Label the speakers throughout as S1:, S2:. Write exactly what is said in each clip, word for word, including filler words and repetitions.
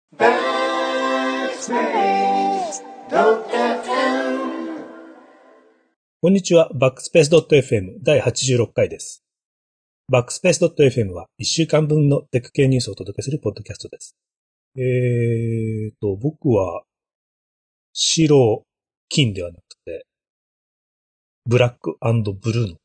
S1: こんにちは。バックスペース .fm だいはちじゅうろっかいです。バックスペース .fm はいっしゅうかんぶんのテック系ニュースをお届けするポッドキャストです。えーと、僕は白、金ではなくて、ブラック&ブルーの方です。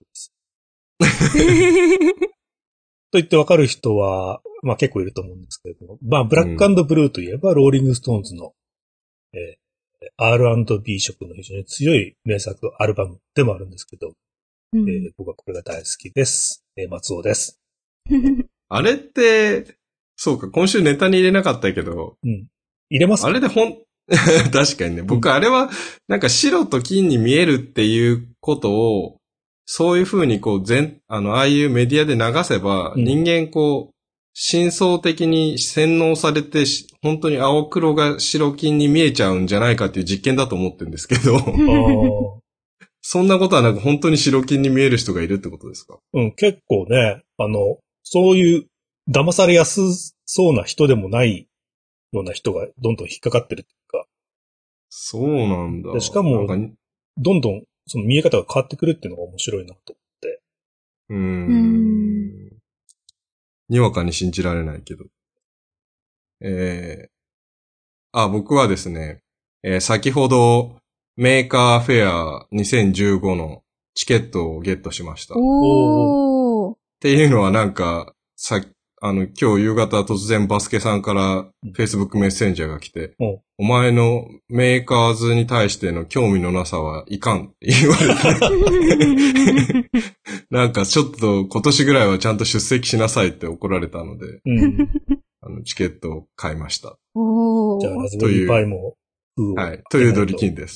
S1: と言ってわかる人は、まあ結構いると思うんですけれども、まあブラック&ブルーといえば、ローリングストーンズの、えー、アールアンドビー 色の非常に強い名作アルバムでもあるんですけど、うん、えー、僕はこれが大好きです。えー、松尾です。
S2: あれって、そうか、今週ネタに入れなかったけど、
S1: うん、入れますか？
S2: あれでほん、確かにね、僕あれは、なんか白と金に見えるっていうことを、そういう風にこう全、あの、ああいうメディアで流せば、うん、人間こう、深層的に洗脳されて、本当に青黒が白金に見えちゃうんじゃないかっていう実験だと思ってるんですけど、そんなことはなく本当に白金に見える人がいるってことですか？
S1: うん、結構ね、あの、そういう騙されやすそうな人でもないような人がどんどん引っかかってるっていうか。
S2: そうなんだ。
S1: でしかも、どんどんその見え方が変わってくるっていうのが面白いなと思って。
S2: うーん。にわかに信じられないけど。えー、あ、僕はですね、えー、先ほどメーカーフェアにせんじゅうごのチケットをゲットしました。
S3: おー。
S2: っていうのはなんか、さあの、今日夕方突然バスケさんから Facebook メッセンジャーが来て、うん、お前のメーカーズに対しての興味のなさはいかんって言われて、なんかちょっと今年ぐらいはちゃんと出席しなさいって怒られたので、うん、あのチケットを買いました。
S3: おー。
S1: じゃあラズベリーパイも、
S2: はい、というドリキンです。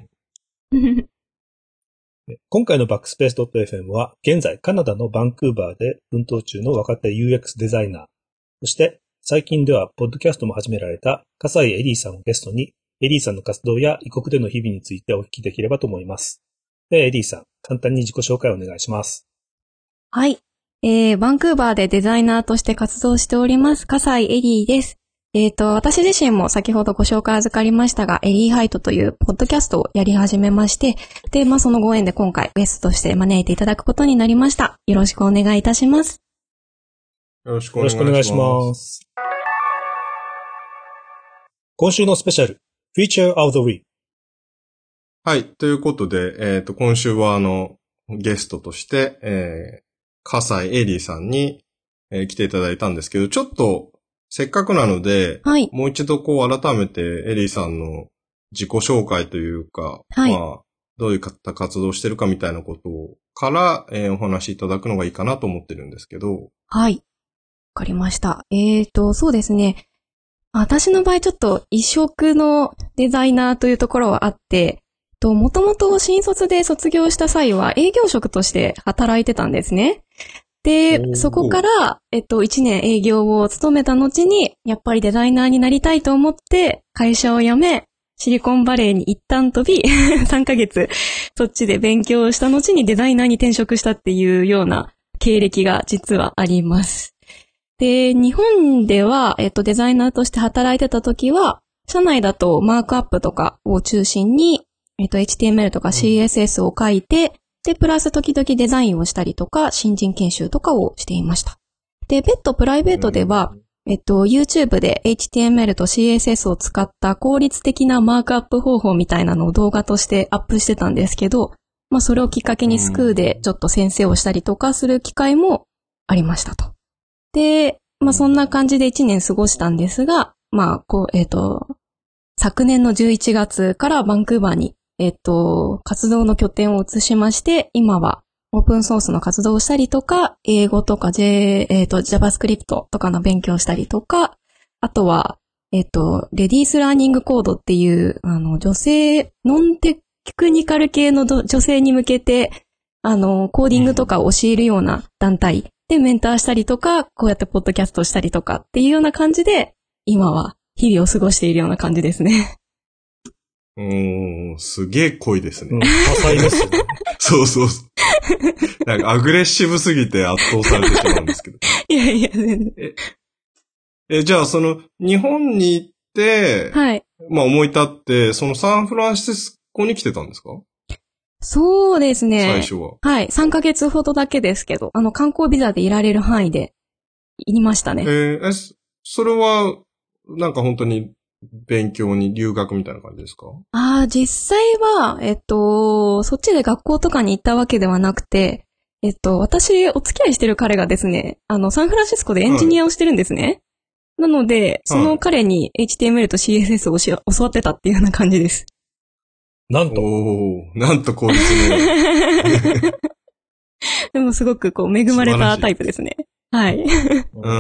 S1: 今回のバックスペース .fm は現在カナダのバンクーバーで奮闘中の若手 ユーエックス デザイナー、そして最近ではポッドキャストも始められた笠井エリーさんをゲストにエリーさんの活動や異国での日々についてお聞きできればと思います。ではエリーさん、簡単に自己紹介をお願いします。
S3: はい、えー、バンクーバーでデザイナーとして活動しております笠井エリーです。えっと、私自身も先ほどご紹介預かりましたが、エリーハイトというポッドキャストをやり始めまして、で、まあ、そのご縁で今回ゲストとして招いていただくことになりました。よろしくお願いいたします。
S2: よろしくお願いします。よろしくお願いします。
S1: 今週のスペシャル、Feature of the Week。
S2: はい、ということで、えっと、今週はあの、ゲストとして、えー、笠井エリーさんに、えー、来ていただいたんですけど、ちょっと、せっかくなので、
S3: はい、
S2: もう一度こう改めてエリーさんの自己紹介というか、
S3: はい、
S2: まあ、どういう活動してるかみたいなことから、えー、お話しいただくのがいいかなと思ってるんですけど。
S3: はい。わかりました。えーと、そうですね。私の場合ちょっと異色のデザイナーというところはあって、と、もともと新卒で卒業した際は営業職として働いてたんですね。で、そこから、えっと、一年営業を務めた後に、やっぱりデザイナーになりたいと思って、会社を辞め、シリコンバレーに一旦飛び、さんかげつ、そっちで勉強した後にデザイナーに転職したっていうような経歴が実はあります。で、日本では、えっと、デザイナーとして働いてた時は、社内だとマークアップとかを中心に、えっと、エイチティーエムエル とか シーエスエス を書いて、で、プラス時々デザインをしたりとか、新人研修とかをしていました。で、別途プライベートでは、えっと、YouTube で エイチティーエムエル と シーエスエス を使った効率的なマークアップ方法みたいなのを動画としてアップしてたんですけど、まあ、それをきっかけにスクーでちょっと先生をしたりとかする機会もありましたと。で、まあ、そんな感じでいちねん過ごしたんですが、まあ、こう、えっと、昨年のじゅういちがつからバンクーバーにえっと、活動の拠点を移しまして、今はオープンソースの活動をしたりとか、英語とか J、えっと、JavaScript とかの勉強をしたりとか、あとは、えっと、レディースラーニングコードっていう、あの、女性、ノンテクニカル系の女性に向けて、あの、コーディングとかを教えるような団体でメンターしたりとか、こうやってポッドキャストしたりとかっていうような感じで、今は日々を過ごしているような感じですね。
S2: うーん、すげえ濃いですね。
S1: うん、多彩ですよね。
S2: そうそうそう。なんかアグレッシブすぎて圧倒されてしまうんですけど。
S3: いやいや、全然。
S2: え、 え、じゃあその、日本に行って、
S3: はい。
S2: まあ思い立って、そのサンフランシスコに来てたんですか？
S3: そうですね。
S2: 最初は。
S3: はい。さんかげつほどだけですけど、あの、観光ビザでいられる範囲で、いましたね。
S2: えー、え、それは、なんか本当に勉強に留学みたいな感じですか？
S3: ああ、実際は、えっと、そっちで学校とかに行ったわけではなくて、えっと、私、お付き合いしてる彼がですね、あの、サンフランシスコでエンジニアをしてるんですね。はい、なので、その彼に エイチティーエムエル と シーエスエス をし教わってたっていうような感じです。
S1: なんと。
S2: おー、なんと効率の。
S3: でもすごくこう恵まれたタイプですね。はい。
S2: うん。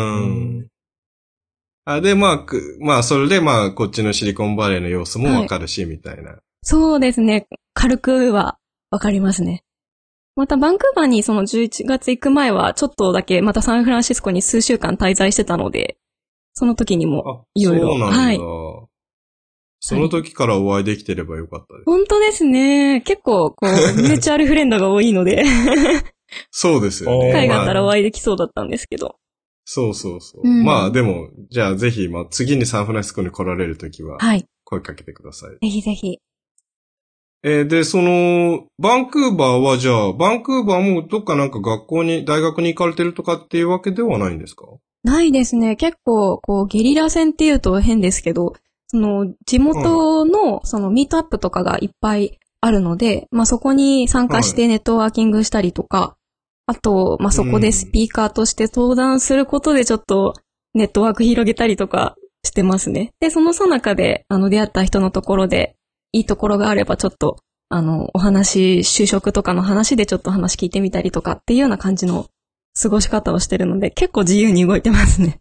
S2: あ、で、まあ、まあ、それでまあ、こっちのシリコンバレーの様子もわかるし、はい、みたいな。
S3: そうですね。軽くはわかりますね。またバンクーバーにそのじゅういちがつ行く前はちょっとだけまたサンフランシスコに数週間滞在してたので、その時にもいろいろ。
S2: そうなんだ。
S3: はい。
S2: その時からお会いできてればよかったです。
S3: 本当ですね。結構、こう、ミューチャルフレンドが多いので。
S2: そうですよね。
S3: 海外だったらお会いできそうだったんですけど。
S2: そうそうそう。うん、まあでも、じゃあぜひ、まあ次にサンフランシスコに来られるときは、はい。声かけてください。
S3: ぜひぜひ。
S2: えー、で、その、バンクーバーはじゃあ、バンクーバーもどっかなんか学校に、大学に行かれてるとかっていうわけではないんですか？
S3: ないですね。結構、こう、ゲリラ戦っていうと変ですけど、その、地元の、その、ミートアップとかがいっぱいあるので、まあ、そこに参加してネットワーキングしたりとか、はい、あと、まあ、そこでスピーカーとして登壇することでちょっと、ネットワーク広げたりとかしてますね。で、その最中で、あの、出会った人のところで、いいところがあればちょっと、あの、お話、就職とかの話でちょっと話聞いてみたりとかっていうような感じの過ごし方をしてるので、結構自由に動いてますね。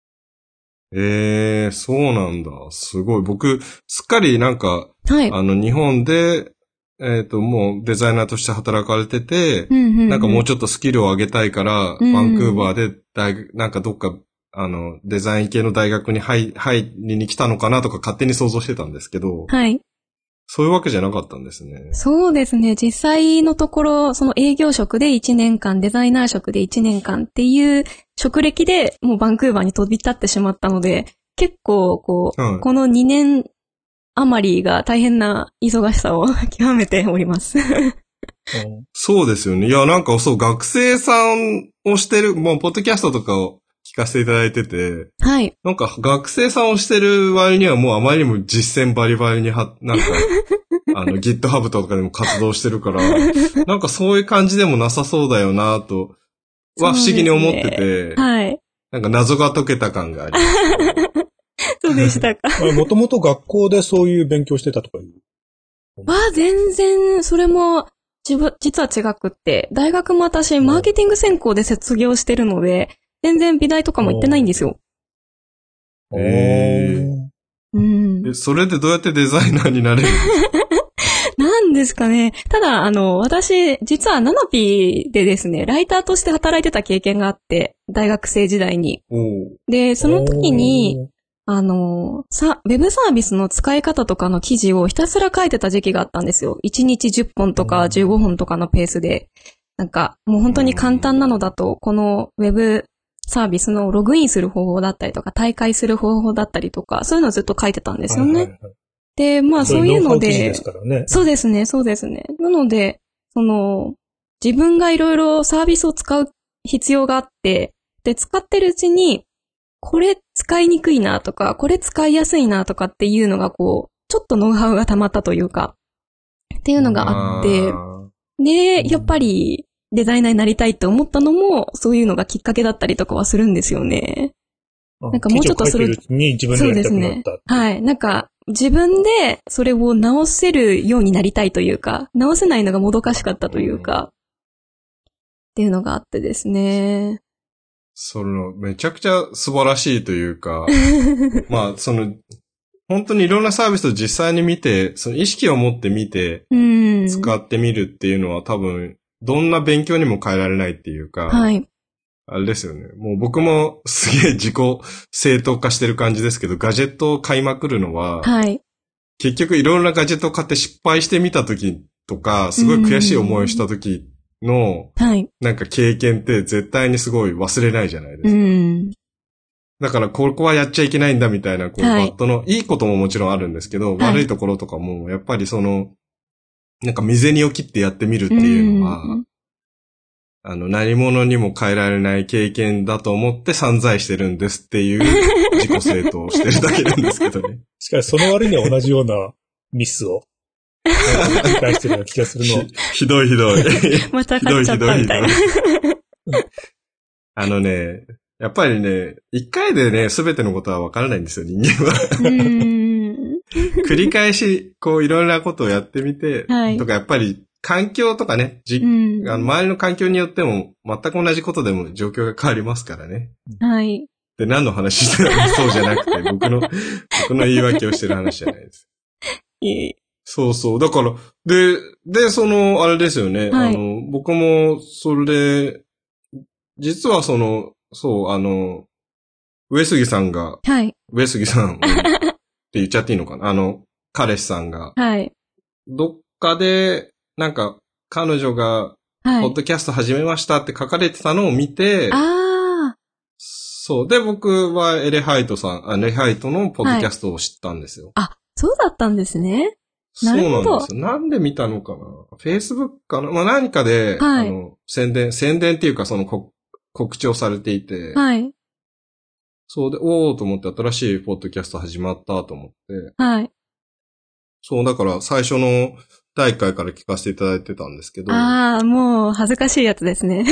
S2: ええー、そうなんだ。すごい。僕、すっかりなんか、はい、あの、日本で、えっと、もうデザイナーとして働かれてて、うんうんうん、なんかもうちょっとスキルを上げたいから、うんうん、バンクーバーで大学、なんかどっか、あの、デザイン系の大学に入、入りに来たのかなとか勝手に想像してたんですけど、
S3: はい。
S2: そういうわけじゃなかったんですね。
S3: そうですね。実際のところ、その営業職でいちねんかん、デザイナー職でいちねんかんっていう職歴でもうバンクーバーに飛び立ってしまったので、結構、こう、はい、このにねん余りが大変な忙しさを極めております。
S2: そうですよね。いや、なんかそう、学生さんをしてる、もう、ポッドキャストとかを聞かせていただいてて、
S3: はい。
S2: なんか、学生さんをしてる割にはもうあまりにも実践バリバリには、なんか、あの、GitHub とかでも活動してるから、なんかそういう感じでもなさそうだよなと、は不思議に思ってて、
S3: ね、はい。
S2: なんか謎が解けた感があります。
S3: そうでしたか。
S1: もともと学校でそういう勉強してたとかいう。
S3: わあ、全然、それも、実は違くって、大学も私、マーケティング専攻で卒業してるので、全然美大とかも行ってないんですよ。
S2: へー。うん。それでどうやってデザイナーになれるんですか？
S3: なんですかね。ただ、あの、私、実はナナピーでですね、ライターとして働いてた経験があって、大学生時代に。で、その時に、あの、さ、ウェブサービスの使い方とかの記事をひたすら書いてた時期があったんですよ。いちにちじゅっぽんとかじゅうごほんとかのペースで。なんか、もう本当に簡単なのだと、このウェブサービスのログインする方法だったりとか、大会する方法だったりとか、そういうのをずっと書いてたんですよね。はいはいはい、で、まあそういうので、
S1: ですからね、
S3: そうですね、そうですね。なので、その、自分がいろいろサービスを使う必要があって、で、使ってるうちに、これ使いにくいなとか、これ使いやすいなとかっていうのがこう、ちょっとノウハウが溜まったというか、っていうのがあって、で、やっぱりデザイナーになりたいって思ったのも、そういうのがきっかけだったりとかはするんですよね。なんかもうちょっとそれ、
S1: に自分でやりたくなった。
S3: そうですね。はい。なんか、自分でそれを直せるようになりたいというか、直せないのがもどかしかったというか、っていうのがあってですね。
S2: その、めちゃくちゃ素晴らしいというか、まあ、その、本当にいろんなサービスを実際に見て、その意識を持って見て、使ってみるっていうのは多分、どんな勉強にも変えられないっていうか、
S3: はい。
S2: あれですよね。もう僕もすげえ自己正当化してる感じですけど、ガジェットを買いまくるのは、
S3: はい。
S2: 結局いろんなガジェットを買って失敗してみたときとか、すごい悔しい思いをしたときの、
S3: はい。
S2: なんか経験って絶対にすごい忘れないじゃないですか。
S3: うん。
S2: だからここはやっちゃいけないんだみたいな、こう、
S3: はい
S2: バットの、いいことももちろんあるんですけど、
S3: はい
S2: 悪いところとかも、やっぱりその、なんか未然を切ってやってみるっていうのは、
S3: うん
S2: あの、何者にも変えられない経験だと思って散財してるんですっていう自己正当をしてるだけなんですけどね。
S1: しかしその割には同じようなミスを繰り返してるような気がするの。
S2: ひひどいひどい。
S3: また買っちゃったみたいな。
S2: あのね、やっぱりね、一回でね、すべてのことはわからないんですよ、人間は。
S3: うーん
S2: 繰り返し、こう、いろんなことをやってみて、
S3: はい
S2: とか、やっぱり、環境とかね、じ、
S3: うん
S2: あの周りの環境によっても、全く同じことでも状況が変わりますからね。
S3: はい。
S2: で、何の話してるのそうじゃなくて、僕の、僕の言い訳をしてる話じゃないです。
S3: いえいえ
S2: そうそう。だから、で、で、その、あれですよね。
S3: はい
S2: あの、僕も、それで、実はその、そう、あの、上杉さんが、
S3: はい。
S2: 上杉さんって言っちゃっていいのかなあの、彼氏さんが、
S3: はい。
S2: どっかで、なんか、彼女が、
S3: はい。
S2: ポッドキャスト始めましたって書かれてたのを見て、
S3: あ
S2: そう。で、僕はエレハイトさん、あレハイトのポッドキャストを知ったんですよ。
S3: あ。あ、そうだったんですね。
S2: そう
S3: なるほど
S2: なんですよ。なんで見たのかな ?Facebook かなまあ何かで、
S3: はい
S2: あの、宣伝、宣伝っていうかそのこ告知をされていて、
S3: はい。
S2: そうで、おーと思って新しいポッドキャスト始まったと思って、
S3: はい。
S2: そう、だから最初のだいいっかいから聞かせていただいてたんですけど、
S3: ああ、もう恥ずかしいやつですね。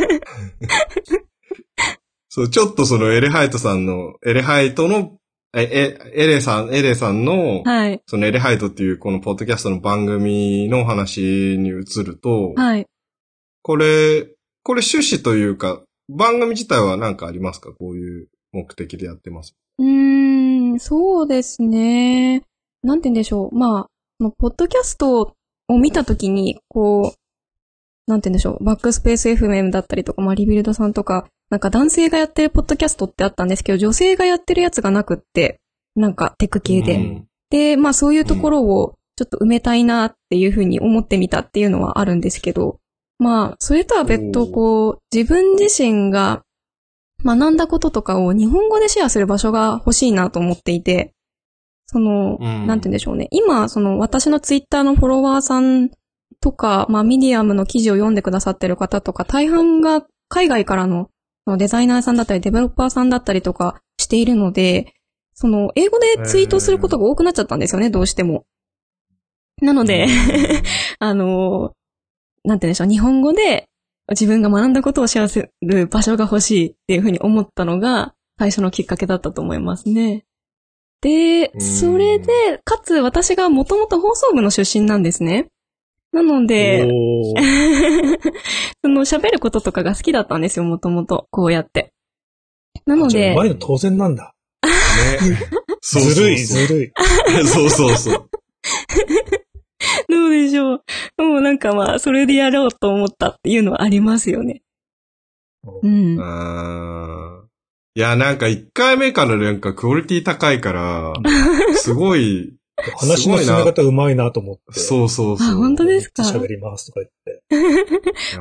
S2: そう、ちょっとそのエレハイトさんの、エレハイトの、え、え、エレさん、エレさんの、
S3: はい。
S2: そのエレハイトっていうこのポッドキャストの番組の話に移ると、
S3: はい。
S2: これ、これ趣旨というか、番組自体は何かありますか？こういう目的でやってます。
S3: うーん、そうですね。なんて言うんでしょう。まあ、そのポッドキャストを見たときに、こう、なんて言うんでしょう。バックスペース エフエム だったりとか、まあ、リビルドさんとか、なんか男性がやってるポッドキャストってあったんですけど、女性がやってるやつがなくって、なんかテク系で。
S2: うん、
S3: で、まあそういうところをちょっと埋めたいなっていうふうに思ってみたっていうのはあるんですけど、まあ、それとは別途こう、自分自身が学んだこととかを日本語でシェアする場所が欲しいなと思っていて、その、
S2: うん、
S3: なんて言うんでしょうね。今、その私のツイッターのフォロワーさんとか、まあミディアムの記事を読んでくださってる方とか、大半が海外からのデザイナーさんだったり、デベロッパーさんだったりとかしているので、その、英語でツイートすることが多くなっちゃったんですよね、どうしても。なので、あの、なんて言うんでしょう、日本語で自分が学んだことをシェアする場所が欲しいっていうふうに思ったのが、最初のきっかけだったと思いますね。で、それで、かつ私がもともと放送部の出身なんですね。なので、その喋ることとかが好きだったんですよ、もともと。こうやって。なので。
S1: うまいの当然なんだ。
S2: ね。そうそうそう
S1: ずるい、ずるい。
S2: そうそうそう。
S3: どうでしょう。もうなんかまあ、それでやろうと思ったっていうのはありますよね。うん。
S2: あーいや、なんか一回目からなんかクオリティ高いから、すごい、
S1: 話の進め方うまいなと思って。
S2: そうそうそう。
S3: あ、本当ですか？
S1: 喋りますとか言って。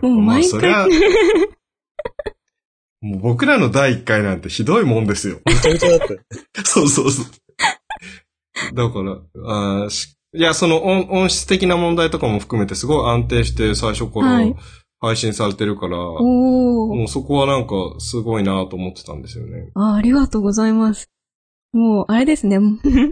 S3: もう毎回。
S2: まあ、そりゃもう僕らのだいいっかいなんてひどいもんですよ。
S1: めちゃめちゃだった。
S2: そうそうそう。だから、あしいや、その音音質的な問題とかも含めてすごい安定して最初から配信されてるから、はい、もうそこはなんかすごいなと思ってたんですよね。
S3: あ、ありがとうございます。もう、あれですね。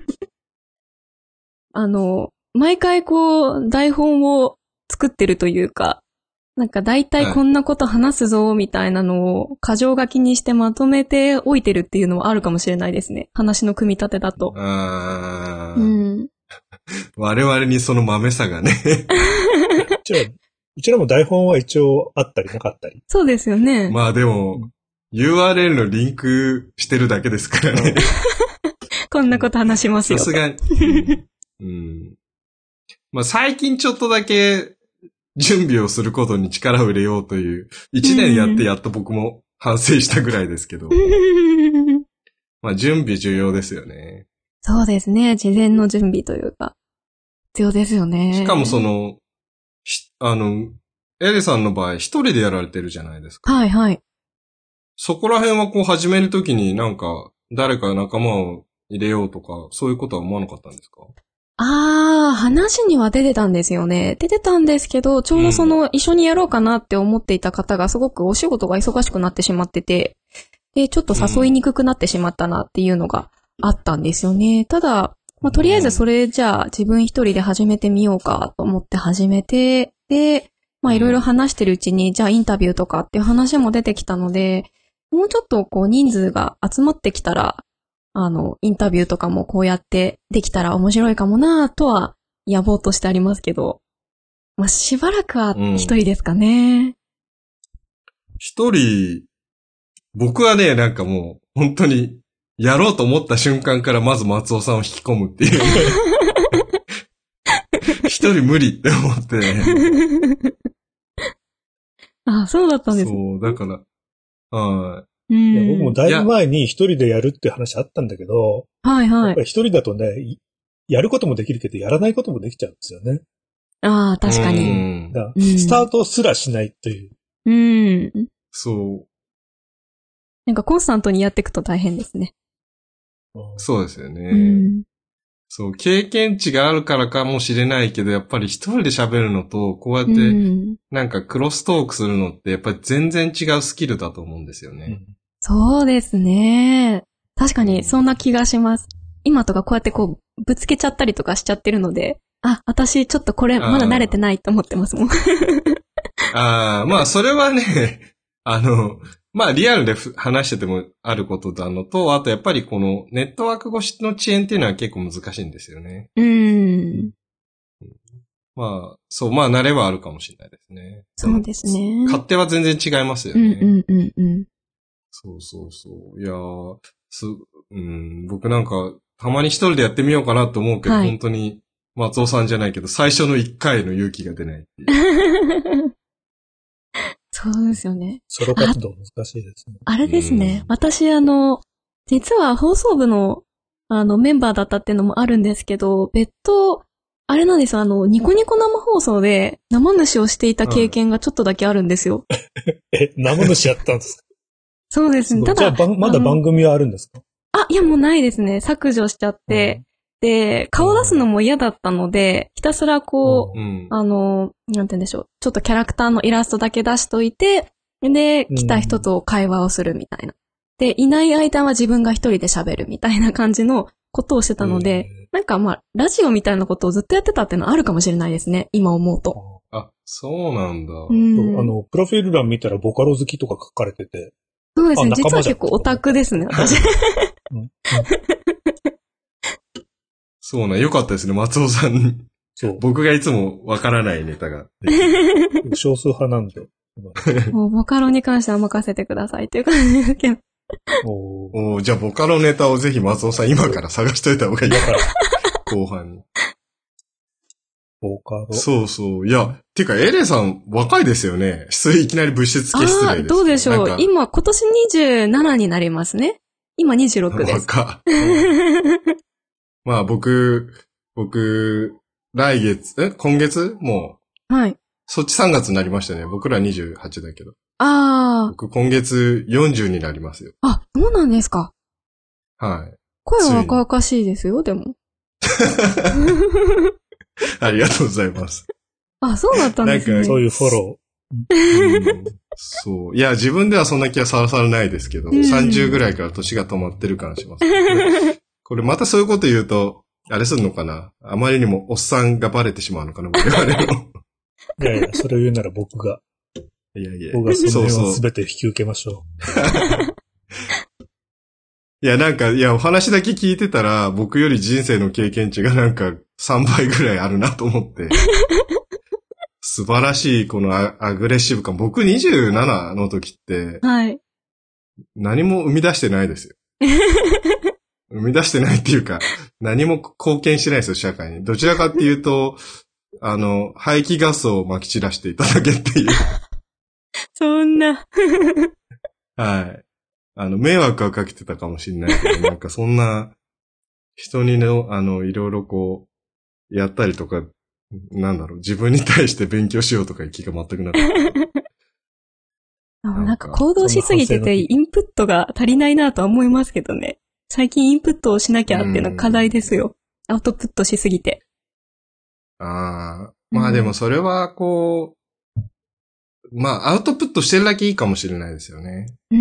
S3: あの、毎回こう、台本を作ってるというか、なんか大体こんなこと話すぞ、みたいなのを、箇条書きにしてまとめておいてるっていうのはあるかもしれないですね。話の組み立てだと。
S2: あ
S3: うん。
S2: 我々にその豆さがね。
S1: うちら、うちらも台本は一応あったりなかったり。
S3: そうですよね。
S2: まあでも、ユーアールエル のリンクしてるだけですからね。
S3: こんなこと話しますよ。
S2: さすがに。うん。まあ最近ちょっとだけ準備をすることに力を入れようという、一年やってやっと僕も反省したぐらいですけど。まあ準備重要ですよね。
S3: そうですね。事前の準備というか、必要ですよね。
S2: しかもその、あの、エレさんの場合一人でやられてるじゃないですか。
S3: はいはい。
S2: そこら辺はこう始めるときになんか、誰か仲間を入れようとか、そういうことは思わなかったんですか？
S3: あー、話には出てたんですよね。出てたんですけど、ちょうどその、一緒にやろうかなって思っていた方がすごくお仕事が忙しくなってしまってて、で、ちょっと誘いにくくなってしまったなっていうのがあったんですよね。ただ、まあ、とりあえずそれじゃあ自分一人で始めてみようかと思って始めて、で、まあいろいろ話してるうちに、じゃあインタビューとかっていう話も出てきたので、もうちょっとこう人数が集まってきたら、あの、インタビューとかもこうやってできたら面白いかもなぁとは野望としてありますけど、まあしばらくは一人ですかね。
S2: 一、うん、人、僕はね、なんかもう本当にやろうと思った瞬間からまず松尾さんを引き込むっていう。一人無理って思ってね。
S3: あ、そうだったんです。
S2: そう、だから、はい。
S1: いや僕もだいぶ前に一人でやるっていう話あったんだけど、
S3: はいはい。
S1: やっぱり一人だとね、やることもできるけど、やらないこともできちゃうんですよね。
S3: ああ、確かに。
S1: だからスタートすらしないという。
S3: うん。
S2: そう。
S3: なんかコンスタントにやっていくと大変ですね。
S2: そうですよね。
S3: うん、
S2: そう、経験値があるからかもしれないけど、やっぱり一人で喋るのと、こうやって、なんかクロストークするのって、やっぱり全然違うスキルだと思うんですよね。
S3: うん、そうですね。確かにそんな気がします。今とかこうやってこう、ぶつけちゃったりとかしちゃってるので、あ、私ちょっとこれまだ慣れてないと思ってますもん。
S2: ああ、まあそれはね、あの、まあリアルで話しててもあることなのと、あとやっぱりこのネットワーク越しの遅延っていうのは結構難しいんですよね。
S3: うーん。
S2: まあ、そう、まあ慣れはあるかもしれないですね。
S3: そうですね。
S2: 勝手は全然違いますよね。
S3: うんうんうんうん。
S2: そうそうそう。いやー、す、うん、僕なんか、たまに一人でやってみようかなと思うけど、はい、本当に松尾さんじゃないけど、最初の一回の勇気が出ないっていう。
S3: そうですよね。
S1: ソロ活動難しいですね。
S3: あれですね。私、あの、実は放送部の、あの、メンバーだったっていうのもあるんですけど、別途、あれなんですよ、あの、ニコニコ生放送で生主をしていた経験がちょっとだけあるんですよ。
S1: え、生主やったんですか？
S3: そうですね。ただ、
S1: じゃあ、まだ番組はあるんですか？
S3: あ、いやもうないですね。削除しちゃって。うん、で、顔出すのも嫌だったので、ひたすらこう、うん、あの、なんて言うんでしょう。ちょっとキャラクターのイラストだけ出しといて、で、来た人と会話をするみたいな。で、いない間は自分が一人で喋るみたいな感じのことをしてたので、なんかまあ、ラジオみたいなことをずっとやってたっていうのはあるかもしれないですね。今思うと。
S2: あ、そうなんだ。
S1: うん、あの、プロフィール欄見たらボカロ好きとか書かれてて。
S3: そうですね。実は結構オタクですね、私。うんうん、
S2: そうなん、よかったですね、松尾さん。そう。僕がいつもわからないネタが。
S1: 少数派なんで。
S3: もうボカロに関しては任せてくださいっていう感じですけど。
S2: おお、じゃあボカロネタをぜひ松尾さん今から探しといた方がいいから。後半に。
S1: ボカロ。
S2: そうそう。いや、てかエレさん若いですよね。いきなり物質系失礼です。
S3: あ、どうでしょう。今、今年にじゅうななになりますね。今にじゅうろくです。
S2: 若。まあ僕、僕、来月、え今月も
S3: う。はい。
S2: そっちさんがつになりましたね。僕らにじゅうはちだけど。
S3: ああ。
S2: 僕今月よんじゅうになりますよ。
S3: あ、そうなんですか。
S2: はい。
S3: 声は若々しいですよ、でも。
S2: ありがとうございます。
S3: あ、そうだったんですね。
S1: なんかそういうフォロ
S2: ー。うん、そう。いや、自分ではそんな気はさらさらないですけど、うん、さんじゅうぐらいから年が止まってる感じします、ね。これまたそういうこと言うと、あれするのかな？あまりにもおっさんがバレてしまうのかな？我々の。
S1: いやいや、それを言うなら僕が。
S2: いやいや。
S1: 僕がその辺は全て引き受けましょ
S2: う。いや、なんか、いや、お話だけ聞いてたら、僕より人生の経験値がなんかさんばいぐらいあるなと思って。素晴らしい、この ア, アグレッシブ感。僕にじゅうななの時って、
S3: はい。
S2: 何も生み出してないですよ。生み出してないっていうか、何も貢献してないですよ、社会に。どちらかっていうと、あの、排気ガスを撒き散らしていただけっていう。
S3: そんな。
S2: はい。あの、迷惑はかけてたかもしれないけど、なんかそんな、人にの、あの、いろいろこう、やったりとか、なんだろう、自分に対して勉強しようとかいう気が全くなかった。
S3: なんか行動しすぎててインプットが足りないなとは思いますけどね。最近インプットをしなきゃっていうのが課題ですよ。アウトプットしすぎて。
S2: ああ。まあでもそれはこう、うん、まあアウトプットしてるだけいいかもしれないですよね。
S3: うん。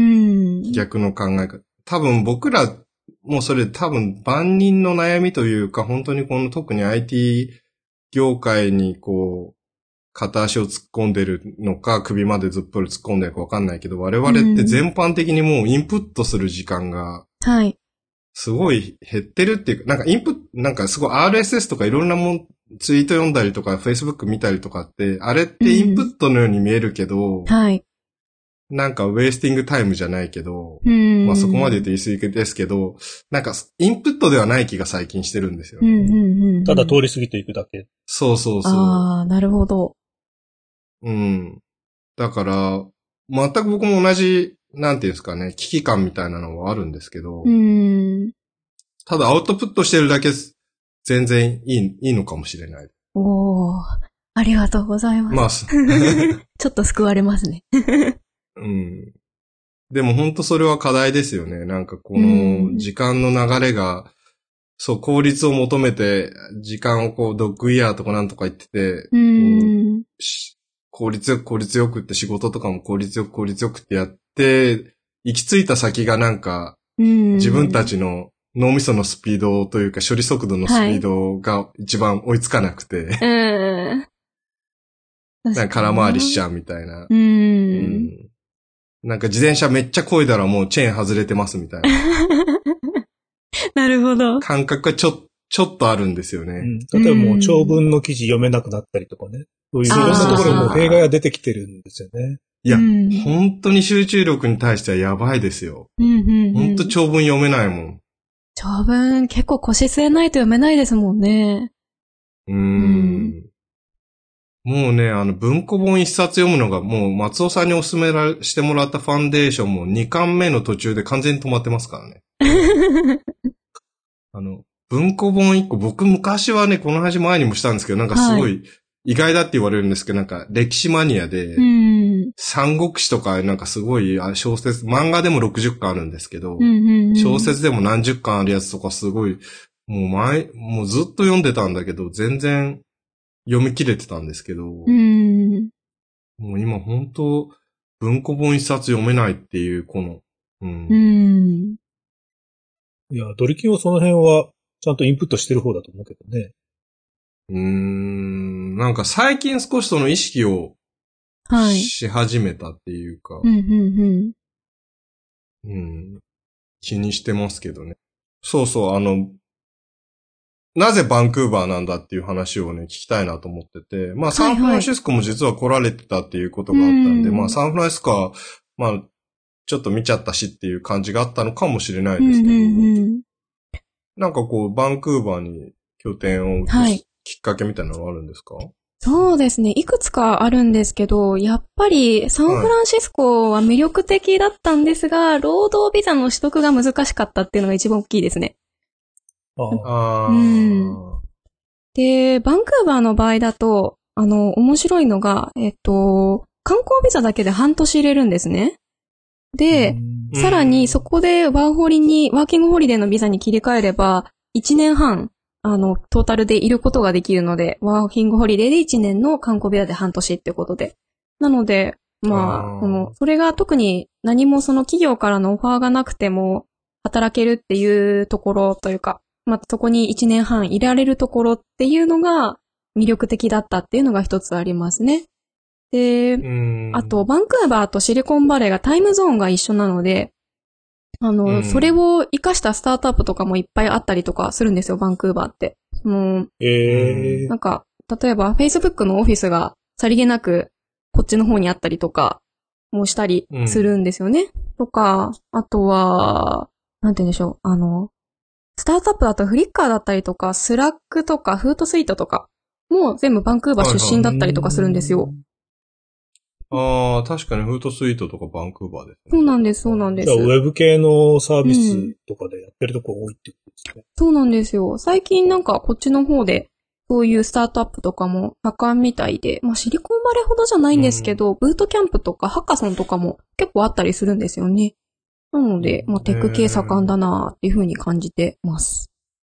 S2: 逆の考え方。多分僕ら、もうそれ多分万人の悩みというか、本当にこの特に アイティー 業界にこう、片足を突っ込んでるのか、首までずっぽり突っ込んでるかわかんないけど、我々って全般的にもうインプットする時間が、
S3: はい。
S2: すごい減ってるっていうか、なんかインプット、なんかすごい アールエスエス とかいろんなもん、ツイート読んだりとか、Facebook 見たりとかって、あれってインプットのように見えるけど、
S3: うん、はい。
S2: なんかウェイスティングタイムじゃないけど、
S3: うん、
S2: まあそこまで言うと言い過ぎですけど、なんかインプットではない気が最近してるんですよ、ね。
S3: うんうんうんうん、
S1: ただ通り過ぎていくだけ。
S2: そうそうそう。
S3: ああ、なるほど。
S2: うん。だから、全く僕も同じ、なんていうんですかね、危機感みたいなのはあるんですけど、
S3: うん。
S2: ただアウトプットしてるだけ全然いい、いいのかもしれない。
S3: おー、ありがとうございます。まあ、ちょっと救われますね。
S2: うん。でも本当それは課題ですよね。なんかこの時間の流れが、そう、効率を求めて、時間をこう、ドッグイヤーとかなんとか言ってて、
S3: うん
S2: 効率よく効率よくって仕事とかも効率よく効率よくってやって、行き着いた先がなんか、自分たちの脳みそのスピードというか処理速度のスピードが一番追いつかなくて、はい、なんか空回りしちゃうみたいな。
S3: うん、
S2: うん、なんか自転車めっちゃ漕いだらもうチェーン外れてますみたいな。
S3: なるほど。
S2: 感覚がちょ、ちょっとあるんですよね。
S1: うん、例えばもう長文の記事読めなくなったりとかね。そういういろんなところにも弊害が出てきてるんですよね。
S2: いや、うん、本当に集中力に対してはやばいですよ。
S3: うんうんうん、
S2: 本当長文読めないもん。
S3: 長文結構腰据えないと読めないですもんね。
S2: うーん。うんもうね、あの、文庫本一冊読むのが、もう松尾さんにお勧めらしてもらったファンデーションもにかんめの途中で完全に止まってますからね。あの、文庫本いっこ、僕昔はね、この話前にもしたんですけど、なんかすごい意外だって言われるんですけど、なんか歴史マニアで、
S3: うん、
S2: 三国志とかなんかすごい小説、漫画でもろくじゅっかんあるんですけど、
S3: うんうんうん、
S2: 小説でも何十巻あるやつとかすごい、もう前、もうずっと読んでたんだけど、全然、読み切れてたんですけど、
S3: うん、
S2: もう今本当文庫本一冊読めないっていう、この、うん。
S3: うん、
S1: いや、ドリキンはその辺はちゃんとインプットしてる方だと思うけどね。
S2: うーん、なんか最近少しその意識をし始めたっていうか、
S3: はいうんうん
S2: うん、気にしてますけどね。そうそう、あの、なぜバンクーバーなんだっていう話をね、聞きたいなと思ってて、まあサンフランシスコも実は来られてたっていうことがあったんで、はいはい、まあサンフランシスコは、まあ、ちょっと見ちゃったしっていう感じがあったのかもしれないですけど、うんうんうん、なんかこう、バンクーバーに拠点を移すきっかけみたいなのがあるんですか？はい、
S3: そうですね。いくつかあるんですけど、やっぱりサンフランシスコは魅力的だったんですが、はい、労働ビザの取得が難しかったっていうのが一番大きいですね。
S2: ああ、
S3: うん。で、バンクーバーの場合だと、あの、面白いのが、えっと、観光ビザだけで半年入れるんですね。で、さらにそこでワーホリに、ワーキングホリデーのビザに切り替えれば、いちねんはん、あの、トータルでいることができるので、ワーキングホリデーでいちねんの観光ビザで半年ってことで。なので、まあ、その、それが特に何もその企業からのオファーがなくても、働けるっていうところというか、まあ、そこにいちねんはんいられるところっていうのが魅力的だったっていうのが一つありますね。で、あと、バンクーバーとシリコンバレーがタイムゾーンが一緒なので、あの、それを活かしたスタートアップとかもいっぱいあったりとかするんですよ、バンクーバーって。その、
S1: えー、
S3: なんか、例えば Facebook のオフィスがさりげなくこっちの方にあったりとかもしたりするんですよね。うん、とか、あとは、なんて言うんでしょう、あの、スタートアップだとフリッカーだったりとか、スラックとか、フートスイートとか、もう全部バンクーバー出身だったりとかするんですよ。
S2: ああ、確かにフートスイートとかバンクーバーですね。
S3: そうなんです、そうなんです。
S1: じゃあウェブ系のサービスとかでやってるとこ多いってことですね、
S3: うん。そうなんですよ。最近なんかこっちの方で、 そういうスタートアップとかも盛んみたいで、まあシリコンバレーほどじゃないんですけど、うん、ブートキャンプとかハッカソンとかも結構あったりするんですよね。なので、まあテック系盛んだなっていう風に感じてます。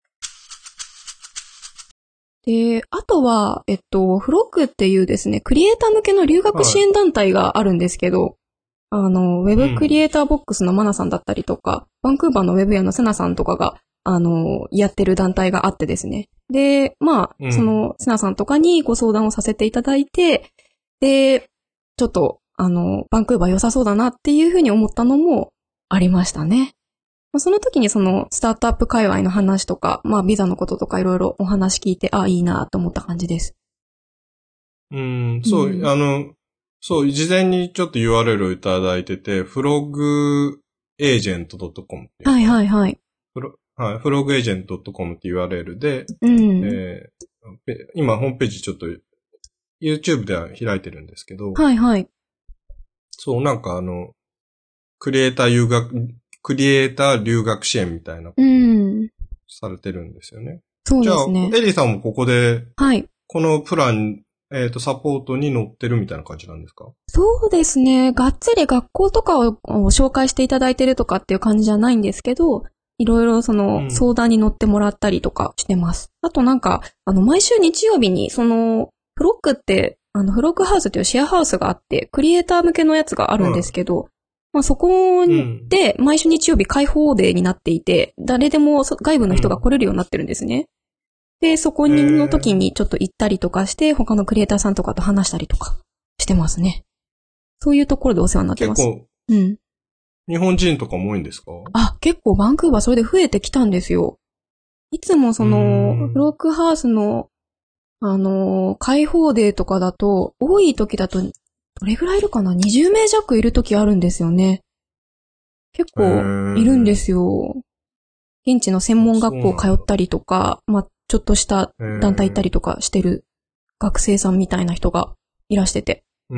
S3: で、あとは、えっと、フロッグっていうですね、クリエイター向けの留学支援団体があるんですけど、はい、あの、ウェブクリエイターボックスのマナさんだったりとか、バンクーバーのウェブ屋のセナさんとかが、あの、やってる団体があってですね。で、まあ、うん、その、セナさんとかにご相談をさせていただいて、で、ちょっと、あの、バンクーバー良さそうだなっていうふうに思ったのもありましたね。その時にその、スタートアップ界隈の話とか、まあ、ビザのこととかいろいろお話聞いて、あ、いいなと思った感じです。
S2: うん、そう、うん、あの、そう、事前にちょっと ユーアールエル をいただいてて、フログエージェント ドット コム
S3: はいはいはい。
S2: フロはい、フログエージェント ドット コム って ユーアールエル で、
S3: うん
S2: えー、今ホームページちょっと YouTube では開いてるんですけど、
S3: はいはい。
S2: そう、なんかあの、クリエイター留学、クリエイター留学支援みたいなことをされてるんですよね。
S3: そうですね。
S2: じゃあ、エリーさんもここで、
S3: はい。
S2: このプラン、えっと、サポートに載ってるみたいな感じなんですか？
S3: そうですね。がっつり学校とかを紹介していただいてるとかっていう感じじゃないんですけど、いろいろその相談に乗ってもらったりとかしてます。うん、あとなんか、あの、毎週日曜日にその、フロックって、あの、フロックハウスというシェアハウスがあって、クリエイター向けのやつがあるんですけど、うん、まあそこで毎週日曜日開放デーになっていて、誰でも外部の人が来れるようになってるんですね。うん、で、そこの時にちょっと行ったりとかして、他のクリエイターさんとかと話したりとかしてますね。そういうところでお世話になってます。
S2: 結構。
S3: うん。
S2: 日本人とかも多いんですか？
S3: あ、結構バンクーバーそれで増えてきたんですよ。いつもその、フロックハウスの、あの、開放デーとかだと、多い時だと、どれぐらいいるかな ?にじゅう 名弱いる時あるんですよね。結構いるんですよ。現地の専門学校通ったりとか、まあ、ちょっとした団体行ったりとかしてる学生さんみたいな人がいらしてて。
S2: うん。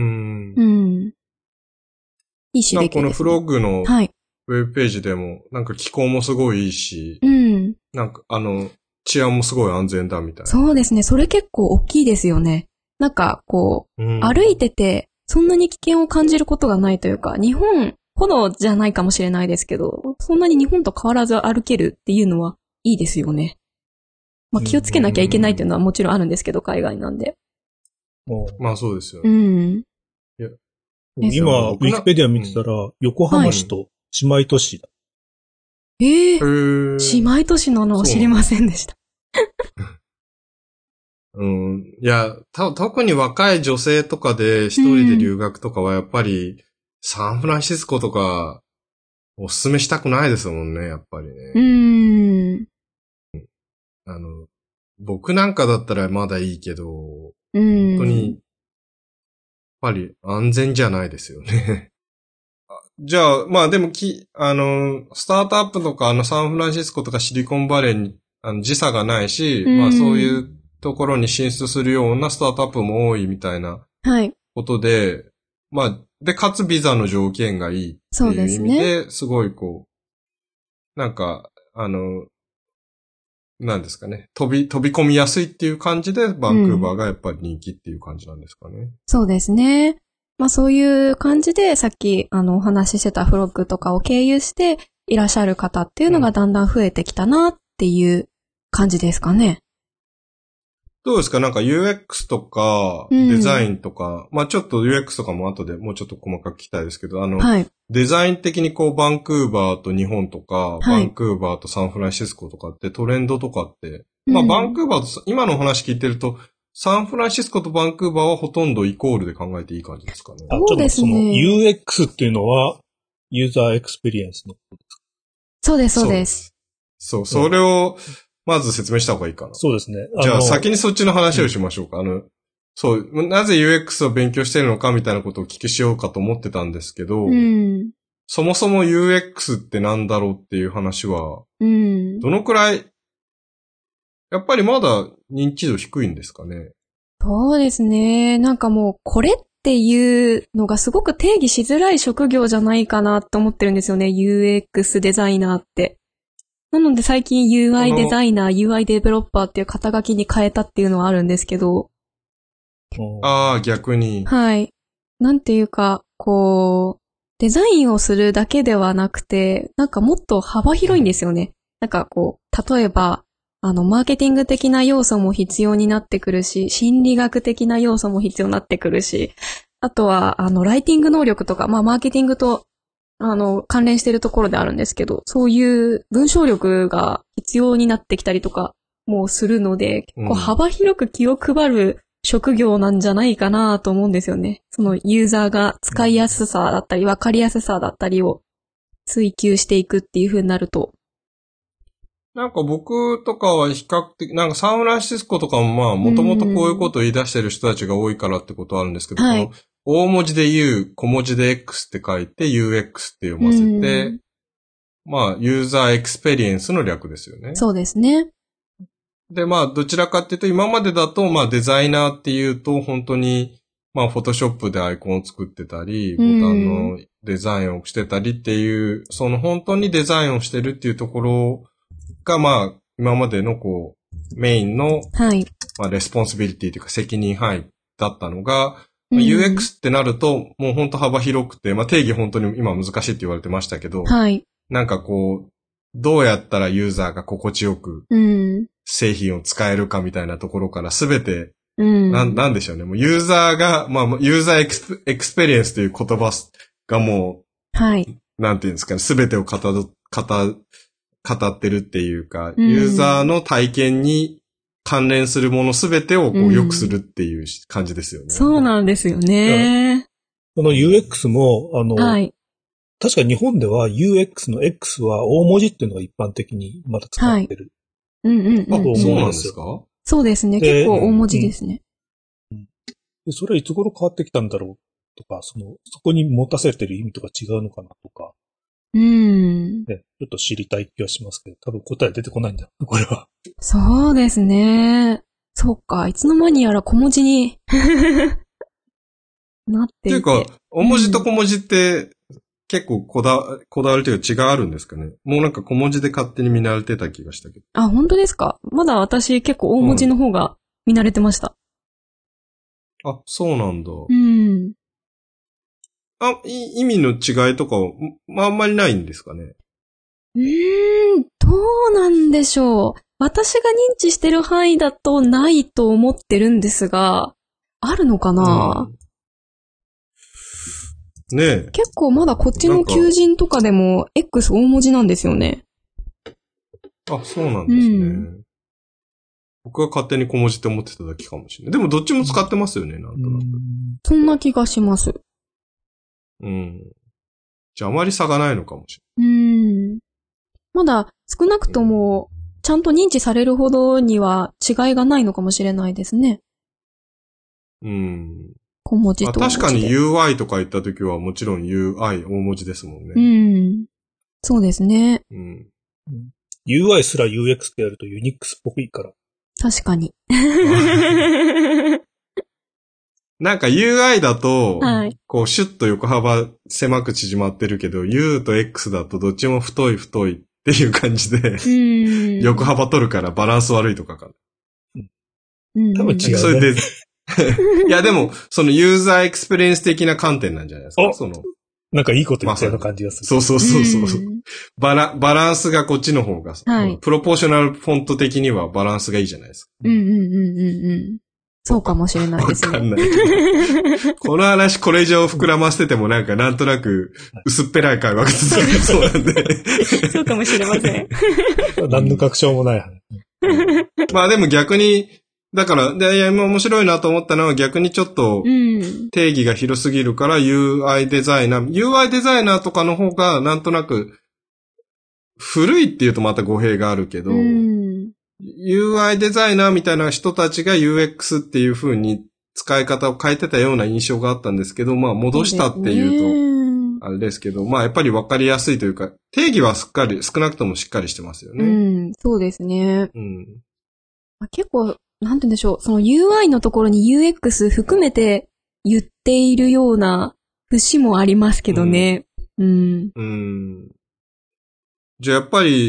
S3: うん。いい刺激ですね。
S2: このフロッグのウェブページでも、はい、なんか気候もすごいいいし、
S3: うん。
S2: なんかあの、治安もすごい安全だみたいな。
S3: そうですね。それ結構大きいですよね。なんかこう、うん、歩いてて、そんなに危険を感じることがないというか、日本ほどじゃないかもしれないですけど、そんなに日本と変わらず歩けるっていうのはいいですよね。まあ気をつけなきゃいけないっていうのはもちろんあるんですけど、海外なんで。
S2: まあそうですよね。
S3: うん。
S2: いや
S1: 今、ウィキペディア見てたら、うん、横浜市と姉妹都市だ。
S3: ええー、姉妹都市なのを知りませんでした。
S2: うん。いや、た、特に若い女性とかで一人で留学とかはやっぱり、うん、サンフランシスコとか、おすすめしたくないですもんね、やっぱりね。
S3: うーん。
S2: あの、僕なんかだったらまだいいけど、
S3: うん、
S2: 本当に、やっぱり安全じゃないですよね。じゃあ、まあでもき、あの、スタートアップとか、あの、サンフランシスコとかシリコンバレーに、あの、時差がないし、
S3: うん、
S2: まあそういうところに進出するようなスタートアップも多いみたいなことで、はい、まあ、で、かつビザの条件がいいっていう意味で、すごいこう、なんか、あの、なんですかね、飛び、飛び込みやすいっていう感じで、バンクーバーがやっぱり人気っていう感じなんですかね。うん、
S3: そうですね。まあそういう感じで、さっきあのお話ししてたフロッグとかを経由していらっしゃる方っていうのがだんだん増えてきたなっていう感じですかね。
S2: どうですかなんか ユーエックス とかデザインとか、うん、まあちょっと ユーエックス とかも後でもうちょっと細かく聞きたいですけど、あの、はい、デザイン的にこうバンクーバーと日本とか、はい、バンクーバーとサンフランシスコとかってトレンドとかって、まあバンクーバーと、今のお話聞いてると、サンフランシスコとバンクーバーはほとんどイコールで考えていい感じですかね。
S1: あ、そうですね。その ユーエックス っていうのは、ユーザーエクスペリエンスのことですか？
S3: そうです、そうです。
S2: そう、それを、まず説明した方がいいかな。
S1: そうですね。
S2: じゃあ先にそっちの話をしましょうか。うん、あの、そう、なぜ ユーエックス を勉強しているのかみたいなことをお聞きしようかと思ってたんですけど、
S3: うん、
S2: そもそも ユーエックス ってなんだろうっていう話は、
S3: うん、
S2: どのくらい、やっぱりまだ認知度低いんですかね。
S3: そうですね。なんかもうこれっていうのがすごく定義しづらい職業じゃないかなと思ってるんですよね。ユーエックス デザイナーって。 なので最近 ユーアイ デザイナー、ユーアイ デベロッパーっていう肩書きに変えたっていうのはあるんですけど。
S2: ああ、逆に。
S3: はい。なんていうか、こう、デザインをするだけではなくて、なんかもっと幅広いんですよね。なんかこう、例えば、あの、マーケティング的な要素も必要になってくるし、心理学的な要素も必要になってくるし、あとは、あの、ライティング能力とか、まあ、マーケティングと、あの、関連しているところであるんですけど、そういう文章力が必要になってきたりとかもするので、結構幅広く気を配る職業なんじゃないかなと思うんですよね。そのユーザーが使いやすさだったり、わかりやすさだったりを追求していくっていう風になると。
S2: なんか僕とかは比較的、なんかサンフランシスコとかもまあ、もともとこういうことを言い出してる人たちが多いからってことはあるんですけど、
S3: はい、
S2: この大文字で U、小文字で X って書いて ユーエックス って読ませて、まあ、ユーザーエクスペリエンスの略ですよね。
S3: そうですね。
S2: で、まあ、どちらかっていうと、今までだと、まあ、デザイナーっていうと、本当に、まあ、フォトショップでアイコンを作ってたり、ボタンのデザインをしてたりっていう、その本当にデザインをしてるっていうところが、まあ、今までのこう、メインの、
S3: はい。
S2: まあ、レスポンシビリティというか責任範囲だったのが、まあ、ユーエックス ってなると、もう本当幅広くて、まあ、定義本当に今難しいって言われてましたけど、
S3: はい。
S2: なんかこう、どうやったらユーザーが心地よく、製品を使えるかみたいなところからすべて、うん、な、なんでしょうね。もうユーザーが、まあ、ユーザーエクス、エクスペリエンスという言葉がもう、はい。なんていうんですかね、すべてを語る、語、語ってるっていうか、うん、ユーザーの体験に関連するものすべてをこう良くするっていう感じですよね。
S3: うん、そうなんですよね。
S1: この ユーエックス も、あの、はい。確か日本では ユーエックス の X は大文字っていうのが一般的にまだ使ってる。
S3: はい。うんうんうん、うん。
S2: あ、そうなんですか？
S3: そうですね。結構大文字ですね、
S1: うんうん。で、それはいつ頃変わってきたんだろうとか、その、そこに持たせてる意味とか違うのかなとか。
S3: うん。
S1: ね、ちょっと知りたい気がしますけど、多分答え出てこないんだ、これは。
S3: そうですね。そうか、いつの間にやら小文字になっていて。
S2: っていうか、大文字と小文字って、うん結構こだ、こだわりというか違いあるんですかね。もうなんか小文字で勝手に見慣れてた気がしたけど。
S3: あ、本当ですか？まだ私結構大文字の方が見慣れてました。
S2: うん、あ、そうなんだ。
S3: うん。
S2: あ、意味の違いとかは、まあ、あんまりないんですかね。
S3: うーん、どうなんでしょう。私が認知してる範囲だとないと思ってるんですが、あるのかな、うん
S2: ねえ。
S3: 結構まだこっちの求人とかでも X 大文字なんですよね。
S2: あ、そうなんですね。うん、僕は勝手に小文字って思ってただけかもしれない。でもどっちも使ってますよね、なんとなく。
S3: そんな気がします。
S2: うん。じゃああまり差がないのかもし
S3: れない。うん。まだ少なくともちゃんと認知されるほどには違いがないのかもしれないですね。
S2: うん。
S3: 小文字と大文字で。
S2: 確かに ユーアイ とか言ったときはもちろん ユーアイ 大文字ですもんね。
S3: うん。そうですね。
S2: うん。
S1: ユーアイ すら ユーエックス ってやるとユニックスっぽいから。
S3: 確かに。
S2: なんか ユーアイ だと、
S3: はい、
S2: こうシュッと横幅狭く縮まってるけど、U と X だとどっちも太い太いっていう感じで、
S3: うん
S2: 横幅取るからバランス悪いとかか。
S1: うん、多分違う、ね。
S2: それで、いやでも、そのユーザーエクスペリエンス的な観点なんじゃないですか。その
S1: なんかいいこと言ったような感じがする。
S2: そうそうそうそう。バラ、バランスがこっちの方が、はい、プロポーショナルフォント的にはバランスがいいじゃないですか。
S3: うんうんうんうんうん。そうかもしれないですね。
S2: わかんないけど。この話これ以上膨らませててもなんかなんとなく薄っぺらい会話が続きそうなんで。
S3: そうかもしれません。
S1: 何の確証もない話。
S2: まあでも逆に、だから、で、いや、面白いなと思ったのは逆にちょっと定義が広すぎるから ユーアイ デザイナー、ユーアイ デザイナーとかの方がなんとなく古いっていうとまた語弊があるけど、ユーアイ デザイナーみたいな人たちが ユーエックス っていう風に使い方を変えてたような印象があったんですけど、まあ戻したっていうと、あれですけど、まあやっぱり分かりやすいというか、定義はしっかり、少なくともしっかりしてますよね。
S3: うん、そうですね。
S2: うん、
S3: 結構、なんて言うんでしょう、その ユーアイ のところに ユーエックス 含めて言っているような節もありますけどね。うん。
S2: うん。うん、じゃあやっぱり、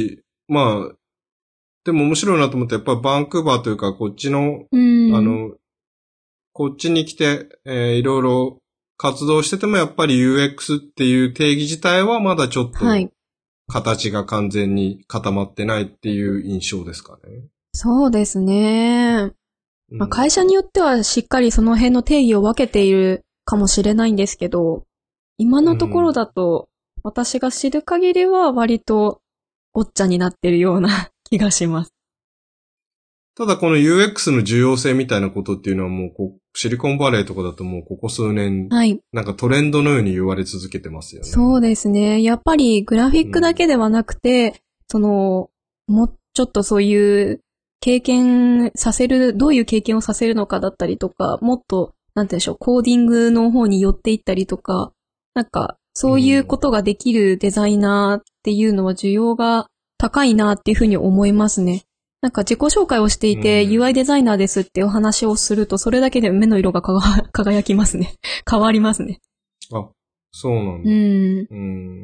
S2: まあ、でも面白いなと思って、やっぱりバンクーバーというか、こっちの、
S3: うん、
S2: あの、こっちに来て、えー、いろいろ活動してても、やっぱり ユーエックス っていう定義自体はまだちょっと、形が完全に固まってないっていう印象ですかね。
S3: そうですね。まあ、会社によってはしっかりその辺の定義を分けているかもしれないんですけど、今のところだと、私が知る限りは割とごっちゃになってるような気がします。
S2: ただこの ユーエックス の重要性みたいなことっていうのはもうこうシリコンバレーとかだともうここ数年、はい、なんかトレンドのように言われ続けてますよね。
S3: そうですね。やっぱりグラフィックだけではなくて、うん、その、もうちょっとそういう経験させる、どういう経験をさせるのかだったりとか、もっと、なんて言うんでしょう、コーディングの方に寄っていったりとか、なんか、そういうことができるデザイナーっていうのは需要が高いなっていうふうに思いますね。なんか自己紹介をしていて、うん、ユーアイ デザイナーですってお話をすると、それだけで目の色が輝きますね。変わりますね。
S2: あ、そうなんだ。
S3: うん。
S2: うん。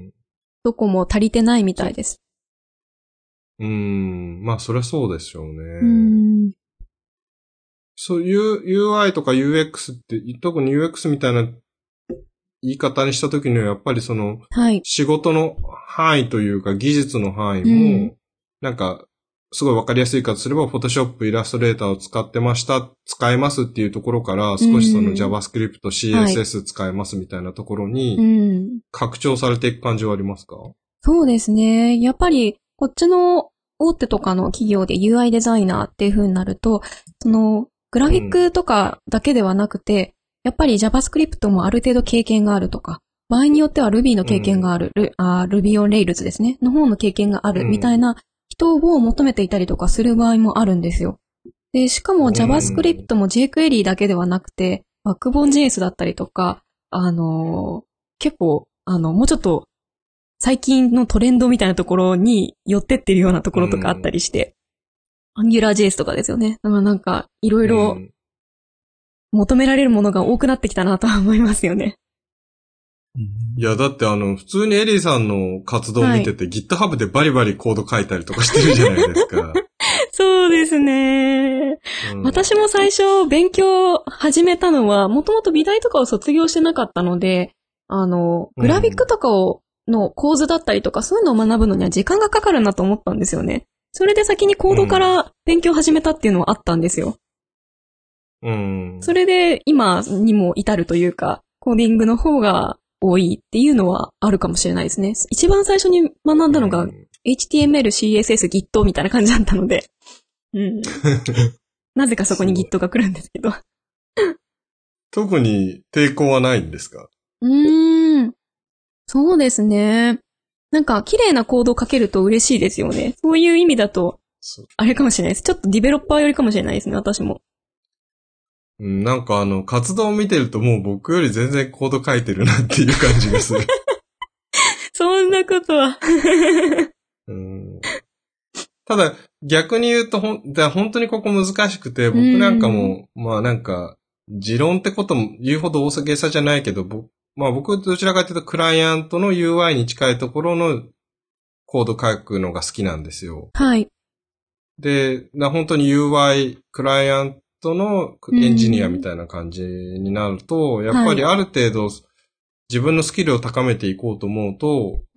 S3: どこも足りてないみたいです。
S2: うん。まあ、そりゃそうでしょうね。
S3: うん。
S2: そういう ユーアイ とか ユーエックス って、特に ユーエックス みたいな言い方にしたときには、やっぱりその、はい、仕事の範囲というか、技術の範囲も、うん、なんか、すごいわかりやすいかとすれば、Photoshop、イラストレーターを使ってました、使えますっていうところから、少しその JavaScript、シーエスエス 使えますみたいなところに、拡張されていく感じはありますか？うん、
S3: そうですね。やっぱり、こっちの大手とかの企業で ユーアイ デザイナーっていう風になると、その、グラフィックとかだけではなくて、うん、やっぱり JavaScript もある程度経験があるとか、場合によっては Ruby の経験がある、うん、あ Ruby on Rails ですね、の方の経験があるみたいな人を求めていたりとかする場合もあるんですよ。で、しかも JavaScript も jQuery だけではなくて、バックボーン ジェイエス だったりとか、あのー、結構、あの、もうちょっと最近のトレンドみたいなところに寄ってってるようなところとかあったりして、AngularJS とかですよね。だからなんか、いろいろ求められるものが多くなってきたなとは思いますよね。
S2: いや、だってあの、普通にエリーさんの活動を見てて、はい、GitHub でバリバリコード書いたりとかしてるじゃないですか。
S3: そうですね、うん。私も最初勉強始めたのは、もともと美大とかを卒業してなかったので、あの、グラフィックとかを、の構図だったりとか、そういうのを学ぶのには時間がかかるなと思ったんですよね。それで先にコードから勉強を始めたっていうのはあったんですよ。
S2: うん。
S3: それで今にも至るというか、コーディングの方が多いっていうのはあるかもしれないですね。一番最初に学んだのが、うん、エイチティーエムエル、シーエスエス、Git みたいな感じだったので、うん、なぜかそこに Git が来るんですけど。
S2: 特に抵抗はないんですか？
S3: うーん。そうですね。なんか、綺麗なコードを書けると嬉しいですよね。そういう意味だと、あれかもしれないです。ちょっとディベロッパー寄りかもしれないですね、私も。
S2: うん、なんかあの、活動を見てるともう僕より全然コード書いてるなっていう感じがする。
S3: そんなことは。
S2: うん、ただ、逆に言うとほん、だ本当にここ難しくて、僕なんかも、まあなんか、持論ってことも言うほど大げさじゃないけど、僕まあ僕どちらかというとクライアントの ユーアイ に近いところのコード書くのが好きなんですよ。
S3: はい。
S2: で、本当に ユーアイ、クライアントのエンジニアみたいな感じになると、やっぱりある程度自分のスキルを高めていこうと思うと、
S3: うん、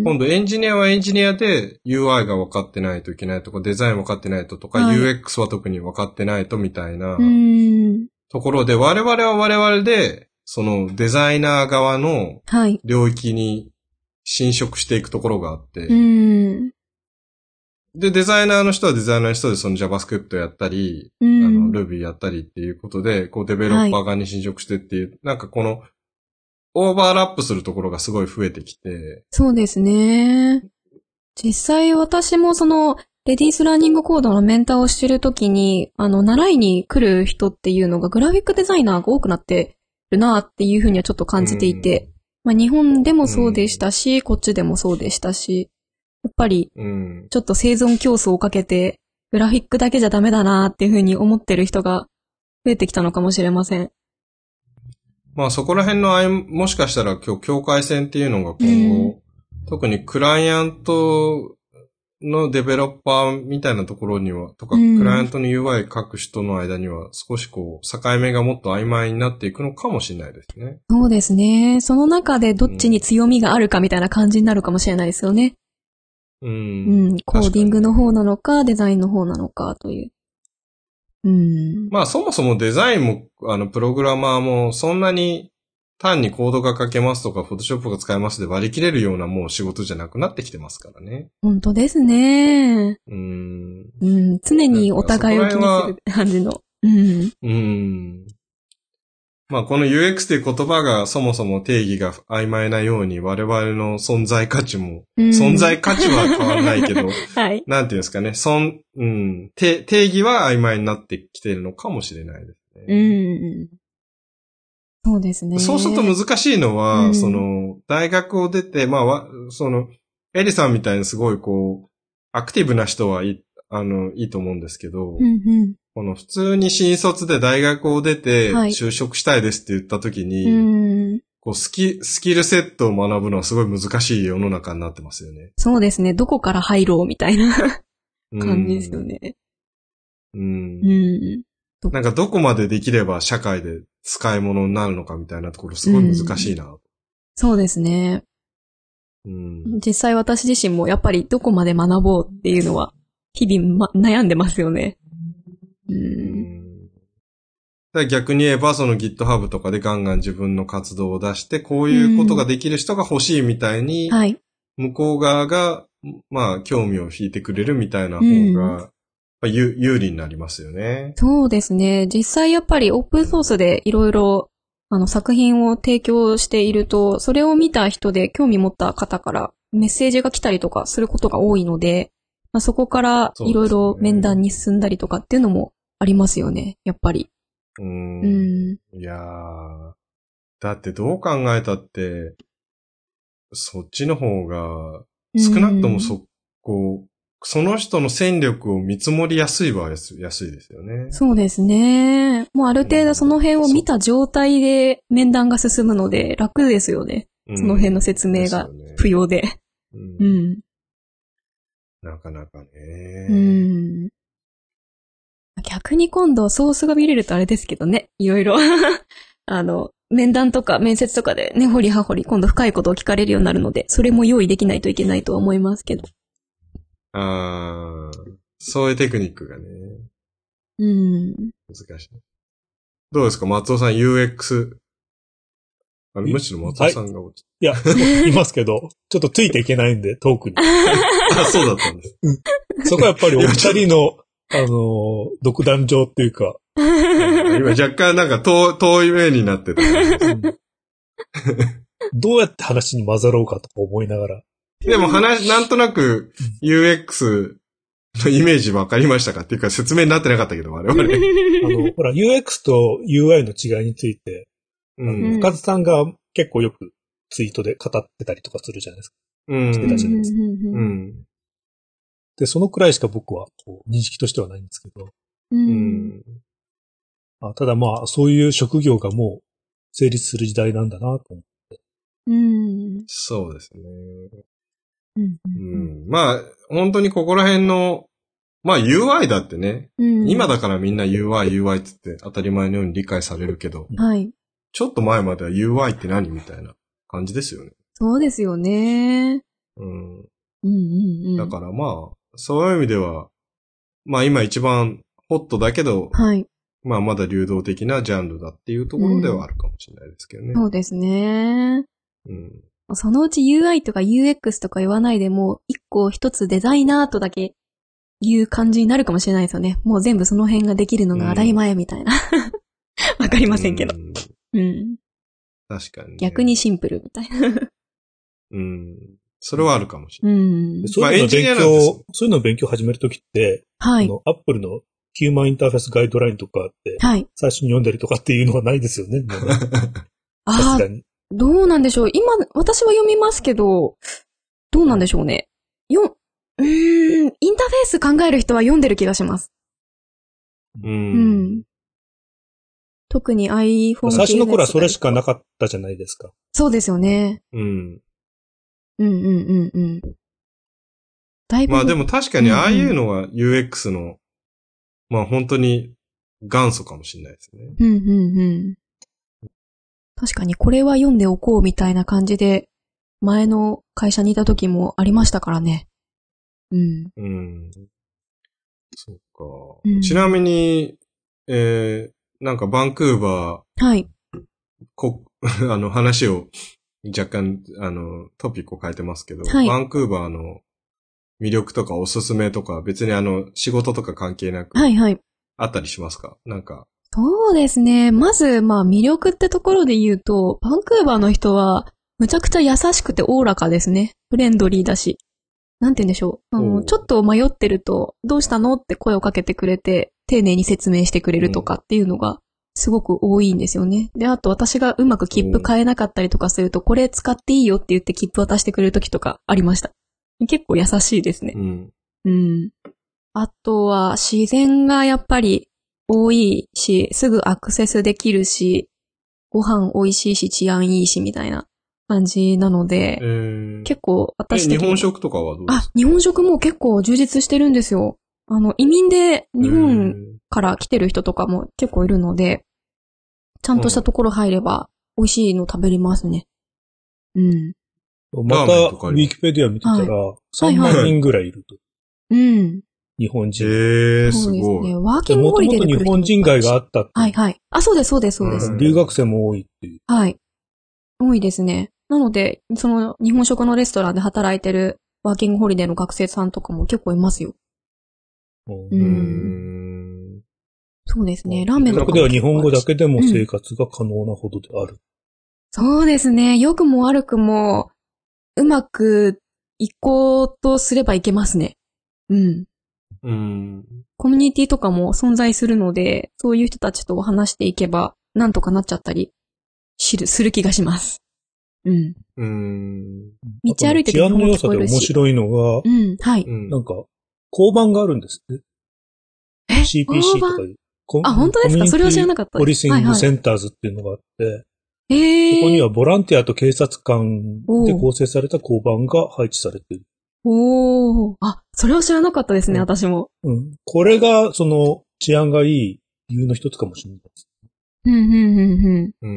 S2: 今度エンジニアはエンジニアで ユーアイ が分かってないといけないとか、デザイン分かってないととか、はい、ユーエックス は特に分かってないとみたいなところで、我々は我々で、そのデザイナー側の領域に侵食していくところがあって、
S3: はい、うん
S2: で、デザイナーの人はデザイナーの人でその JavaScript やったり、
S3: うん、
S2: あの Ruby やったりっていうことで、こうデベロッパー側に侵食してっていう、はい、なんかこのオーバーラップするところがすごい増えてきて。
S3: そうですね。実際私もそのレディースラーニングコードのメンターをしてるときに、あの、習いに来る人っていうのがグラフィックデザイナーが多くなってるなっていうふうにはちょっと感じていて、うん、まあ日本でもそうでしたし、うん、こっちでもそうでしたし、やっぱり、ちょっと生存競争をかけて、グラフィックだけじゃダメだなっていうふうに思ってる人が増えてきたのかもしれません。
S2: まあそこら辺のあい、もしかしたら今日境界線っていうのが今後、うん、特にクライアントのデベロッパーみたいなところには、とか、
S3: うん、
S2: クライアントの ユーアイ 書く人の間には少しこう、境目がもっと曖昧になっていくのかもしれないですね。
S3: そうですね。その中でどっちに強みがあるかみたいな感じになるかもしれないですよね。
S2: うん。
S3: うん、コーディングの方なのか、デザインの方なのかという。うん。
S2: まあそもそもデザインも、あの、プログラマーもそんなに単にコードが書けますとか、フォトショップが使えますで割り切れるようなもう仕事じゃなくなってきてますからね。
S3: 本当ですね。
S2: うん。
S3: うん。常にお互いを気にする感じの。うん。
S2: うん。まあこの ユーエックス という言葉がそもそも定義が曖昧なように我々の存在価値も、うん、存在価値は変わらないけど、はい、なんていうんですかね、そん、うん、定義は曖昧になってきているのかもしれないですね。
S3: うん。そうですね。
S2: そうすると難しいのは、うん、その、大学を出て、まあ、その、エリさんみたいにすごいこう、アクティブな人はいい、あの、いいと思うんですけど、
S3: うんうん
S2: この普通に新卒で大学を出て就職したいですって言った時に、はい、こうスキ、スキルセットを学ぶのはすごい難しい世の中になってますよね。
S3: そうですね。どこから入ろうみたいな感じですよね。
S2: うん。
S3: うん。
S2: なんかどこまでできれば社会で使い物になるのかみたいなところすごい難しいな。
S3: うん、そうですね。
S2: うん。
S3: 実際私自身もやっぱりどこまで学ぼうっていうのは日々、ま、悩んでますよね。うん、
S2: だ逆に言えば、その GitHub とかでガンガン自分の活動を出して、こういうことができる人が欲しいみたいに、
S3: はい、
S2: 向こう側が、まあ、興味を引いてくれるみたいな方が、うん、有, 有利になりますよね。
S3: そうですね。実際やっぱりオープンソースでいろいろ、あの、作品を提供していると、それを見た人で興味持った方からメッセージが来たりとかすることが多いので、まあ、そこからいろいろ面談に進んだりとかっていうのもありますよね、やっぱり。
S2: うーん。うん、いやー。だってどう考えたって、そっちの方が、少なくともそ、こう、その人の戦力を見積もりやすいは安いですよね。
S3: そうですね。もうある程度その辺を見た状態で面談が進むので楽ですよね。うん、その辺の説明が不要で。
S2: うん。
S3: うん、
S2: なかなかね。
S3: うん。逆に今度ソースが見れるとあれですけどね。いろいろ。あの、面談とか面接とかでね、掘り葉掘り今度深いことを聞かれるようになるので、それも用意できないといけないとは思いますけど。
S2: あー、そういうテクニックがね。
S3: うん。
S2: 難しい。どうですか松尾さん ユーエックス。あれむしろ松尾さんが落ち、
S1: はい、いや、いますけど、ちょっとついていけないんで、トークに。
S2: あ、そうだったんです。
S1: そこはやっぱりお二人の、あの、独壇場っていうか。
S2: 今若干なんか遠、遠い目になってた、うん。
S1: どうやって話に混ざろうかとか思いながら。
S2: でも話、なんとなく ユーエックス のイメージ分かりましたかっていうか説明になってなかったけど、我々。あ
S1: の、ほら、ユーエックス と ユーアイ の違いについて、うん。深津さんが結構よくツイートで語ってたりとかするじゃないですか。
S2: うん。
S1: してたじゃないですか。
S2: うん。
S1: で、そのくらいしか僕はこう認識としてはないんですけど。
S3: うん。
S1: あ、ただまあ、そういう職業がもう成立する時代なんだなと思って。
S3: うん。
S2: そうですね。
S3: うん。
S2: うん。まあ、本当にここら辺の、まあ ユーアイ だってね、うん、今だからみんな ユーアイ、ユーアイ って言って当たり前のように理解されるけど、
S3: はい。
S2: ちょっと前までは ユーアイ って何みたいな感じですよね。
S3: そうですよね。
S2: うん。
S3: うんうんうん。
S2: だからまあ、そういう意味では、まあ今一番ホットだけど、
S3: はい。
S2: まあまだ流動的なジャンルだっていうところではあるかもしれないですけどね。
S3: うん、そうですね。
S2: うん。
S3: そのうち ユーアイ とか ユーエックス とか言わないでも、一個一つデザイナーとだけ言う感じになるかもしれないですよね。もう全部その辺ができるのが当たり前みたいな。わ、うん、かりませんけど。うん。うん、
S2: 確かに、ね。
S3: 逆にシンプルみたいな。
S2: うん。それはあるかもしれない。
S3: う
S2: ん。
S1: そういうの勉強、そういうのを勉強始めるときって、
S3: はい。
S1: あの、Apple のヒューマンインターフェースガイドラインとかって、
S3: はい。
S1: 最初に読んだりとかっていうのはないですよね。もうね
S3: さすがに。どうなんでしょう。今、私は読みますけど、どうなんでしょうね。よ、うーん、インターフェース考える人は読んでる気がします。
S2: うん。う
S3: ん。特に iPhone
S1: 最初の頃はそれしかなかったじゃないですか。
S3: そうですよね。
S2: うん。
S3: うんうんうんうん。 だいぶ。
S2: まあでも確かにああいうのは ユーエックス の、まあ本当に元祖かもしれないですね。
S3: うんうんうん。確かにこれは読んでおこうみたいな感じで、前の会社にいた時もありましたからね。うん。
S2: うん。そうか。
S3: うん、
S2: ちなみに、えー、なんかバンクーバ
S3: ー、はい。
S2: こ、あの話を若干、あの、トピックを変えてますけど、
S3: はい、
S2: バンクーバーの魅力とかおすすめとか、別にあの、仕事とか関係なく、
S3: はいはい。
S2: あったりしますか？なんか。
S3: そうですね。まず、まあ魅力ってところで言うと、バンクーバーの人は、むちゃくちゃ優しくておおらかですね。フレンドリーだし。なんて言うんでしょう。あの、ちょっと迷ってると、どうしたのって声をかけてくれて、丁寧に説明してくれるとかっていうのが、すごく多いんですよね。で、あと私がうまく切符買えなかったりとかすると、これ使っていいよって言って切符渡してくれる時とかありました。結構優しいですね。
S2: うん。
S3: うん。あとは、自然がやっぱり多いし、すぐアクセスできるし、ご飯美味しいし、治安いいし、みたいな感じなので、えー、結構私的に。
S2: 日本食とかはどうですか？
S3: あ、日本食も結構充実してるんですよ。あの、移民で日本から来てる人とかも結構いるので、ちゃんとしたところ入れば美味しいの食べれますね。うん。
S1: また、ウィキペディア見てたら、さんまんにんぐらいいると。
S3: うん。
S1: 日本人。
S2: へー、すごい。
S3: そうですね。ワーキングホリデーで来る人。
S1: もともと日本人街があったって。
S3: はいはい。あ、そうです、そうです、そうです。
S1: 留学生も多いっていう。
S3: はい。多いですね。なので、その日本食のレストランで働いてるワーキングホリデーの学生さんとかも結構いますよ。
S2: うん。
S3: そうですね。ラーメンとかも。
S1: では日本語だけでも生活が可能なほどである。うん、
S3: そうですね。良くも悪くも、うまくいこうとすればいけますね。うん。
S2: うん。
S3: コミュニティとかも存在するので、そういう人たちと話していけば、なんとかなっちゃったり、する、する気がします。うん。
S2: うん。
S3: 道歩いてて
S1: 治安の良さで面白いのが、
S3: うん、はい。
S1: なんか、交番があるんですって。
S3: え
S1: シーピーシー とかいう。
S3: あ、本当ですか？それは知らなかった。
S1: ポリシングセンターズっていうのがあって、はいはい、
S3: えー、
S1: そこにはボランティアと警察官で構成された交番が配置されている。
S3: おー。あ、それは知らなかったですね、うん、私も。
S1: うん。これが、その、治安がいい理由の一つかもしれないです。
S3: うん、うん、うん、
S2: うん。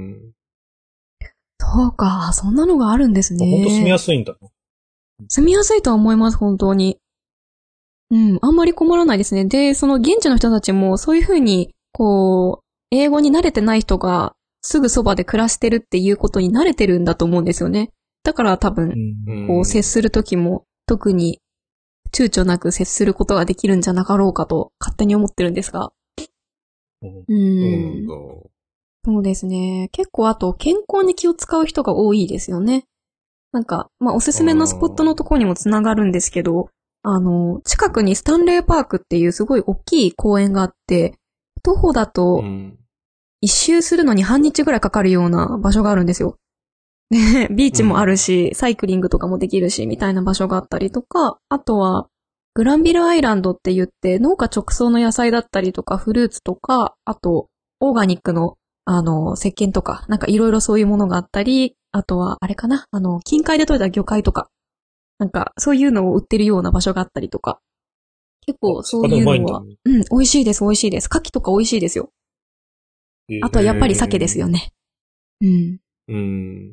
S2: うーん。
S3: そうか、そんなのがあるんですね。
S1: 本当住みやすいんだな。
S3: 住みやすいとは思います、本当に。うん、あんまり困らないですね。で、その現地の人たちもそういうふうに、こう、英語に慣れてない人がすぐそばで暮らしてるっていうことに慣れてるんだと思うんですよね。だから多分、こう、接するときも特に躊躇なく接することができるんじゃなかろうかと勝手に思ってるんですが。
S2: うん。そう
S3: そうですね。結構あと健康に気を使う人が多いですよね。なんか、まあおすすめのスポットのところにもつながるんですけど、あの、近くにスタンレーパークっていうすごい大きい公園があって、徒歩だと一周するのに半日ぐらいかかるような場所があるんですよ。で、ビーチもあるし、サイクリングとかもできるし、みたいな場所があったりとか、あとは、グランビルアイランドって言って、農家直送の野菜だったりとか、フルーツとか、あと、オーガニックの、あの、石鹸とか、なんかいろいろそういうものがあったり、あとは、あれかな、あの、近海で採れた魚介とか、なんか、そういうのを売ってるような場所があったりとか、結構そういうのは、うん、美味しいです、美味しいです。牡蠣とか美味しいですよ。あとはやっぱり鮭ですよね。うん。
S2: うん。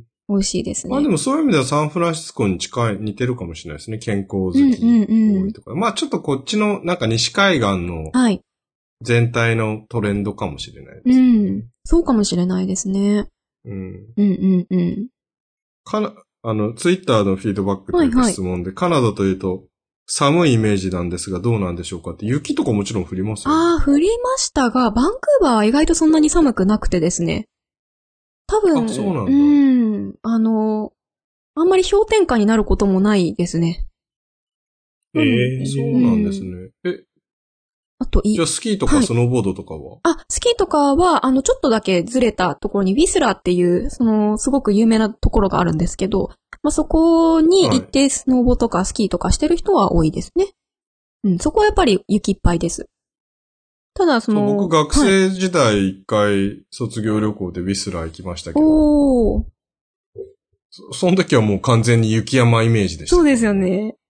S3: 美味しいですね。
S2: まあでもそういう意味ではサンフランシスコに近い、似てるかもしれないですね。健康好き多いとか。うんうんうん、まあちょっとこっちのなんか西海岸の全体のトレンドかもしれないですね。
S3: うん。そうかもしれないですね。
S2: うん。うん
S3: うんうん。
S2: かな、あの、ツイッターのフィードバックというか質問で、はいはい、カナダというと寒いイメージなんですがどうなんでしょうかって、雪とかもちろん降りますよね。
S3: ああ、降りましたが、バンクーバーは意外とそんなに寒くなくてですね。多分、
S2: あ、そうなんだ。
S3: うん。あの、あんまり氷点下になることもないですね。
S2: ええー、そうなんですね。え、
S3: あとい、
S2: じゃあスキーとかスノーボードとかは、はい、
S3: あ、スキーとかは、あの、ちょっとだけずれたところに、ウィスラーっていう、その、すごく有名なところがあるんですけど、まあ、そこに行ってスノーボーとかスキーとかしてる人は多いですね。うん、そこはやっぱり雪いっぱいです。ただ、その、
S2: 僕学生時代一回卒業旅行でウィスラー行きましたけど、
S3: おー。
S2: そ、その時はもう完全に雪山イメージでした。
S3: そうですよね。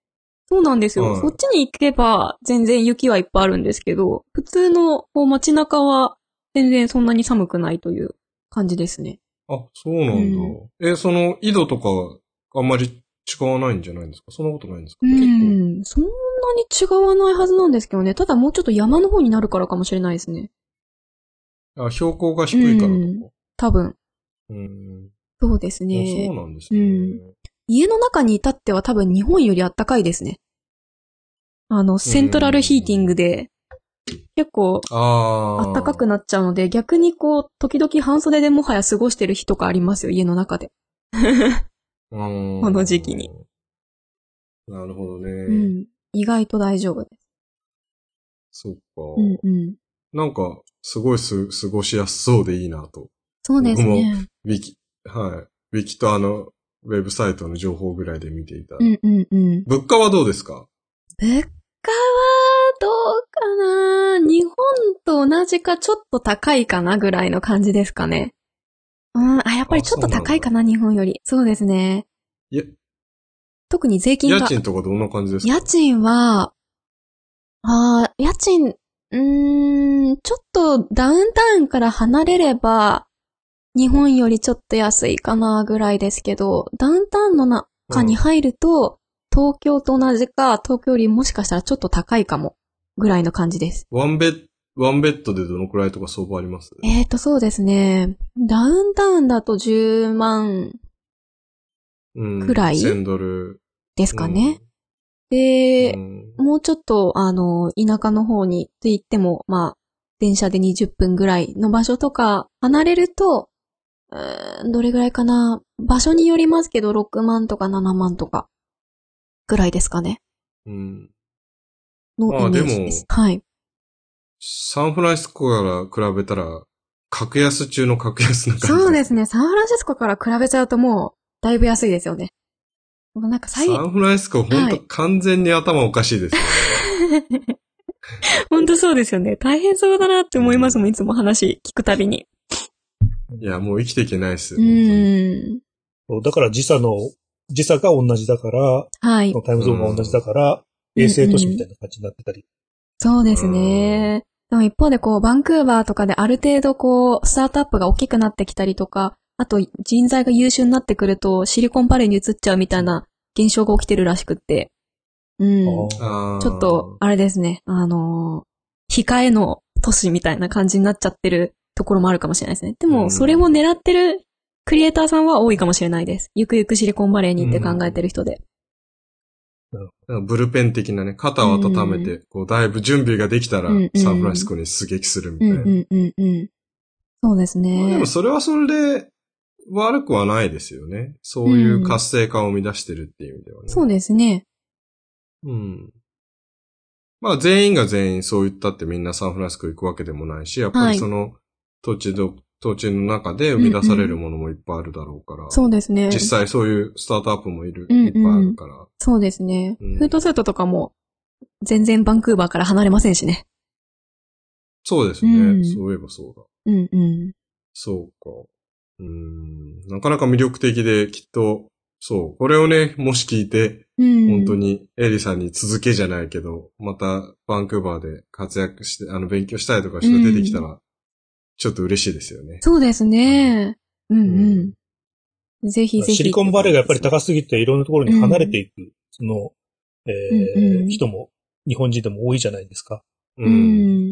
S3: そうなんですよ。
S2: はい
S3: そっちに行けば全然雪はいっぱいあるんですけど、普通のこう街中は全然そんなに寒くないという感じですね。
S2: あ、そうなんだ。
S3: うん
S2: え、その、緯度とか、あんまり違わないんじゃないんですか？そんなことないんですか？
S3: う
S2: 結構。
S3: ん、そんなに違わないはずなんですけどね。ただもうちょっと山の方になるからかもしれないですね。
S2: あ、標高が低いからと
S3: うん
S2: か。
S3: 多分。
S2: うん。
S3: そうです
S2: あ、
S3: ね。
S2: そうなんですね。
S3: うん家の中に至っては多分日本より暖かいですね。あの、セントラルヒーティングで、結構
S2: ああ。
S3: 暖かくなっちゃうので、逆にこう、時々半袖でもはや過ごしてる日とかありますよ、家の中で。
S2: こ
S3: の時期に。
S2: なるほどね。
S3: うん。意外と大丈夫です。
S2: そっか。
S3: うんうん。
S2: なんか、すごいす、過ごしやすそうでいいなと。
S3: そうですね。
S2: ウィキ、はい。ウィキとあの、ウェブサイトの情報ぐらいで見ていた。
S3: うんうんうん。
S2: 物価はどうですか？
S3: 物価はどうかな？日本と同じかちょっと高いかなぐらいの感じですかね。うん、あ、やっぱりちょっと高いかな、日本より。そうですね。
S2: いや、
S3: 特に税金が。
S2: 家賃とかどんな感じですか？
S3: 家賃は、ああ、家賃、うーん、ちょっとダウンタウンから離れれば、日本よりちょっと安いかなぐらいですけど、ダウンタウンの中に入ると、東京と同じか、東京よりもしかしたらちょっと高いかも、ぐらいの感じです。
S2: ワンベッド、ワンベッドでどのくらいとか相場あります？
S3: えーと、そうですね。ダウンタウンだとじゅうまんくらい
S2: せんドル
S3: ですかね。で、もうちょっと、あの、田舎の方にって言っても、まあ、電車でにじゅっぷんぐらいの場所とか離れると、うーんどれぐらいかな。場所によりますけど、ろくまんとかななまんとか、ぐらいですかね。
S2: うん。
S3: のイメージです。はい。
S2: サンフランシスコから比べたら、格安中の格安な感じです。
S3: そうですね。サンフランシスコから比べちゃうともう、だいぶ安いですよね。もうなんか最
S2: サンフランシスコ、ほんと完全に頭おかしいですね。
S3: ほんとそうですよね。大変そうだなって思いますもん、いつも話聞くたびに。
S2: いや、もう生きていけないですよ。
S3: うん。
S1: だから時差の、時差が同じだから、
S3: はい。
S1: タイムゾーンが同じだから、衛星都市みたいな感じになってたり。
S3: そうですね。でも一方でこう、バンクーバーとかである程度こう、スタートアップが大きくなってきたりとか、あと人材が優秀になってくると、シリコンバレーに移っちゃうみたいな現象が起きてるらしくって。うん。ちょっと、あれですね。あのー、控えの都市みたいな感じになっちゃってるところもあるかもしれないですね。でも、それも狙ってるクリエイターさんは多いかもしれないです。ゆくゆくシリコンバレーにって考えてる人で。
S2: ブルペン的なね、肩を温めて、こう、だいぶ準備ができたら、サンフランシスコに出撃するみたいな。うんうんうんうん。
S3: そうですね。
S2: でもそれはそれで悪くはないですよね。そういう活性化を生み出してるっていう意味ではね。
S3: そうですね。
S2: うん。まあ全員が全員そう言ったってみんなサンフランシスコ行くわけでもないし、やっぱりその土地の、土地の中で生み出されるものもいっぱいあるだろうから。うんうん、
S3: そうですね。
S2: 実際そういうスタートアップもいる、うんうん、いっぱいあるから。
S3: そうですね。うん、フードセットとかも全然バンクーバーから離れませんしね。
S2: そうですね。うん、そういえばそうだ。
S3: うんうん。
S2: そうか。うん。なかなか魅力的できっと、そう。これをね、もし聞いて、うん、本当にエリさんに続けじゃないけど、またバンクーバーで活躍して、あの、勉強したりとかして出てきたら、うん、ちょっと嬉しいですよね。
S3: そうですね。うんうん。うん、ぜひぜひ。
S1: シリコンバレーがやっぱり高すぎていろんなところに離れていく、うん、その、えーうんうん、人も、日本人でも多いじゃないですか。
S3: うん。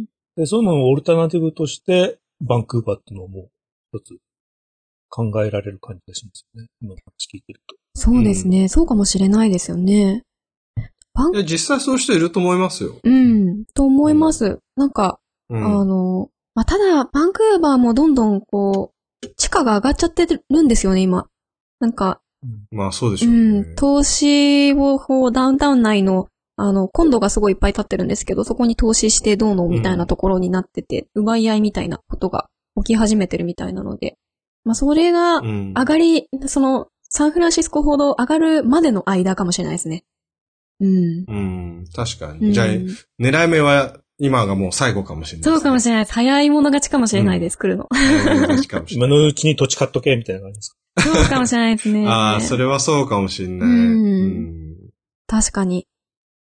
S1: で、そういうのをオルタナティブとして、バンクーバーっていうのも一つ考えられる感じがしますよね。今の話聞いてると。
S3: そうですね、うん。そうかもしれないですよね。
S2: バンいや、実際そういう人いると思いますよ。
S3: うん。と思います。うん、なんか、うん、あの、まあ、ただ、バンクーバーもどんどんこう、地価が上がっちゃってるんですよね、今。なんか。
S2: まあそうでしょうね。うん。
S3: 投資を、こう、ダウンタウン内の、あの、コンドがすごいいっぱい立ってるんですけど、そこに投資してどうのみたいなところになってて、うん、奪い合いみたいなことが起き始めてるみたいなので、まあ、それが上がり、うん、その、サンフランシスコほど上がるまでの間かもしれないですね。うん。
S2: うん、確かに。うん、じゃあ、狙い目は今がもう最後かもしれないです、ね。
S3: そうかもしれないです。早い者勝ちかもしれないです、うん、来るの。
S1: 今のうちに土地買っとけ、みたいな感じです
S3: か。そうかもしれないですね。
S2: ああ、それはそうかもしれない。
S3: うん。うん、確かに。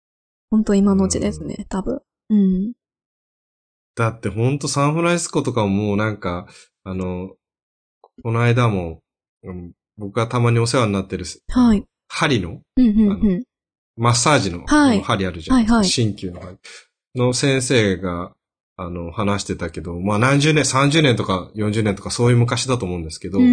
S3: ほんと今のうちですね、多分。うん。
S2: だってほんとサンフランシスコとかもなんか、あの、この間も、うん、僕がたまにお世話になってる、
S3: はい。
S2: 針の、
S3: うんうんうん、
S2: マッサージの、はい、針あるじゃないですか。はいはい、鍼灸の針の先生が、あの、話してたけど、まあ何十年、さんじゅうねんとかよんじゅうねんとかそういう昔だと思うんですけど、うん、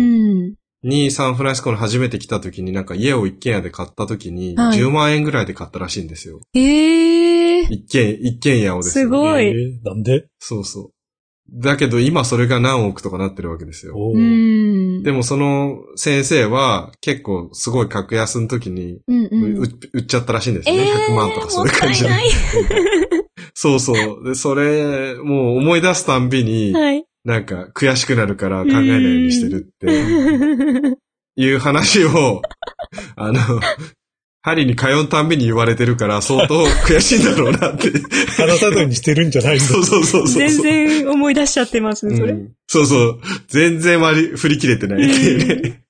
S2: にサンフランシスコに初めて来た時になんか家を一軒家で買った時に、じゅうまんえんぐらいで買ったらしいんですよ。
S3: へ、はい、
S2: えー。一軒、一軒家をです
S3: よ。すごい。
S1: えー、なんで？
S2: そうそう。だけど今それが何億とかなってるわけですよ。
S3: うん、
S2: でもその先生は結構すごい格安の時に、うんうん、売っちゃったらしいんですよね。えー、ひゃくまんとかそういう感じで。そうそう。で、それ、もう思い出すたんびに、はい、なんか悔しくなるから考えないようにしてるっていう話を、あの、針に通うたんびに言われてるから相当悔しいんだろうなって。
S1: 話さずにしてるんじゃないんだ。
S2: そうそうそうそう。
S3: 全然思い出しちゃってますね、それ。うん、
S2: そうそう。全然割り振り切れてないっていうね。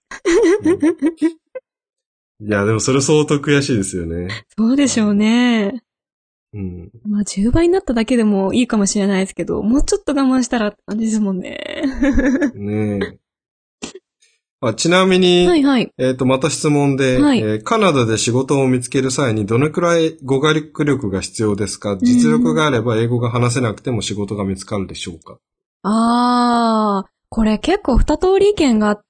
S2: いや、でもそれ相当悔しいですよね。
S3: そうでしょうね。
S2: うん。
S3: まあ、じゅうばいになっただけでもいいかもしれないですけど、もうちょっと我慢したら、あれですもんね。
S2: ねえ。あ、ちなみに、はいはい、えっと、また質問で、はい、えー、カナダで仕事を見つける際にどのくらい語学力が必要ですか？実力があれば英語が話せなくても仕事が見つかるでしょうか？
S3: あー、これ結構二通り意見があって、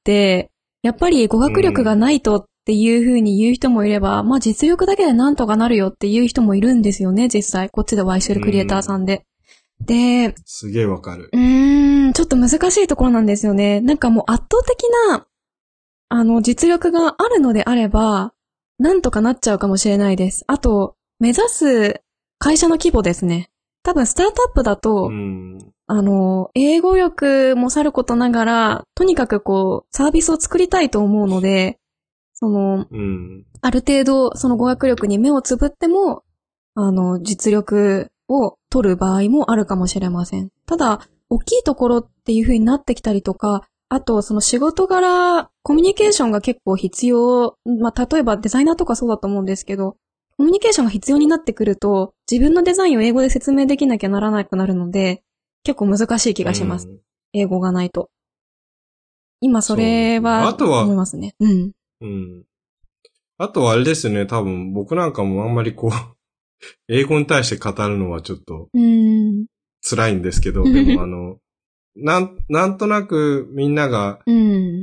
S3: やっぱり語学力がないとっていう風に言う人もいれば、まあ実力だけでなんとかなるよっていう人もいるんですよね、実際。こっちでお会いしてるクリエイターさんで。で、
S2: すげえわかる。
S3: うーん、ちょっと難しいところなんですよね。なんかもう圧倒的な、あの、実力があるのであれば、なんとかなっちゃうかもしれないです。あと、目指す会社の規模ですね。多分、スタートアップだと、あの、英語力もさることながら、とにかくこう、サービスを作りたいと思うので、その、うん、ある程度、その語学力に目をつぶっても、あの、実力を取る場合もあるかもしれません。ただ、大きいところっていう風になってきたりとか、あと、その仕事柄、コミュニケーションが結構必要、まあ、例えばデザイナーとかそうだと思うんですけど、コミュニケーションが必要になってくると、自分のデザインを英語で説明できなきゃならなくなるので、結構難しい気がします。うん、英語がないと。今それは、あとは、思いますね。うん。
S2: うん。あとはあれですね、多分僕なんかもあんまりこう、英語に対して語るのはちょっと、辛いんですけど、でもあの、なん、なんとなくみんなが、うん、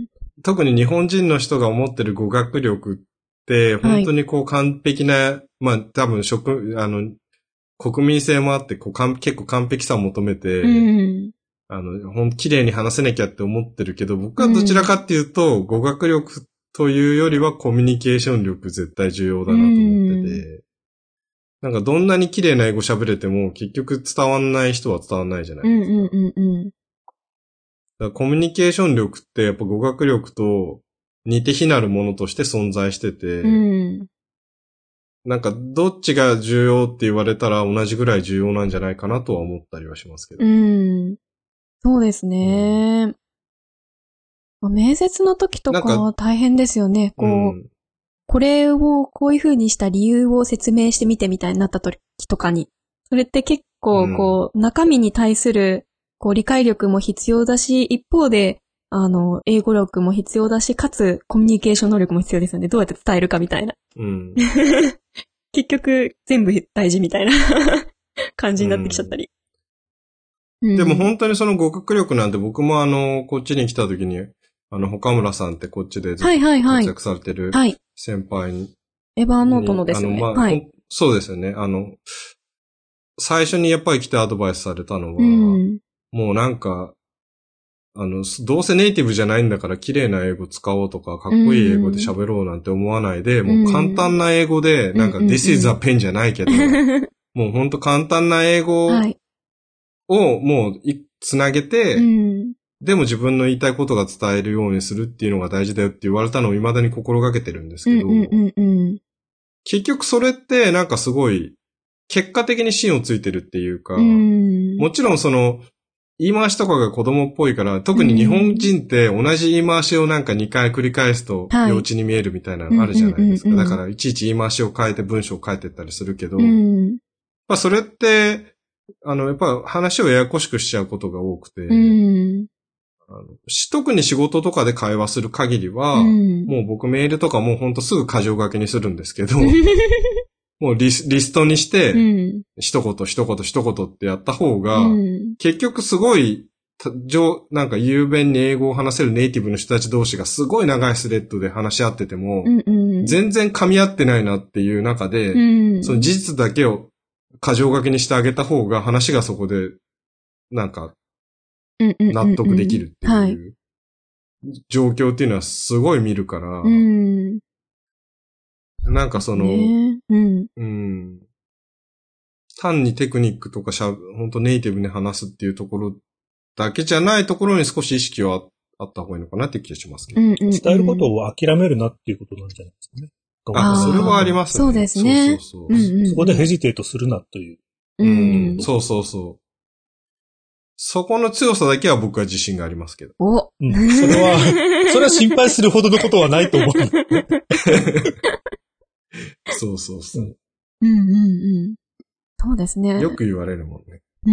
S2: 特に日本人の人が思ってる語学力って、本当にこう完璧な、はい、まあ多分職、あの、国民性もあってこうかん、結構完璧さを求めて、うん、あの、ほん、綺麗に話せなきゃって思ってるけど、僕はどちらかっていうと、うん、語学力というよりはコミュニケーション力絶対重要だなと思ってて、うん、なんかどんなに綺麗な英語喋れても結局伝わんない人は伝わんないじゃないですか。うんうんうんうん、だからコミュニケーション力ってやっぱ語学力と似て非なるものとして存在してて、うん、なんかどっちが重要って言われたら同じぐらい重要なんじゃないかなとは思ったりはしますけど。
S3: うん、そうですね。うん、面接の時とかは大変ですよね。こう、うん、これをこういう風にした理由を説明してみてみたいになった時とかに。それって結構こう、うん、中身に対するこう理解力も必要だし、一方で、あの、英語力も必要だし、かつコミュニケーション能力も必要ですよね。どうやって伝えるかみたいな。うん、結局、全部大事みたいな感じになってきちゃったり。
S2: うん、でも本当にその語学力なんて僕もあの、こっちに来た時に、あの、岡村さんってこっちでずっと活躍されてる先輩に。はいはいはい、
S3: エバーノートのですね。あの、まあ、はい、
S2: そうですよね。あの、最初にやっぱり来てアドバイスされたのは、うん、もうなんか、あの、どうせネイティブじゃないんだから綺麗な英語使おうとか、かっこいい英語で喋ろうなんて思わないで、うん、もう簡単な英語で、なんか、うん、This is a pen じゃないけど、もうほんと簡単な英語をもうつなげて、うん、でも自分の言いたいことが伝えるようにするっていうのが大事だよって言われたのを未だに心がけてるんですけど、うんうんうんうん、結局それってなんかすごい、結果的に芯をついてるっていうか、うん、もちろんその、言い回しとかが子供っぽいから、特に日本人って同じ言い回しをなんかにかい繰り返すと幼稚に見えるみたいなのあるじゃないですか。だからいちいち言い回しを変えて文章を変えてったりするけど、うん、 まあそれって、あの、やっぱ話をややこしくしちゃうことが多くて、
S3: うん
S2: あの特に仕事とかで会話する限りは、
S3: うん、
S2: もう僕メールとかもうほんとすぐ箇条書きにするんですけど、もうリス、リストにして、うん、一言一言一言ってやった方が、うん、結局すごい、なんか雄弁に英語を話せるネイティブの人たち同士がすごい長いスレッドで話し合ってても、うんうん、全然噛み合ってないなっていう中で、うん、その事実だけを箇条書きにしてあげた方が話がそこで、なんか、納得できるっていう状況っていうのはすごい見るから、うん、なんかその、ねうんうん、単にテクニックとかしゃ、本当ネイティブに話すっていうところだけじゃないところに少し意識はあった方がいいのかなって気がしますけど、うんうんうん。
S1: 伝えることを諦めるなっていうことなんじゃないですかね。
S2: あ、それはありますね。
S3: そうですね。
S2: そうそうそう。
S1: うんうんうん、そこでヘジテートするなという。
S2: うん、うん、そうそうそう。そこの強さだけは僕は自信がありますけど。
S3: お、
S1: うん、それは、それは心配するほどのことはないと思う。
S2: そうそうそう。
S3: うんうんうん。そうですね。
S2: よく言われるもんね。
S3: うん。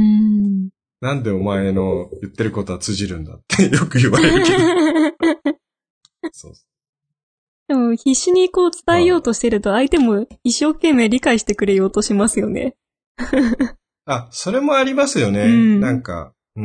S2: なんでお前の言ってることは通じるんだってよく言われるけど。そう
S3: でも必死にこう伝えようとしてると相手も一生懸命理解してくれようとしますよね。
S2: あ、それもありますよね。うん、なんか、うん。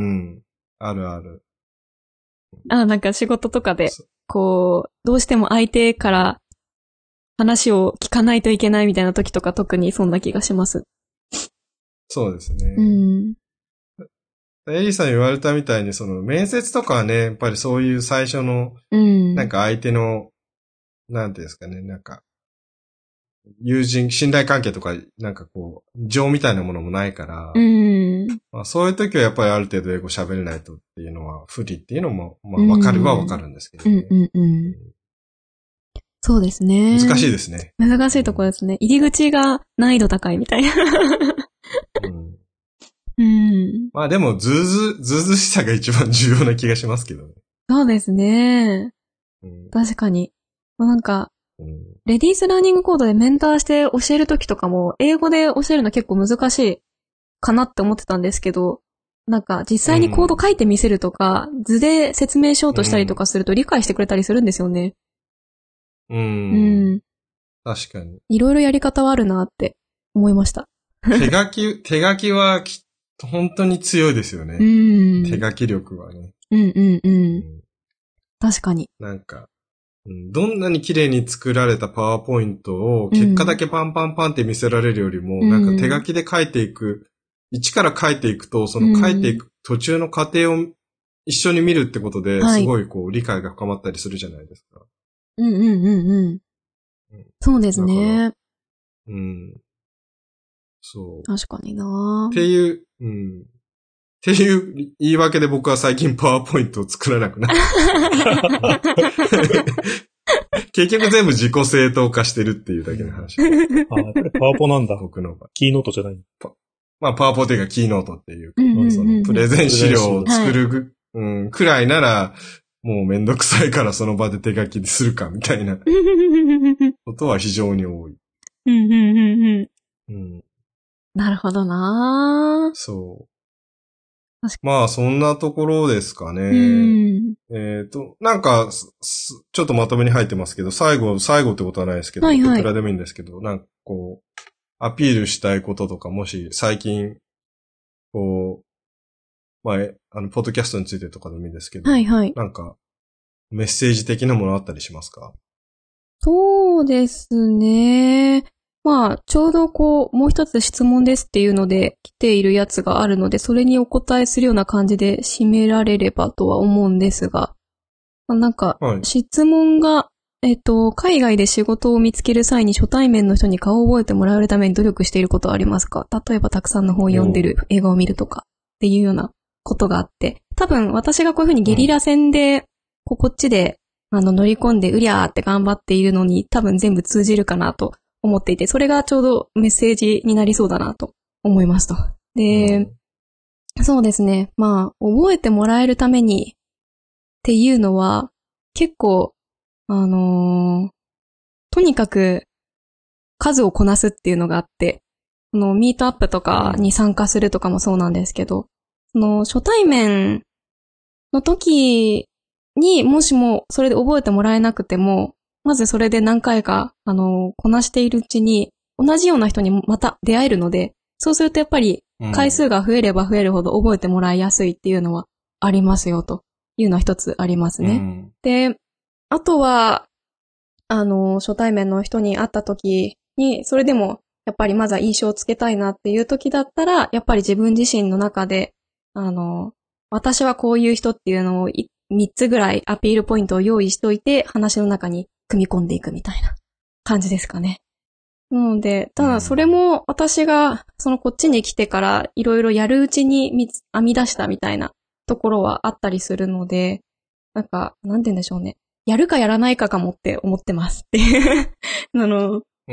S2: あるある。
S3: あ、なんか仕事とかで、こう、どうしても相手から話を聞かないといけないみたいな時とか特にそんな気がします。
S2: そうですね。
S3: うん。
S2: エリーさん言われたみたいに、その面接とかはね、やっぱりそういう最初の、うん、なんか相手の、なんていうんですかね、なんか、友人、信頼関係とか、なんかこう、情みたいなものもないから、うんまあ、そういう時はやっぱりある程度英語喋れないとっていうのは不利っていうのも、まあわかるはわかるんですけどね。
S3: うんうんうんうん、そうですね。
S2: 難しいですね。
S3: 難しいところですね。入り口が難易度高いみたいな。うん
S2: うん、まあでも、ずうず、ずうずしさが一番重要な気がしますけどね。
S3: そうですね。うん、確かに。なんか、うん、レディースラーニングコードでメンターして教えるときとかも、英語で教えるの結構難しいかなって思ってたんですけど、なんか実際にコード書いてみせるとか、うん、図で説明しようとしたりとかすると理解してくれたりするんですよね。
S2: うん。うん、確かに。
S3: いろいろやり方はあるなって思いました。
S2: 手書き、手書きはき本当に強いですよね。うん、手書き力はね。
S3: うんうんうん。うん、確かに。
S2: なんか、どんなに綺麗に作られたパワーポイントを結果だけパンパンパンって見せられるよりも、うん、なんか手書きで書いていく、一から書いていくと、その書いていく途中の過程を一緒に見るってことで、すごいこう理解が深まったりするじゃないですか。
S3: うんうんうんうん。そうですね。
S2: うん。そう。
S3: 確かにな
S2: っていう、うん。っていう言い訳で僕は最近パワーポイントを作らなくなった。結局全部自己正当化してるっていうだけの話。
S1: あ、やっぱりパワポなんだ。
S2: 僕の場合。
S1: キーノートじゃない。
S2: まあパワポというかキーノートっていう、うんうん、そのプレゼン資料を作る、はいうん、くらいなら、もうめんどくさいからその場で手書きでするかみたいなことは非常に多い。
S3: うんうんうんうん、なるほどな
S2: そう。まあ、そんなところですかね。うん、えっと、なんか、ちょっとまとめに入ってますけど、最後、最後ってことはないですけど、はいはい、いくらでもいいんですけど、なんかこう、アピールしたいこととか、もし最近、こう、まあ、あの、ポッドキャストについてとかでもいいですけど、
S3: はいはい、
S2: なんか、メッセージ的なものあったりしますか？
S3: そうですね。まあ、ちょうどこう、もう一つ質問ですっていうので来ているやつがあるので、それにお答えするような感じで締められればとは思うんですが、まあ、なんか、質問が、えっと、海外で仕事を見つける際に初対面の人に顔を覚えてもらえるために努力していることはありますか？例えばたくさんの本を読んでる、映画を見るとかっていうようなことがあって、多分私がこういうふうにゲリラ戦で、こうこっちであの乗り込んでうりゃーって頑張っているのに多分全部通じるかなと思っていて、それがちょうどメッセージになりそうだなと思いますと。で、うん、そうですね。まあ、覚えてもらえるためにっていうのは結構、あのー、とにかく数をこなすっていうのがあって、 このミートアップとかに参加するとかもそうなんですけど、その初対面の時にもしもそれで覚えてもらえなくても、まずそれで何回か、あの、こなしているうちに同じような人にまた出会えるので、そうするとやっぱり回数が増えれば増えるほど覚えてもらいやすいっていうのはありますよというのは一つありますね。うん、で、あとは、あの、初対面の人に会った時に、それでもやっぱりまずは印象をつけたいなっていう時だったら、やっぱり自分自身の中で、あの、私はこういう人っていうのをみっつぐらいアピールポイントを用意しといて、話の中に組み込んでいくみたいな感じですかね。なので、ただそれも私がそのこっちに来てからいろいろやるうちに編み出したみたいなところはあったりするので、なんか、なんて言うんでしょうね。やるかやらないかかもって思ってますっていう。あの、うん、うん。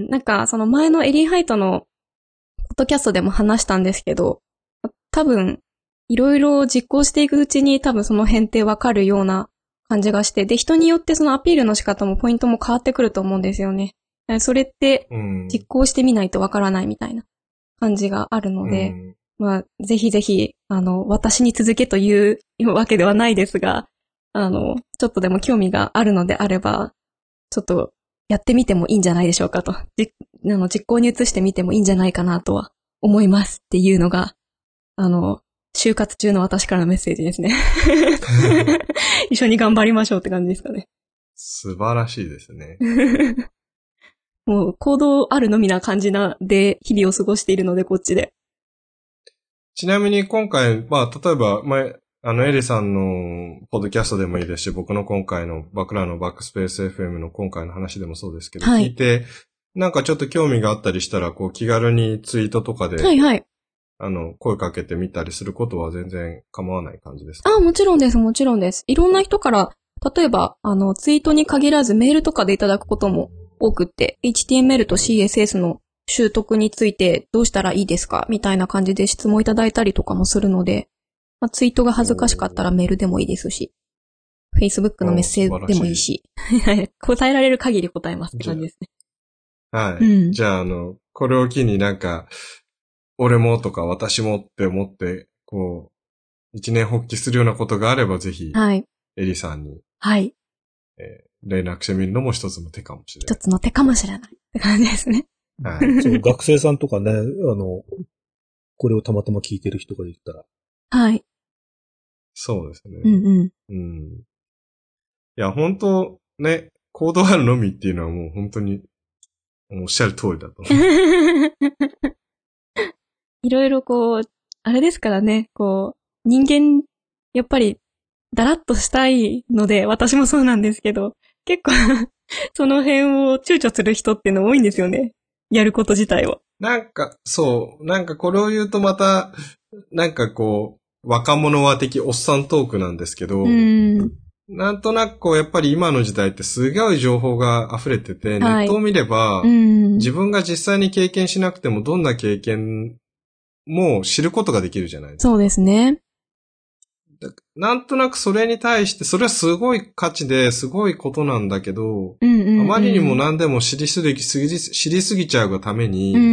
S3: なんかその前のエリーハイトのポッドキャストでも話したんですけど、多分、いろいろ実行していくうちに多分その辺ってわかるような感じがして、で、人によってそのアピールの仕方もポイントも変わってくると思うんですよね。それって実行してみないとわからないみたいな感じがあるので、うん、まあ、ぜひぜひ、あの、私に続けというわけではないですが、あの、ちょっとでも興味があるのであれば、ちょっとやってみてもいいんじゃないでしょうかと、じあの実行に移してみてもいいんじゃないかなとは思いますっていうのが、あの、就活中の私からのメッセージですね。一緒に頑張りましょうって感じですかね。
S2: 素晴らしいですね。
S3: もう行動あるのみな感じなで日々を過ごしているので、こっちで。
S2: ちなみに今回、まあ、例えば、前、あの、エリさんのポッドキャストでもいいですし、僕の今回の僕らのバックスペース エフエム の今回の話でもそうですけど、はい、聞いて、なんかちょっと興味があったりしたら、こう気軽にツイートとかで、
S3: はいはい。
S2: あの、声かけてみたりすることは全然構わない感じですか？
S3: あ、もちろんです、もちろんです。いろんな人から、例えば、あの、ツイートに限らずメールとかでいただくことも多くって、エイチティーエムエル と シーエスエス の習得についてどうしたらいいですかみたいな感じで質問いただいたりとかもするので、まあ、ツイートが恥ずかしかったらメールでもいいですし、Facebook のメッセージでもいいし、答えられる限り答えますって感じですね。
S2: はい。うん、じゃあ、あの、これを機になんか、俺もとか私もって思って、こう、一年発起するようなことがあれば、ぜひ、はい。エリさんに、
S3: はい。
S2: えー、連絡してみるのも一つの手かもしれない。
S3: 一つの手かもしれないって感じですね。
S1: はい。そう、学生さんとかね、あの、これをたまたま聞いてる人がいたら。
S3: はい。
S2: そうですね。
S3: うんうん。
S2: うん。いや、本当ね、行動あるのみっていうのはもう本当に、おっしゃる通りだと思う。
S3: いろいろこう、あれですからね、こう、人間、やっぱり、だらっとしたいので、私もそうなんですけど、結構、その辺を躊躇する人っていうの多いんですよね。やること自体を。
S2: なんか、そう、なんかこれを言うとまた、なんかこう、若者は的おっさんトークなんですけど、うん、なんとなくこう、やっぱり今の時代ってすごい情報が溢れてて、はい、ネットを見れば、うん、自分が実際に経験しなくてもどんな経験もう知ることができるじゃないですか。
S3: そうですね。
S2: なんとなくそれに対して、それはすごい価値ですごいことなんだけど、うんうんうん、あまりにも何でも知りすぎ、知りすぎちゃうがために、うん、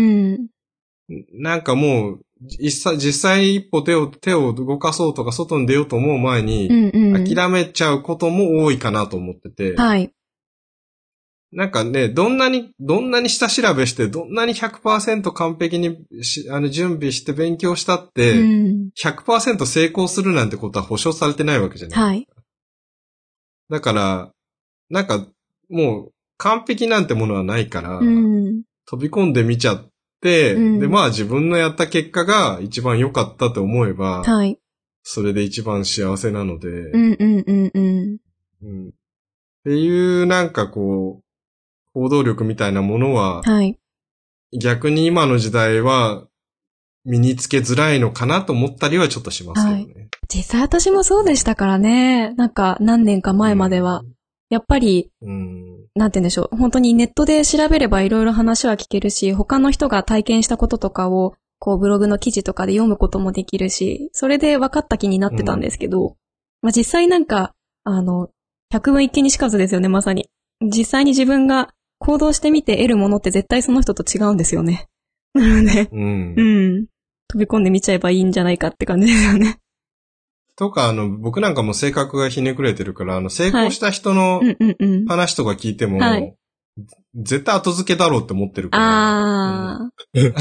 S2: なんかもう、実際に一歩手を、手を動かそうとか外に出ようと思う前に、うんうん、諦めちゃうことも多いかなと思ってて、
S3: はい。
S2: なんかね、どんなに、どんなに下調べして、どんなに ひゃくパーセント 完璧にしあの準備して勉強したって、うん、ひゃくパーセント 成功するなんてことは保証されてないわけじゃないですか。はい。だから、なんか、もう、完璧なんてものはないから、うん、飛び込んでみちゃって、うん、で、まあ自分のやった結果が一番良かったと思えば、はい。それで一番幸せなので、
S3: うんうんうんうん。
S2: うん。っていう、なんかこう、行動力みたいなものは、はい、逆に今の時代は身につけづらいのかなと思ったりはちょっとしますけどね。はい、
S3: 実際私もそうでしたからね。なんか何年か前までは。うん、やっぱり、うん、なんて言うんでしょう。本当にネットで調べればいろいろ話は聞けるし、他の人が体験したこととかを、こうブログの記事とかで読むこともできるし、それで分かった気になってたんですけど、うん、まあ、実際なんか、あの、百聞一見にしかずですよね、まさに。実際に自分が行動してみて得るものって絶対その人と違うんですよね。 なので、
S2: うん。
S3: うん。飛び込んでみちゃえばいいんじゃないかって感じですよね。
S2: とか、あの、僕なんかも性格がひねくれてるから、あの、成功した人の
S3: うんうんうん。
S2: 話とか聞いても、
S3: はい。
S2: 絶対後付けだろうって思ってるから。
S3: あー。
S2: うん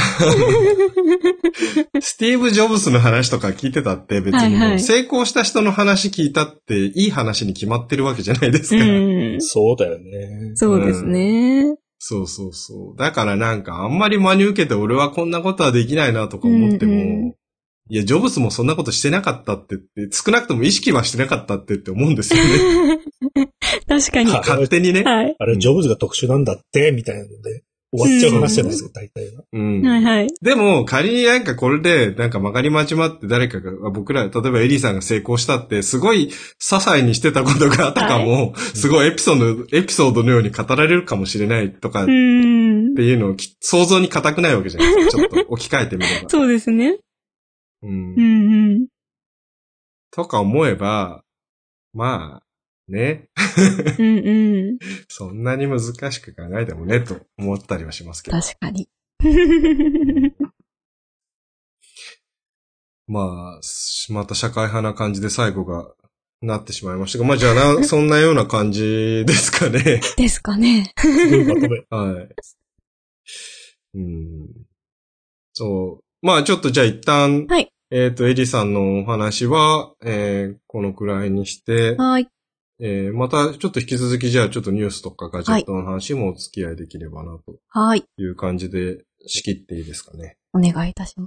S2: スティーブ・ジョブズの話とか聞いてたって別にもう成功した人の話聞いたっていい話に決まってるわけじゃないですか。
S3: うん、
S1: そうだよね。
S3: そうですね、うん。
S2: そうそうそう。だからなんかあんまり真に受けて俺はこんなことはできないなとか思っても、うんうん、いや、ジョブズもそんなことしてなかったって言って、少なくとも意識はしてなかったってって思うんですよね。
S3: 確かに。
S2: 勝手にね。
S3: はい。
S1: あれ、ジョブズが特殊なんだって、みたいなので、終わっちゃう話じゃないですか、大体は。
S2: うん。
S3: はいはい。
S2: でも、仮になんかこれで、なんか曲がり間違って誰かが、僕ら、例えばエリーさんが成功したって、すごい些細にしてたことがあったかも、はい、すごいエピソード、エピソードのように語られるかもしれないとか、っていうのを想像に固くないわけじゃないですか。ちょっと置き換えてみれば。
S3: そうですね。
S2: うん。
S3: うんうん。
S2: とか思えば、まあ、ね。
S3: うんうん。
S2: そんなに難しく考えてもね、と思ったりはしますけど。
S3: 確かに。
S2: まあ、また社会派な感じで最後がなってしまいましたが、まあじゃあな、そんなような感じですかね。
S3: ですかね。
S1: すごいまとめ。
S2: はい。うん。そう。まあちょっとじゃあ一旦、
S3: はい。
S2: えっと、エリさんのお話は、えー、このくらいにして、
S3: はい。
S2: えー、またちょっと引き続きじゃあちょっとニュースとかガジェットの話もお付き合いできればなと。はい。いう感じで仕切っていいですかね。
S3: お願いいたします。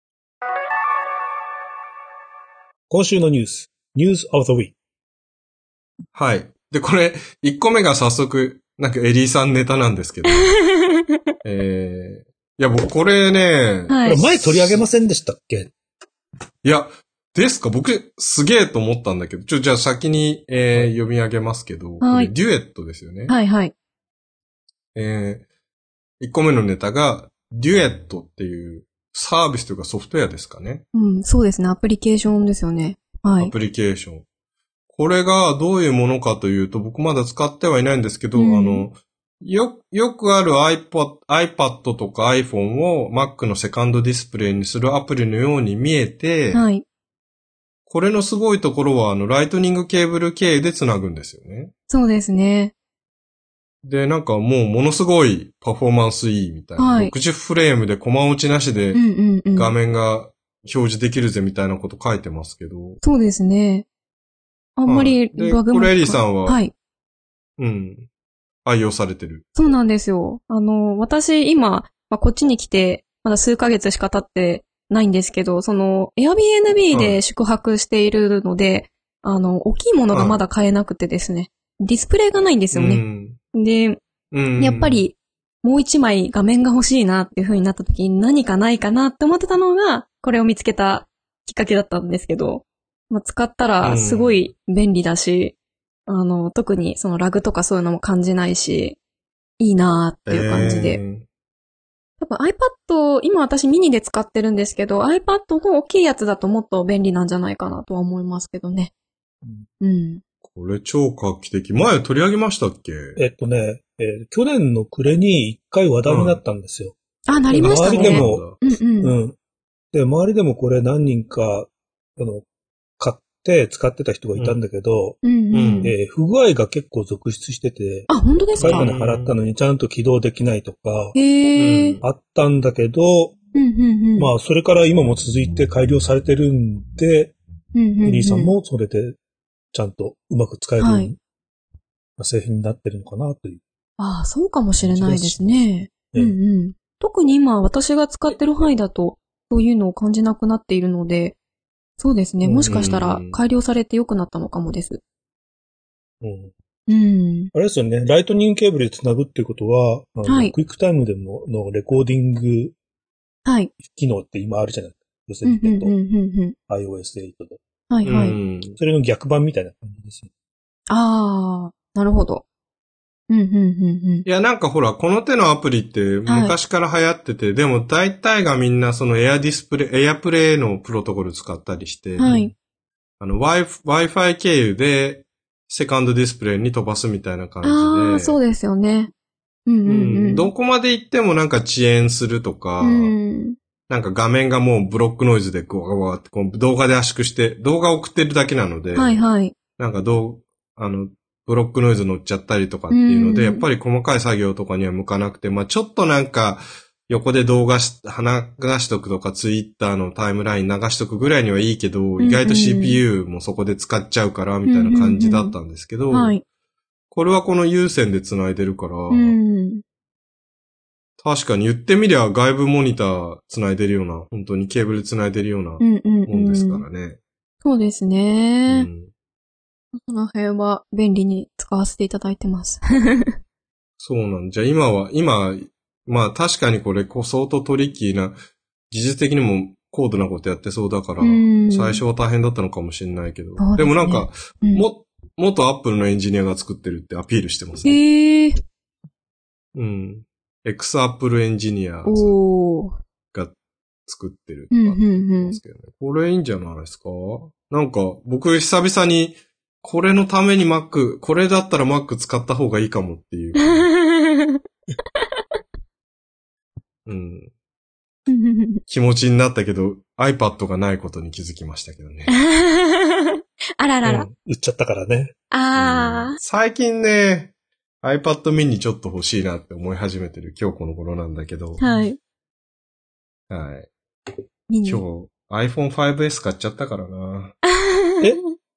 S1: 今週のニュース。ニュース of the week。
S2: はい。で、これ、いっこめが早速、なんかエリーさんネタなんですけど。えー、いや、僕これね、
S1: はい、これ前取り上げませんでしたっけ？
S2: いや、ですか？僕、すげえと思ったんだけど、ちょ、じゃあ先に、えー、読み上げますけど、はい、これデュエットですよね。
S3: はいはい。
S2: えー、いっこめのネタが、デュエットっていうサービスというかソフトウェアですかね。
S3: うん、そうですね。アプリケーションですよね。はい。
S2: アプリケーション。これがどういうものかというと、僕まだ使ってはいないんですけど、うん、あの、よ、よくある iPod、iPad とか iPhone を Mac のセカンドディスプレイにするアプリのように見えて、はい。これのすごいところは、あの、ライトニングケーブル経由でつなぐんですよね。
S3: そうですね。
S2: で、なんかもうものすごいパフォーマンスいいみたいな。はい、ろくじゅうフレームでコマ落ちなしで画面が表示できるぜみたいなこと書いてますけど。
S3: そうですね。あんまりバグも、
S2: はい、で、これエリーさんは、
S3: はい。
S2: うん。愛用されてる。
S3: そうなんですよ。あの、私今、まあ、こっちに来て、まだ数ヶ月しか経ってないんですけど、その、Airbnb で宿泊しているので、はい、あの、大きいものがまだ買えなくてですね、はい、ディスプレイがないんですよね。うん、で、うん、やっぱり、もう一枚画面が欲しいなっていう風になった時に何かないかなって思ってたのが、これを見つけたきっかけだったんですけど、まあ、使ったらすごい便利だし、うん、あの、特にそのラグとかそういうのも感じないし、いいなーっていう感じで。えー、多分 iPad、今私ミニで使ってるんですけど、iPad の大きいやつだともっと便利なんじゃないかなとは思いますけどね。うん。うん、
S2: これ超画期的。前取り上げましたっけ？
S1: えっとね、えー、去年の暮れに一回話題になったんですよ。
S3: うん、あ、なりましたね。
S1: 周りでも、
S3: うんうん。
S1: うん。で、周りでもこれ何人か、あの、買って使ってた人がいたんだけど、
S3: うんうん
S1: えー、不具合が結構続出してて、
S3: あ、本当ですか？
S1: 高い金払ったのにちゃんと起動できないとか、
S3: へー、
S1: うん、あったんだけど、
S3: うんうんうん、
S1: まあ、それから今も続いて改良されてるんで、
S3: うんうんうん、
S1: エリーさんもそれでちゃんとうまく使えるように、はい、製品になってるのかなという。
S3: ああ、そうかもしれないですね。うんうん。特に今私が使ってる範囲だと、そういうのを感じなくなっているので、そうですね。もしかしたら改良されて良くなったのかもです。
S1: うん。
S3: うん。
S1: あれですよね。ライトニングケーブルでつなぐっていうことは、
S3: はい。
S1: クイックタイムでものレコーディング
S3: はい。
S1: 機能って今あるじゃないですか。要するに、
S3: うんうんうんうん、
S1: アイオーエスエイト で。
S3: はいはい。
S1: それの逆版みたいな感じですよ。
S3: ああ、なるほど。うんうんうんうん。
S2: いや、なんかほら、この手のアプリって昔から流行ってて、はい、でも大体がみんなそのエアディスプレイ、エアプレイのプロトコル使ったりして、
S3: はい。
S2: あの、Wi-Fi 経由でセカンドディスプレイに飛ばすみたいな感じで。
S3: ああ、そうですよね。 うんうんうん。
S2: どこまで行ってもなんか遅延するとか、うん、なんか画面がもうブロックノイズでこう、こうこう動画で圧縮して、動画を送ってるだけなので、
S3: はいはい。
S2: なんかどう、あの、ブロックノイズ乗っちゃったりとかっていうので、うん、やっぱり細かい作業とかには向かなくて、まあちょっとなんか、横で動画し、話しとくとか、ツイッターのタイムライン流しとくぐらいにはいいけど、うんうん、意外と シーピーユー もそこで使っちゃうから、みたいな感じだったんですけど、うんうんうん、はい、これはこの有線で繋いでるから、うん、確かに言ってみりゃ外部モニター繋いでるような、本当にケーブル繋いでるようなもんですからね。うんうんうん、
S3: そうですね。うん、その辺は便利に使わせていただいてます。
S2: そうなんじゃ、今は、今、まあ確かにこれ相当トリッキーな、技術的にも高度なことやってそうだから、最初は大変だったのかもしれないけど。で, でもなんか、うん、も、元アップルのエンジニアが作ってるってアピールしてますね。へー。うん。エクスアップルエンジニアが作ってるって言ってますけどね。これいいんじゃないですか？なんか、僕久々に、これのために Mac、これだったら Mac 使った方がいいかもっていう。うん、気持ちになったけど iPad がないことに気づきましたけどね。
S3: あららら、
S1: うん。売っちゃったからね。
S3: ああ、
S2: うん。最近ね、iPad mini ちょっと欲しいなって思い始めてる今日この頃なんだけど。
S3: はい。
S2: はい。今日 アイフォンファイブエス 買っちゃったからな。
S1: え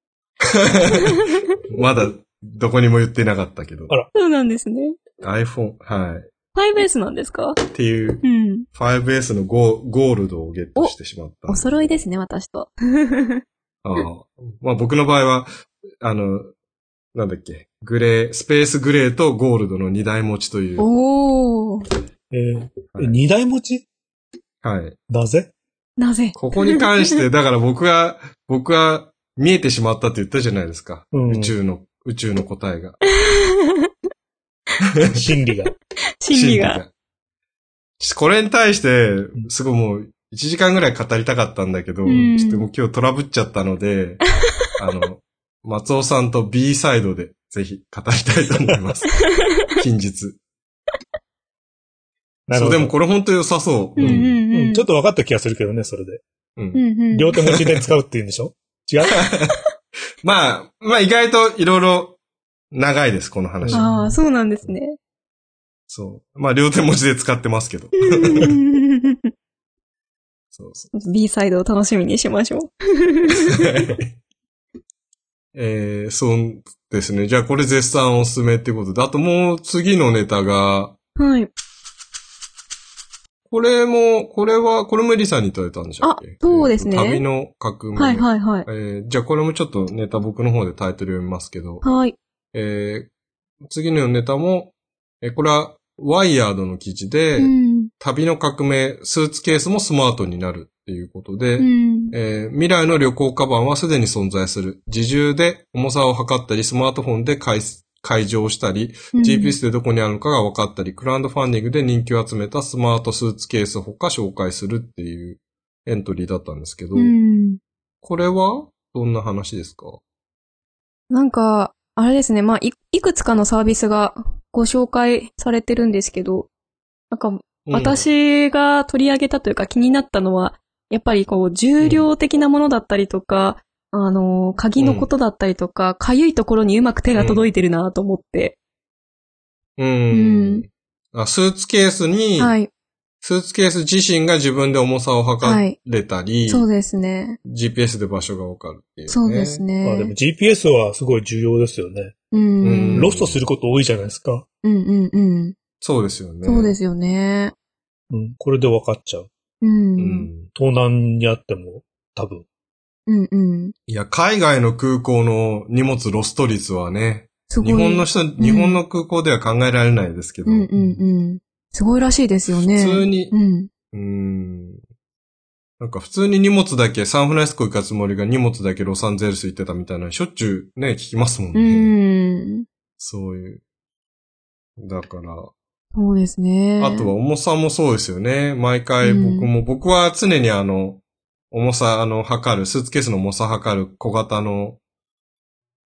S2: まだどこにも言ってなかったけど。
S3: あら。そうなんですね。
S2: iPhone、はい。
S3: ファイブエス なんですか？
S2: っていう、うん、ファイブエス のゴー、ゴールドをゲットしてしまった。
S3: お揃いですね、私と。
S2: ああ。まあ僕の場合は、あの、なんだっけ、グレー、スペースグレーとゴールドの二台持ちという。
S3: おー。
S1: えーはい、二台持ち？
S2: はい。
S1: なぜ？
S3: なぜ？
S2: ここに関して、だから僕は、僕は見えてしまったって言ったじゃないですか。うん、宇宙の、宇宙の答えが。
S1: 真理が。
S3: 真理が。
S2: これに対して、すごいもう、いちじかんぐらい語りたかったんだけど、うん、ちょっともう今日トラブっちゃったので、あの、松尾さんと B サイドでぜひ語りたいと思います。近日。なるほど。そう、でもこれ本当良さそう、
S1: うんうんうん。ちょっと分かった気がするけどね、それで。うん。両手持ちで使うって言うんでしょ？違う
S2: まあ、まあ意外といろいろ長いです、この話。
S3: ああ、そうなんですね。
S2: そう。まあ両手持ちで使ってますけど。そうそう。
S3: B サイドを楽しみにしましょう。
S2: えー、そうですね。じゃあこれ絶賛おすすめってことで。あともう次のネタが。
S3: はい。
S2: これも、これは、これもエリさんにいただいたんでしょうか？あ、
S3: そうですね。
S2: 旅の革命。
S3: はいはいはい。
S2: えー、じゃあこれもちょっとネタ僕の方でタイトル読みますけど。
S3: はい。
S2: えー、次のネタも、えー、これはワイヤードの記事で、うん、旅の革命、スーツケースもスマートになるっていうことで、うんえー、未来の旅行カバンはすでに存在する。自重で重さを測ったり、スマートフォンで解解錠したり、うん、ジーピーエス でどこにあるのかが分かったり、クラウドファンディングで人気を集めたスマートスーツケースほか紹介するっていうエントリーだったんですけど、うん、これはどんな話ですか？
S3: なんか、あれですね、まあい、いくつかのサービスがご紹介されてるんですけど、なんか、私が取り上げたというか気になったのは、やっぱりこう、重量的なものだったりとか、うん、あの、鍵のことだったりとか、かゆいところにうまく手が届いてるなと思って。
S2: うん。うん、あ、スーツケースに、はい。スーツケース自身が自分で重さを測れたり、はい、
S3: そうですね。
S2: ジーピーエス で場所がわかるっていう、ね。
S3: そうですね。
S1: まあでも ジーピーエス はすごい重要ですよね。うん。ロストすること多いじゃないですか。
S3: うんうんうん。
S2: そうですよね。
S3: そうですよね。
S1: うん。これで分かっちゃう。うん。盗難にあっても、多分。
S3: うんうん。
S2: いや、海外の空港の荷物ロスト率はね、すごい日本の人、うん、日本の空港では考えられないですけど。
S3: うんうんうん。すごいらしいですよね。
S2: 普通に、うん。うーん。なんか普通に荷物だけ、サンフランシスコ行ったつもりが荷物だけロサンゼルス行ってたみたいな、しょっちゅうね、聞きますもんね。うん。そういう。だから。
S3: そうですね。
S2: あとは重さもそうですよね。毎回僕も、うん、僕は常にあの、重さ、あの、測る、スーツケースの重さ測る小型の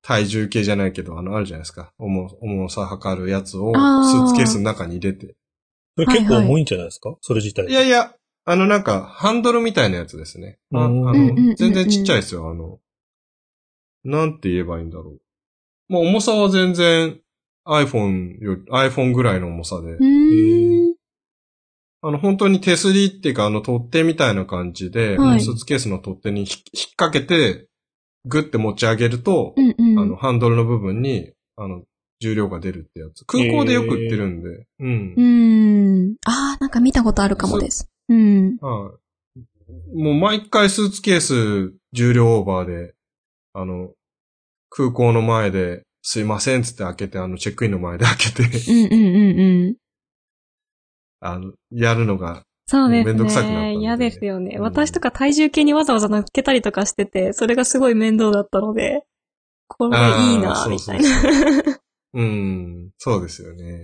S2: 体重計じゃないけど、あの、あるじゃないですか。重、重さ測るやつをスーツケースの中に入れて。
S1: それ結構重いんじゃないですか、はいはい、それ自体。
S2: いやいや、あのなんか、ハンドルみたいなやつですね。ああの、全然ちっちゃいですよ。あの、なんて言えばいいんだろう。まあ、重さは全然 iPhone より、iPhone ぐらいの重さで。あの、本当に手すりっていうか、あの、取っ手みたいな感じで、はい、スーツケースの取っ手に引っ掛けて、グッて持ち上げると、うんうん、あの、ハンドルの部分に、あの、重量が出るってやつ。空港でよく売ってるんで。うん。
S3: うん。ああ、なんか見たことあるかもです。うん。
S2: はい。もう毎回スーツケース重量オーバーで、あの、空港の前で、すいませんつって開けて、あの、チェックインの前で開けて
S3: うんうんうんうん。
S2: あの、やるのが、
S3: そうですね。
S2: めんどくさくなった、ね。
S3: 嫌ですよね、うん。私とか体重計にわざわざ乗っけたりとかしてて、それがすごい面倒だったので、これいいな、みたいな。そうそうそう
S2: うん、そうですよね。
S3: うん。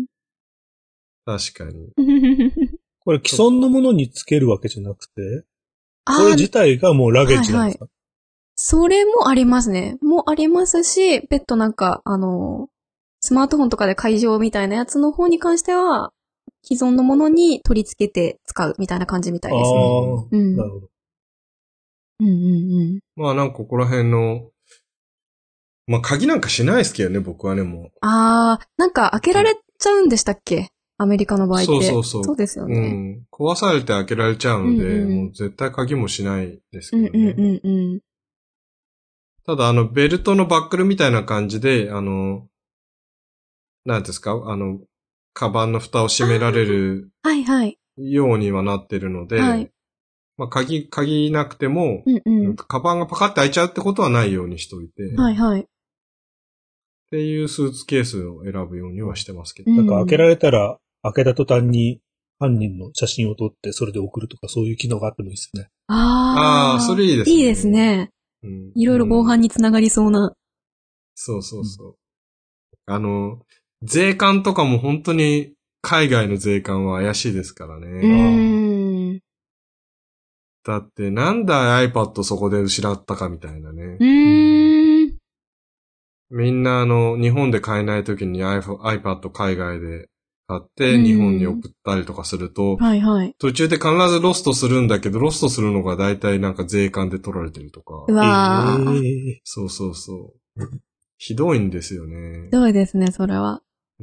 S2: 確かに。
S1: これ既存のものにつけるわけじゃなくて、これ自体がもうラゲッジなんですか？はいはい、
S3: それもありますね。もありますし、別途なんか、あの、スマートフォンとかで解錠みたいなやつの方に関しては、既存のものに取り付けて使うみたいな感じみたいですね。
S1: ああ、うん、なるほど。
S3: うんうんうん。
S2: まあなんかここら辺の、まあ鍵なんかしないですけどね、僕はね、もう。
S3: ああ、なんか開けられちゃうんでしたっけ？アメリカの場合って。
S2: そうそうそう。
S3: そうですよね。
S2: うん。壊されて開けられちゃうので、うんうん、もう絶対鍵もしないですけどね。
S3: うんうんうんうん。
S2: ただあの、ベルトのバックルみたいな感じで、あの、なんですか、あの、カバンの蓋を閉められる
S3: はいはい。
S2: ようにはなってるので、はい、まあ、鍵、鍵なくても、うんうん、カバンがパカって開いちゃうってことはないようにしといて、
S3: はいはい。
S2: っていうスーツケースを選ぶようにはしてますけど。
S1: なんか開けられたら、開けた途端に犯人の写真を撮ってそれで送るとかそういう機能があってもいいですね。
S3: ああ。
S2: ああ、それいいですね。
S3: いいですね。うん、いろいろ防犯につながりそうな。
S2: そうそうそう。うん、あの、税関とかも本当に海外の税関は怪しいですからね。
S3: うーん。
S2: だってなんだ iPad そこで失ったかみたいなね。
S3: うーん。
S2: みんなあの、日本で買えない時に iPad 海外で買って日本に送ったりとかすると、
S3: はいはい。
S2: 途中で必ずロストするんだけど、ロストするのが大体なんか税関で取られてるとか。
S3: うわー。え
S2: ー、そうそうそう。ひどいんですよね。
S3: ひどいですね、それは。
S2: うん。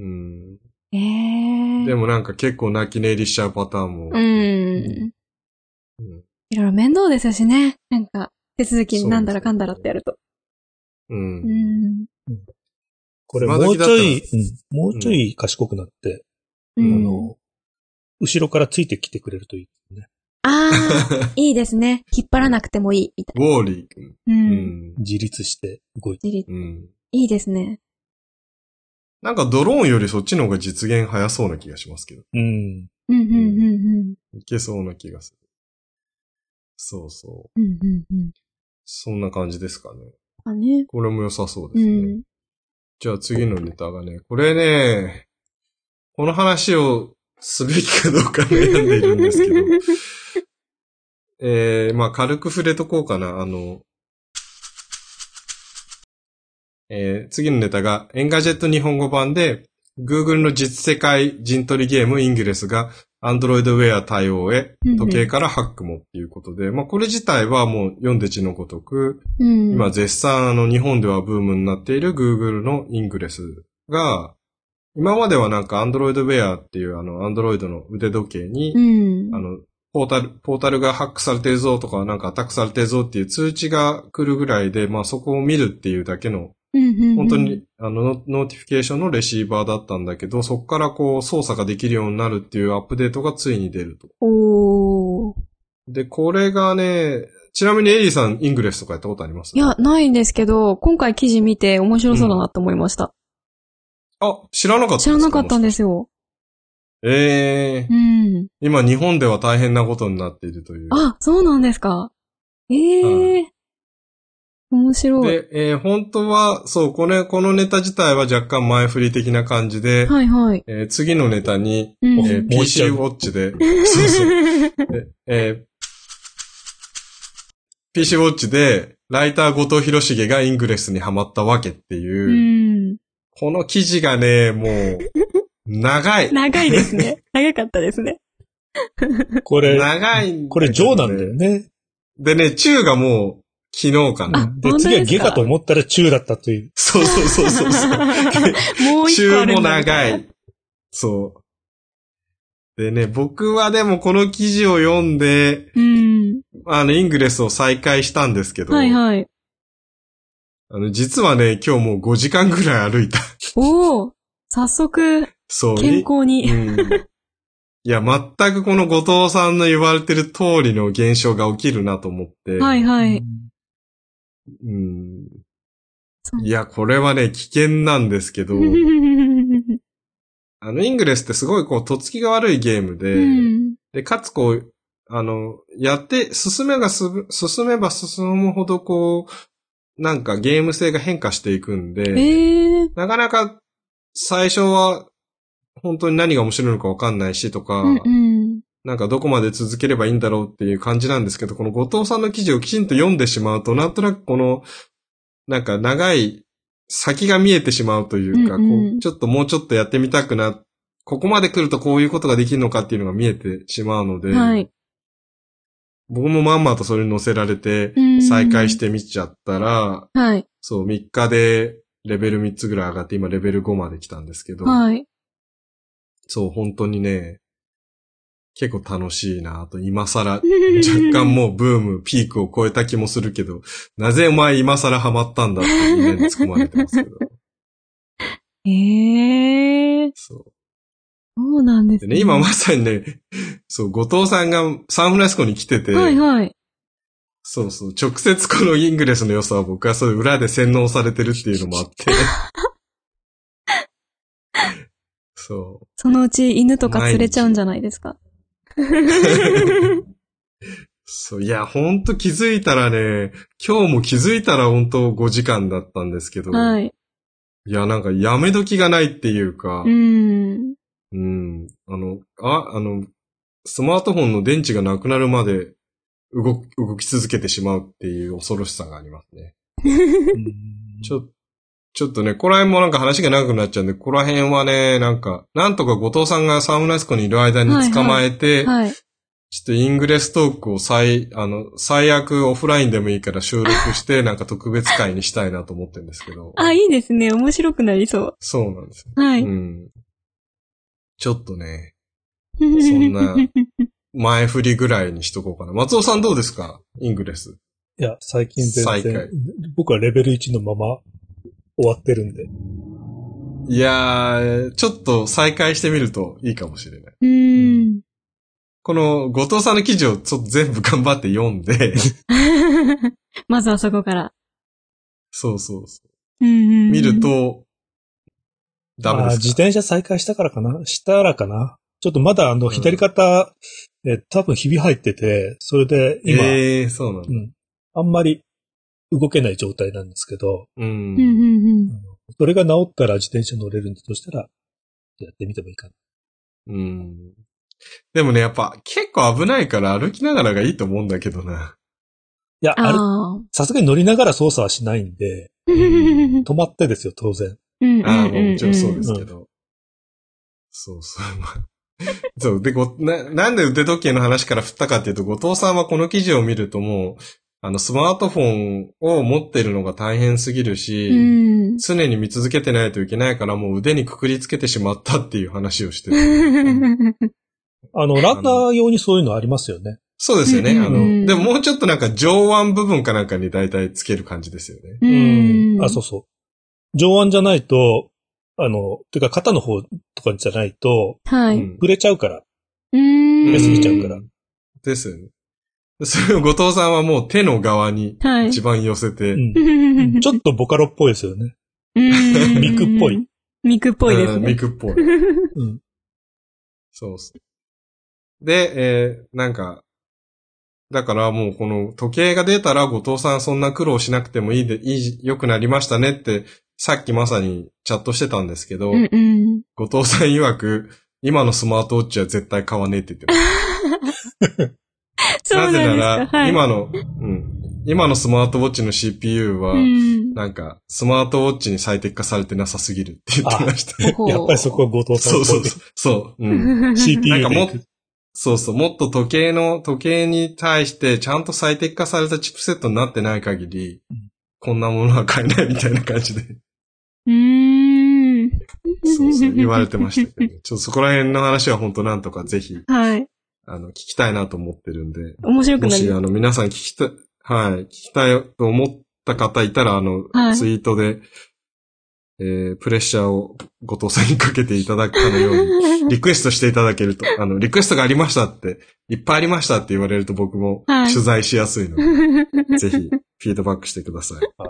S3: えー。
S2: でもなんか結構泣き寝入りしちゃうパターンも。
S3: うん。うん、いろいろ面倒ですしね。なんか、手続きになんだらかんだらってやると。
S2: うん。
S3: うん。
S1: これもうちょい、うん、もうちょい賢くなって、うん、あの、後ろからついてきてくれるといいですね。
S3: ああ、いいですね。引っ張らなくてもいい、みたいな。
S2: ウォーリー君。
S3: うん。
S1: 自立して動いて。
S3: 自立。うん。いいですね。
S2: なんかドローンよりそっちの方が実現早そうな気がしますけど。
S1: うん。
S3: うん、うん、うん、うん。
S2: いけそうな気がする。そうそ
S3: う。うん、うん、うん。
S2: そんな感じですかね。
S3: あね。
S2: これも良さそうですね。うん、じゃあ次のネタがね、これね、この話をすべきかどうか悩んでいるんですけど、えー、まあ軽く触れとこうかな。あの、えー、次のネタが、エンガジェット日本語版で、Google の実世界陣取りゲームイングレスが Android Wear 対応へ、時計からハックもっていうことで、うんうん、まあこれ自体はもう読んで字のごとく、うん、今絶賛あの日本ではブームになっている Google のイングレスが、今まではなんか Android Wear っていうあの Android の腕時計に、うん、あの、ポータル、ポータルがハックされてるぞとかなんかアタックされてるぞっていう通知が来るぐらいで、まあそこを見るっていうだけの本当に、あの、ノーティフィケーションのレシーバーだったんだけど、そこからこう、操作ができるようになるっていうアップデートがついに出ると。
S3: おー。
S2: で、これがね、ちなみにエリーさん、イングレスとかやったことあります？
S3: いや、ないんですけど、今回記事見て面白そうだなと思いました。
S2: うん、あ、知らなかったんですか？
S3: 知らなかったんですよ。
S2: ええー。うん。今、日本では大変なことになっているという。
S3: あ、そうなんですか。ええー。うん面白い。
S2: で、えー、本当は、そう、これ、このネタ自体は若干前振り的な感じで、
S3: はいはい。
S2: えー、次のネタに、うんえー、ピーシー ウォッチで、そうそう。でえー、 ピーシー ウォッチで、ライター後藤博重がイングレスにハマったわけっていう、
S3: うん、
S2: この記事がね、もう、長い。
S3: 長いですね。長かったですね。
S1: これ、
S2: 長いんだけどね、
S1: これ上なんだよね。
S2: でね、中がもう、昨日かな。
S1: で、次は下かと思ったら中だったという。
S2: そうそうそうそうそう。
S3: もう一個あるんだ。
S2: 中も長い。そう。でね、僕はでもこの記事を読んで、
S3: うん、
S2: あの、イングレスを再開したんですけど、
S3: はいはい。
S2: あの、実はね、今日もうごじかんぐらい歩いた。
S3: おー、早速、
S2: そう。
S3: 健康に。
S2: うん、いや、全くこの後藤さんの言われてる通りの現象が起きるなと思って。
S3: はいはい。
S2: うん、いや、これはね、危険なんですけど、あの、イングレスってすごいこう、とっつきが悪いゲームで、うん、で、かつこう、あの、やって、進めがす、進めば進むほどこう、なんかゲーム性が変化していくんで、
S3: えー、
S2: なかなか最初は本当に何が面白いのかわかんないしとか、うんうん、なんかどこまで続ければいいんだろうっていう感じなんですけど、この後藤さんの記事をきちんと読んでしまうと、なんとなくこの、なんか長い先が見えてしまうというか、うんうん、こう、ちょっともうちょっとやってみたくな、ここまで来るとこういうことができるのかっていうのが見えてしまうので、はい、僕もまんまとそれに乗せられて、再開してみちゃったら、はい、そう、みっかでレベルみっつぐらい上がって、今レベルごまで来たんですけど、はい、そう、本当にね、結構楽しいなと、今更、若干もうブーム、ピークを超えた気もするけど、なぜお前今更ハマったんだってみんなに突っ込まれてますけど。
S3: ええー。
S2: そう。
S3: そうなんですね。
S2: ね、今まさにね、そう、後藤さんがサンフランシスコに来てて、
S3: はいはい。
S2: そうそう、直接このイングレスの良さを僕はそういう裏で洗脳されてるっていうのもあって。そう。
S3: そのうち犬とか連れちゃうんじゃないですか。
S2: そう、いや、ほんと気づいたらね、今日も気づいたらほんとごじかんだったんですけど、はい。いや、なんかやめ時がないっていうか、うん。うん。あの、あ、あの、スマートフォンの電池がなくなるまで動き、動き続けてしまうっていう恐ろしさがありますね。ちょ、ちょっとね、ここら辺もなんか話が長くなっちゃうんで、ここら辺はね、なんか、なんとか後藤さんがサンフランシスコにいる間に捕まえて、はいはいはい、ちょっとイングレストークを最、あの、最悪オフラインでもいいから収録して、なんか特別会にしたいなと思ってるんですけど。
S3: あ、いいですね。面白くなりそう。
S2: そうなんですよ。
S3: はい。
S2: うん。ちょっとね、そんな、前振りぐらいにしとこうかな。松尾さんどうですか？イングレス。
S1: いや、最近全然、僕はレベルいちのまま終わってるんで。
S2: いやー、ちょっと再開してみるといいかもしれない。
S3: うーん。
S2: この、後藤さんの記事をちょっと全部頑張って読んで。
S3: まずはそこから。
S2: そうそうそう。
S3: うんうんうん、
S2: 見ると、ダメですか？
S1: 自転車再開したからかなしたらかなちょっとまだあの、左肩、うん、え多分ひび入ってて、それで今、
S2: えー、そうなんだ、うん。
S1: あんまり動けない状態なんですけど、
S3: うん、
S1: それが治ったら自転車乗れるんだとしたら、やってみてもいいかな。
S2: うん。でもね、やっぱ結構危ないから歩きながらがいいと思うんだけどな。
S1: いや、ある、さすがに乗りながら操作はしないんで、止まってですよ、当然。
S2: ああ、もちろんそうですけど。うん、そうそう。そう。で、ご、な、なんで腕時計の話から振ったかっていうと、後藤さんはこの記事を見るともう、あの、スマートフォンを持ってるのが大変すぎるし、うん、常に見続けてないといけないから、もう腕にくくりつけてしまったっていう話をしてる。
S1: あの、ランナー用にそういうのありますよね。
S2: そうですよね。あの、でももうちょっとなんか上腕部分かなんかに大体つける感じですよね。
S1: うん。あ、そうそう。上腕じゃないと、あの、てか肩の方とかじゃないと、はい。触れちゃうから。うん。触れすぎちゃうから。
S2: ですよね。それを後藤さんはもう手の側に一番寄せて。はい
S1: うん、ちょっとボカロっぽいですよね。ミクっぽい。
S3: ミクっぽいですね。
S2: ミクっぽい。うん、そうっす。で、えー、なんか、だからもうこの時計が出たら後藤さんそんな苦労しなくてもいいで、いい、良くなりましたねってさっきまさにチャットしてたんですけど、うんうん、後藤さん曰く今のスマートウォッチは絶対買わねえって言ってます。
S3: そうなんですか。
S2: なぜなら、
S3: はい、
S2: 今の、うん。今のスマートウォッチの シーピーユー は、うん、なんか、スマートウォッチに最適化されてなさすぎるって言ってました。
S1: やっぱりそこは後藤さんっぽい。
S2: そうそうそう。そう。うん。
S1: シーピーユー で
S2: なんかも、そうそう、もっと時計の、時計に対してちゃんと最適化されたチップセットになってない限り、うん、こんなものは買えないみたいな感じで。
S3: うーん。
S2: そうそう、言われてましたけど、ね、ちょっとそこら辺の話は本当なんとかぜひ、
S3: はい。
S2: あの、聞きたいなと思ってるんで。
S3: 面白くなる。
S2: もし、あの、皆さん聞きたい、はい、聞きたいと思った方いたら、あの、はい、ツイートで、えー、プレッシャーを後藤さんにかけていただくかのように、リクエストしていただけると、あの、リクエストがありましたって、いっぱいありましたって言われると僕も取材しやすいので、はい、ぜひ、フィードバックしてください。はい、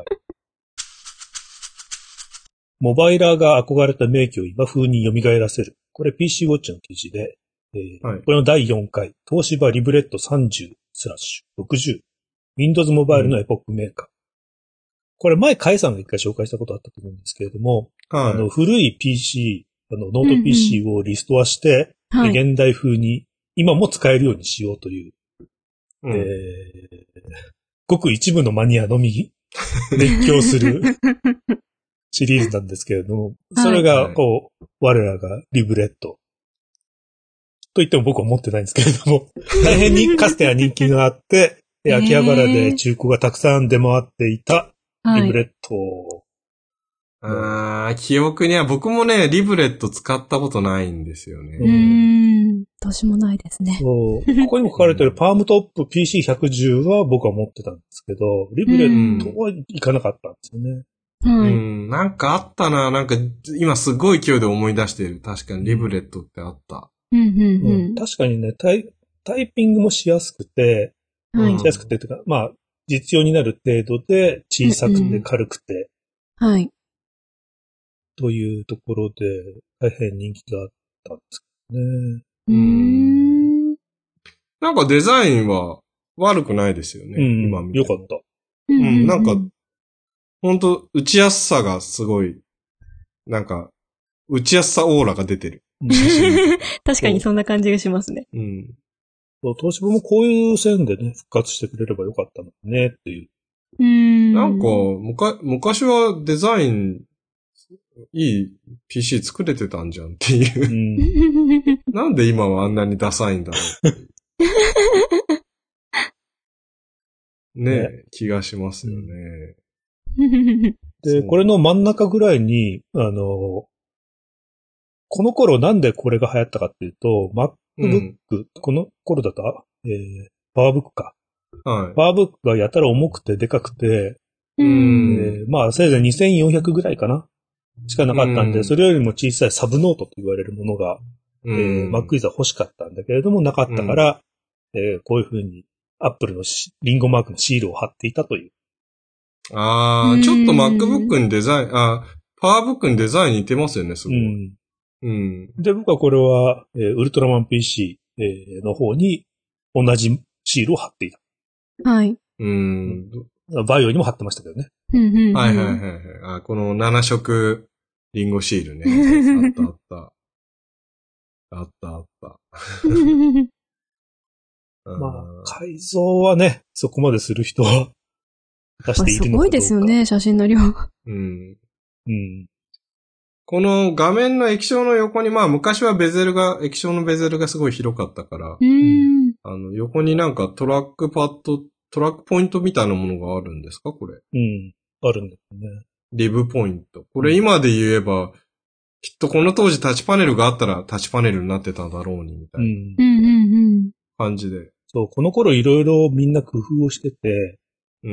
S1: モバイラーが憧れた名機を今風に蘇らせる。これ ピーシー ウォッチの記事で、えーはい、これのだいよんかい、東芝リブレットさんじゅうスラッシュろくじゅう、Windows モバイルのエポックメーカー。うん、これ前、カイさんが一回紹介したことあったと思うんですけれども、はい、あの古い ピーシー、あのノート ピーシー をリストアして、うんうん、現代風に今も使えるようにしようという、うん、えー、ごく一部のマニアのみ熱狂するシリーズなんですけれども、それがこう、はい、我らがリブレットと言っても僕は持ってないんですけれども、大変にかつては人気があって、秋葉原で中古がたくさん出回っていたリブレット。
S2: はい、ああ、記憶には僕もね、リブレット使ったことないんですよね。
S3: うーん、私もないですね。
S1: そう。ここにも書かれてるパームトップ ピーシーひゃくじゅう は僕は持ってたんですけど、リブレットはいかなかったんですよね。
S2: うん、うん、なんかあったな、なんか今すごい勢いで思い出している。確かにリブレットってあった。
S3: うんうんうん
S1: うん、確かにねタイ、タイピングもしやすくて、はい、しやすくてというか、まあ、実用になる程度で小さくて軽くて、
S3: うんうん、はい。
S1: というところで大変人気があったんですけどね。
S3: うーん。
S2: なんかデザインは悪くないですよね。
S1: うん、
S2: 今見て。
S1: よかった。
S2: うん、なんか、ほんと、打ちやすさがすごい、なんか、打ちやすさオーラが出てる。
S3: 確かにそんな感じがしますね。
S2: うん。
S1: 東芝もこういう線でね、復活してくれればよかったのにね、っていう。
S3: うーん。
S2: なんか、むか、昔はデザイン、いい ピーシー 作れてたんじゃんっていう。うん、なんで今はあんなにダサいんだろうっていう。ねえ、ね、気がしますよね。
S1: で、これの真ん中ぐらいに、あの、この頃なんでこれが流行ったかっていうと、MacBook、うん、この頃だったえー、パワーブックか。はい。パワーブックがやたら重くてでかくて、うん、えー、まあ、せいぜいにせんよんひゃくぐらいかなしかなかったんで、うん、それよりも小さいサブノートと言われるものが、うん、えー、Mac イザー欲しかったんだけれども、なかったから、うん、えー、こういう風に Apple のリンゴマークのシールを貼っていたという。
S2: ああ、ちょっと MacBook にデザイン、あ、パワーブックにデザイン似てますよね、すごい。うん
S1: うん、で、僕はこれは、えー、ウルトラマン ピーシー、えー、の方に同じシールを貼っていた。
S3: はい。
S2: うん。
S1: バイオにも貼ってましたけどね。
S2: はいはいはいはい。あ、このなな色リンゴシールね。あったあった。あったあった。
S3: ま
S1: あ、改造はね、そこまでする人は出しているのかどうか。
S3: すごいですよね、写真の量。
S2: うん。うん。この画面の液晶の横に、まあ昔はベゼルが、液晶のベゼルがすごい広かったから、
S3: うん、
S2: あの、横になんかトラックパッド、トラックポイントみたいなものがあるんですかこれ。
S1: うん。あるんですね。
S2: リブポイント。これ今で言えば、きっとこの当時タッチパネルがあったらタッチパネルになってただろうに、みたいな感じで。うんうんうん、
S1: そう、この頃いろいろみんな工夫をしてて、
S2: うん。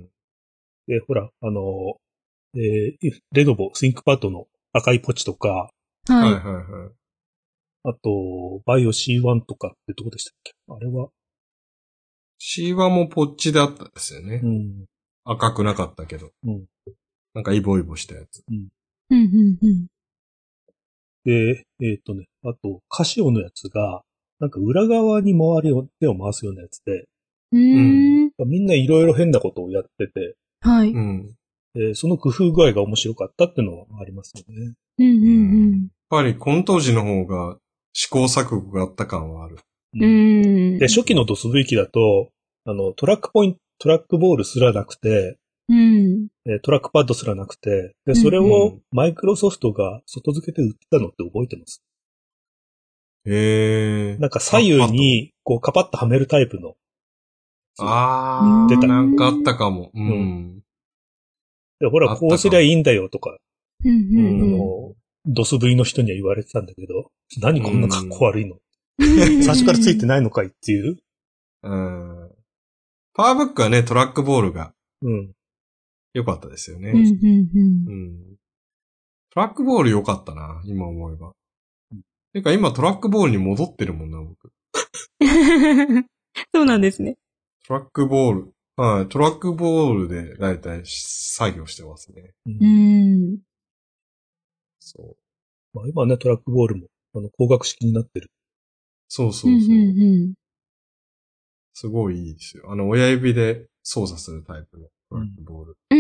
S1: で、ほら、あの、えー、レノボ、スインクパッドの赤いポチとか、
S3: はい。
S2: はいはいはい。
S1: あと、バイオ シーワン とかってどこでしたっけあれは。
S2: シーワン もポッチであったんですよね。
S1: うん。
S2: 赤くなかったけど。
S1: うん。
S2: なんかイボイボしたやつ。
S3: うん。うんうんうん。
S1: で、えっとね、あと、カシオのやつが、なんか裏側に回りを、手を回すようなやつで、
S3: うーん。
S1: みんないろいろ変なことをやってて、
S3: はい。
S2: うん。
S1: で、その工夫具合が面白かったっていうのはありますよね。
S3: うんうんうん。
S2: やっぱりこの当時の方が試行錯誤があった感はある。
S3: うん。
S1: で、初期のドス ブイ 機だと、あの、トラックポイント、トラックボールすらなくて、
S3: うん。
S1: トラックパッドすらなくて、で、それをマイクロソフトが外付けで売ってたのって覚えてます？
S2: へー。
S1: なんか左右に、こう、カパッとはめるタイプの。
S2: あー、
S1: 出た。
S2: なんかあったかも。うん。うん、
S1: で、ほら、こうすりゃいいんだよとか、
S3: うんうんうん、
S1: ドス ブイ の人には言われてたんだけど、何こんな格好悪いの、うん、最初からついてないのかいっていう。
S2: うん。パワーブックはね、トラックボールが。
S1: うん。
S2: 良かったですよね。
S3: うんうんうん。
S2: うん。トラックボール良かったな、今思えば。うん、てか今トラックボールに戻ってるもんな、僕。
S3: そうなんですね。
S2: トラックボール。はい、トラックボールでだいたい作業してますね。
S3: うん。
S2: そう。
S1: まあ今ね、トラックボールも、あの、光学式になってる。
S2: そうそうそう。うんうんうん、すごいいいですよ。あの、親指で操作するタイプのトラックボール。
S3: うん。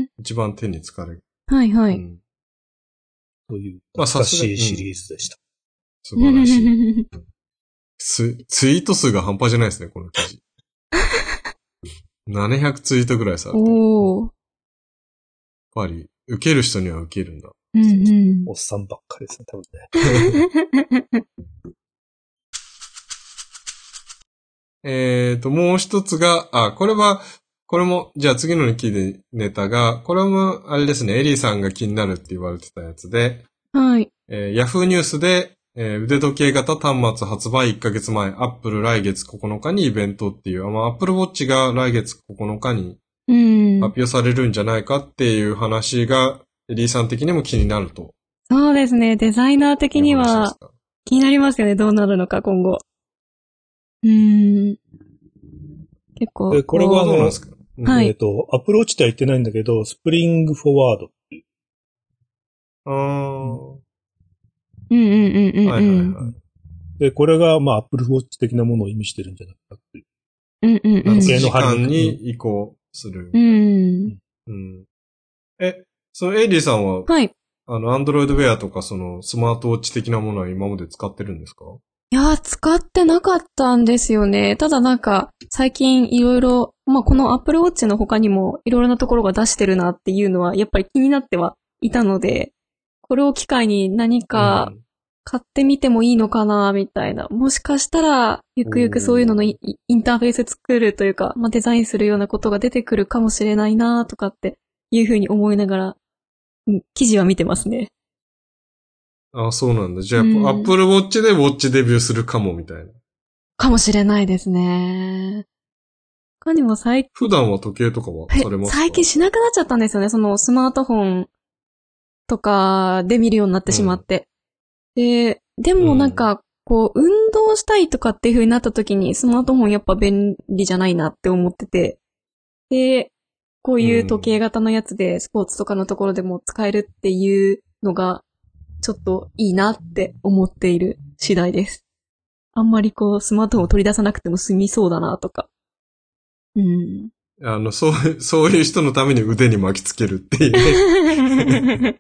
S2: 一番手に疲れる。
S3: はいはい。うん、
S1: という、懐かしいシリーズでした。
S2: うん、素晴らしい。ツ、ツイート数が半端じゃないですね、この記事。ななひゃくツイートぐらいされてる。おー。やっぱり、受ける人には受けるんだ。
S3: うんうん、
S1: おっさんばっかりですね、多分ね。
S2: えっと、もう一つが、あ、これは、これも、じゃあ次のに聞いてネタが、これも、あれですね、エリーさんが気になるって言われてたやつで、
S3: はい。
S2: えー、ヤフーニュースで、えー、腕時計型端末発売いっかげつまえ、アップル来月ここのかにイベントっていう、まあ、アップルウォッチが来月ここのかに発表されるんじゃないかっていう話が、エリーさん的にも気になると。
S3: そうですね、デザイナー的には気になりますよね、どうなるのか今後。うーん。結構。
S1: で、これは
S2: どうなんですか？
S1: はい。えっと、アプローチとは言ってないんだけど、スプリングフォワードっていう。
S2: あー。
S3: うんうんうんうん。
S2: はいはいはい。
S1: で、これが、まあ、アップルウォッチ的なものを意味してるんじゃないかっていう。
S3: うんうんうん。
S2: 夏時間に移行する。
S3: うん。
S2: うん。え、そのエイリーさんは、
S3: はい。
S2: あの、アンドロイドウェアとか、その、スマートウォッチ的なものは今まで使ってるんですか？
S3: いやー、使ってなかったんですよね。ただなんか、最近いろいろ、まあ、この Apple Watch の他にもいろいろなところが出してるなっていうのは、やっぱり気になってはいたので、これを機会に何か買ってみてもいいのかな、みたいな。もしかしたら、ゆくゆくそういうののインターフェース作るというか、まあ、デザインするようなことが出てくるかもしれないな、とかっていうふうに思いながら、うん、記事は見てますね。
S2: ああ、そうなんだ。じゃあ、うん、Apple Watch でウォッチデビューするかも、みたいな。
S3: かもしれないですね。他にも最近。
S2: 普段は時計とかはされますか？
S3: 最近しなくなっちゃったんですよね。そのスマートフォンとかで見るようになってしまって。うん、で、でもなんか、こう、運動したいとかっていう風になった時にスマートフォンやっぱ便利じゃないなって思ってて。で、こういう時計型のやつでスポーツとかのところでも使えるっていうのが、ちょっといいなって思っている次第です。あんまりこう、スマートフォンを取り出さなくても済みそうだなとか。うん。
S2: あの、そう、そういう人のために腕に巻きつけるっていうね。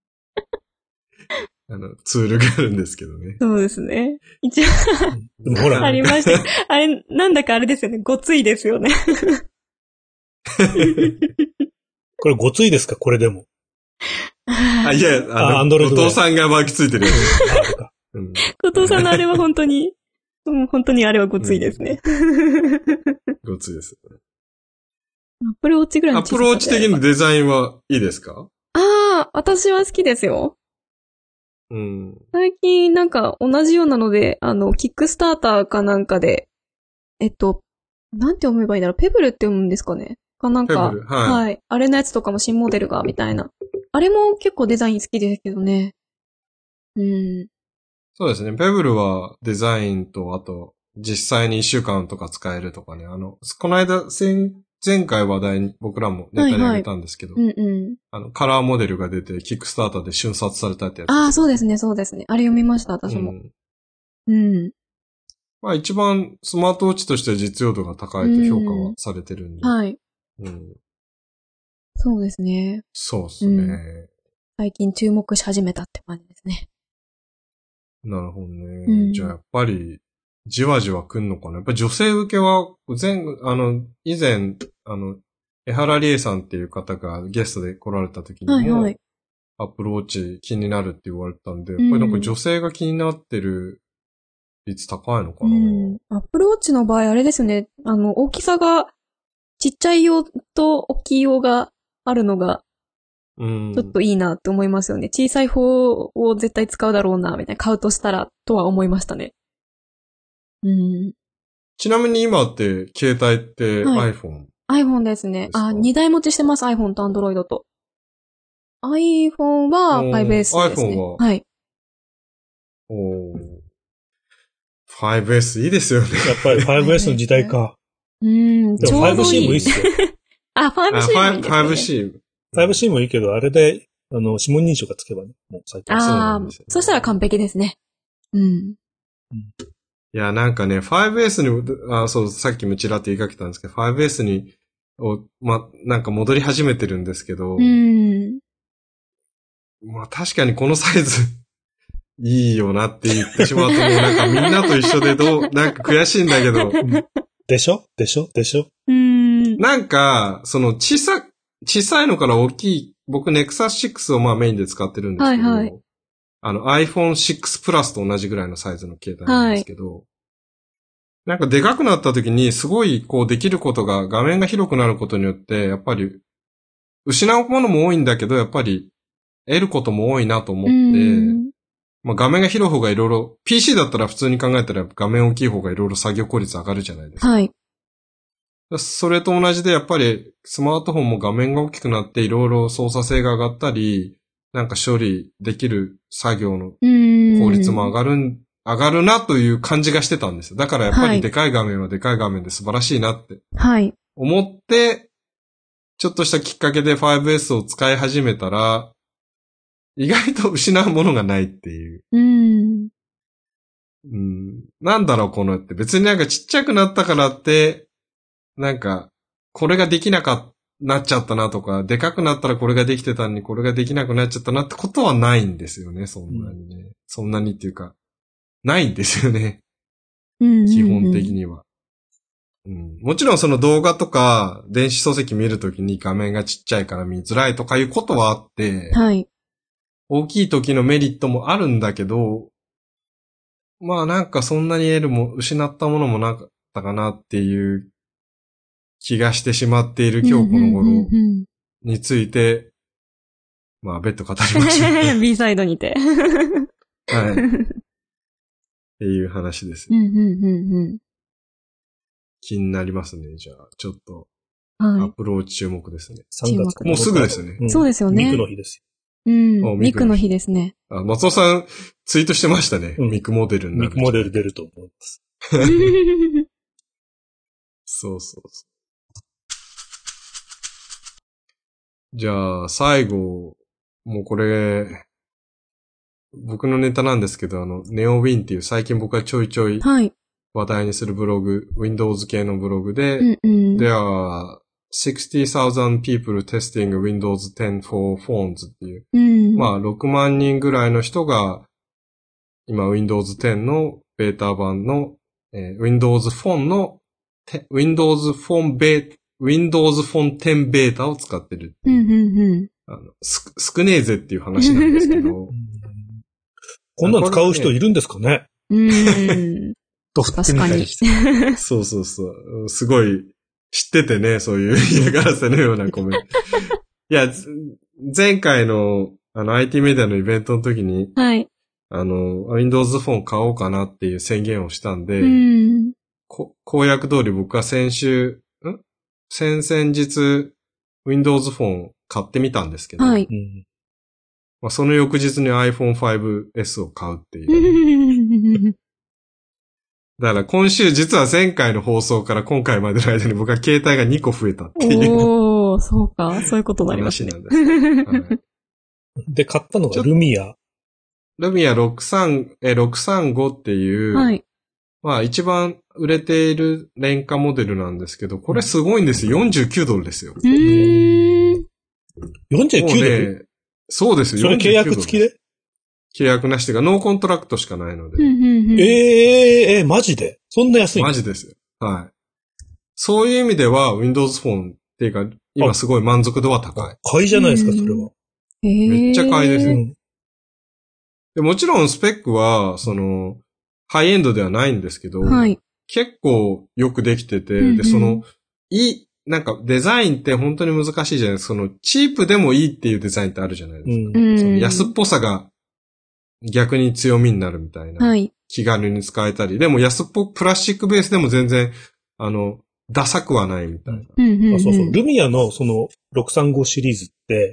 S2: あの、ツールがあるんですけどね。
S3: そうですね。一応、ほら。ありました。あれ、なんだかあれですよね。ごついですよね。
S1: これごついですか？これでも。
S2: あ、いや、あの、後藤さんが巻きついてるやつ。
S3: うん、後藤さんのあれは本当に、うん、本当にあれはごついですね。うん、
S2: ごついです。
S3: アップルウォッチぐらいの
S2: 小ささで。アップルウォッチ的なデザインはいいですか？
S3: ああ、私は好きですよ。
S2: うん。
S3: 最近なんか同じようなので、あの、キックスターターかなんかで、えっと、なんて読めばいいんだろう、ペブルって読むんですかねかなんか、
S2: ペブル、はい。
S3: はい。あれのやつとかも新モデルが、みたいな。あれも結構デザイン好きですけどね。うん。
S2: そうですね。ペブルはデザインと、あと、実際にいっしゅうかんとか使えるとかね。あの、この間、前回話題に僕らもネタにあげたんですけど、
S3: はいはい、うんうん。
S2: あの、カラーモデルが出て、キックスターターで瞬殺されたってやつ。
S3: ああ、そうですね、そうですね。あれ読みました、私も。うん。うん、
S2: まあ一番スマートウォッチとして実用度が高いと評価はされてるんで。
S3: うん、はい。
S2: うん。
S3: そうですね。
S2: そうですね、うん。
S3: 最近注目し始めたって感じですね。
S2: なるほどね。うん、じゃあやっぱり、 じわじわ来んのかな。やっぱり女性受けは、前、あの、以前、あの、江原理恵さんっていう方がゲストで来られた時にも、はいはい、アップルウォッチ気になるって言われたんで、やっぱりなんか女性が気になってる率高いのかな。うん、
S3: アップルウォッチの場合あれですよね、あの、大きさが、ちっちゃい用と大きい用があるのが、ちょっといいなって思いますよね。小さい方を絶対使うだろうな、みたいな、買うとしたら、とは思いましたね。うん。
S2: ちなみに今って、携帯って iPhone、
S3: はい、iPhone ですね。あ、二台持ちしてます、iPhone と Android と。iPhone は ファイブエス ですね。
S2: iPhone は
S3: はい。
S2: おー。ファイブエス いいですよね。
S1: やっぱり ファイブエス の時代か。
S3: うん、
S1: でも ファイブシー もいいっすよ。
S3: あ、ファイブシー もいいですね。
S2: ファイブシー。
S1: ファイブシー もいいけど、あれで、あの、指紋認証がつけばね、もう最近はそうなんですよ、ね。
S3: ああ、そしたら完璧ですね。うん。うん、
S2: いや、なんかね、ファイブエス に、あ、そう、さっきもちらっと言いかけたんですけど、ファイブエス に、おま、なんか戻り始めてるんですけど、
S3: うん。
S2: まあ確かにこのサイズ、いいよなって言ってしまうと、もうなんかみんなと一緒でどう、なんか悔しいんだけど。
S1: でしょでしょでしょ
S3: うん。
S2: なんか、その小さ、小さいのから大きい、僕 ネクサスシックスをまあメインで使ってるんですけど、はいはい、あの アイフォンシックス プラスと同じぐらいのサイズの携帯なんですけど、はい、なんかでかくなった時にすごいこうできることが、画面が広くなることによって、やっぱり失うものも多いんだけど、やっぱり得ることも多いなと思って、まあ、画面が広い方がいろいろ、ピーシー だったら普通に考えたら画面大きい方がいろいろ作業効率上がるじゃないですか。
S3: はい。
S2: それと同じでやっぱりスマートフォンも画面が大きくなっていろいろ操作性が上がったり、なんか処理できる作業の効率も上がる、上がるなという感じがしてたんですよ。だからやっぱりでかい画面はでかい画面で素晴らしいなって思って、ちょっとしたきっかけで ファイブエス を使い始めたら、意外と失うものがないっていう。
S3: うん。
S2: うん。なんだろうこのって別になんかちっちゃくなったからって、なんか、これができなか、なっちゃったなとか、でかくなったらこれができてたのにこれができなくなっちゃったなってことはないんですよね、そんなにね。うん、そんなにっていうか、ないんですよね。
S3: うんうんうん、
S2: 基本的には、うん。もちろんその動画とか、電子書籍見るときに画面がちっちゃいから見づらいとかいうことはあって、
S3: はい。
S2: 大きい時のメリットもあるんだけど、まあなんかそんなに得るも、失ったものもなかったかなっていう気がしてしまっている今日この頃について、まあ別途語りました、ね。
S3: B サイドにて。
S2: はい。っていう話です、
S3: ね。うんうんうんうん、
S2: 気になりますね。じゃあ、ちょっと、
S3: はい、
S2: アプローチ注目ですね。
S1: さんがつ
S2: もうすぐですね、
S3: うん。そうですよね。
S1: ミクの日ですよ。
S3: うん。ミクの日ですね。
S2: あ、松尾さんツイートしてましたね。うん、ミクモデルになる。
S1: ミクモデル出ると思います。
S2: そうそうそう。じゃあ、最後、もうこれ、僕のネタなんですけど、あの、ネオウィンっていう最近僕がちょいちょい話題にするブログ、はい、Windows 系のブログで、
S3: うんうん、
S2: There are sixty thousand people testing Windows ten for phones っていう、
S3: うん、
S2: まあろくまんにんぐらいの人が、今 Windows テンのベータ版の、えー、Windows Phone の、Windows Phone ベータ、Windows Phone テンベータを使ってるっていう。
S3: うんうんうん、
S2: あのす少ねえぜっていう話なんですけど。
S1: こんなの使う人いるんですかね。
S3: うん。
S1: 確かに。
S2: そうそうそう。すごい知っててね、そういう嫌がらせのようなコメント。いや、前回のあの アイティー メディアのイベントの時に、
S3: はい。
S2: あの、Windows Phone 買おうかなっていう宣言をしたんで、
S3: うん、
S2: こ公約通り僕は先週、ん先々日 Windows Phone 買ってみたんですけど、
S3: はい。
S2: まあ、その翌日に アイフォンファイブエス を買うっていう。だから今週実は前回の放送から今回までの間に僕は携帯がにこ増えたっていう。
S3: おー、そうか。そういうことになりますね。
S2: 話なんです、はい。
S1: で、買ったのがルミア。
S2: ルミアろくさん、え、ろくさんごっていう、
S3: はい。
S2: まあ一番売れている廉価モデルなんですけど、これすごいんですよ。よんじゅうきゅうドルですよ。
S3: うーん。
S1: よんじゅうきゅうドル、
S2: ね、そうですよ。
S1: それ契約付きで
S2: 契約なしというか、ノーコントラクトしかないので。
S3: うんうんうん、
S1: ええー、えー、マジでそんな安いの？
S2: マジですよ。はい。そういう意味では、Windows フォンっていうか、今すごい満足度は高い。
S1: 買いじゃないですか、それは。
S3: えー、
S2: めっちゃ買いですよ。
S1: うん、で
S2: もちろんスペックは、その、ハイエンドではないんですけど、
S3: はい、
S2: 結構よくできてて、
S3: うんうん、
S2: で、その、いい、なんかデザインって本当に難しいじゃないですか。その、チープでもいいっていうデザインってあるじゃないですか。
S3: うん、
S2: その安っぽさが逆に強みになるみたいな。
S3: はい。
S2: 気軽に使えたり。でも安っぽくプラスチックベースでも全然、あの、ダサくはないみたいな。
S3: うんうんうん、
S1: あ、そうそう。ルミアのそのろくさんごシリーズって、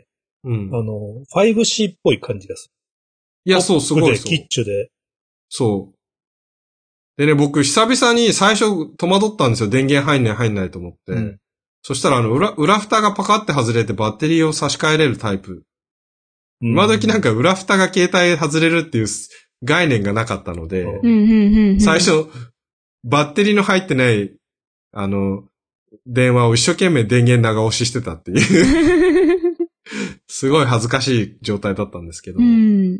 S1: うん、あの、ファイブシー っぽい感じがする。
S2: いや、そう、すごいそう。
S1: キッチュで。
S2: そう。でね、僕、久々に最初戸惑ったんですよ。電源入んない入んないと思って。うん、そしたら、あの、裏、裏蓋がパカって外れてバッテリーを差し替えれるタイプ。うん、今時なんか裏蓋が携帯外れるっていう概念がなかったので、
S3: うん、
S2: 最初、バッテリーの入ってない、あの、電話を一生懸命電源長押ししてたっていう。すごい恥ずかしい状態だったんですけど。うん、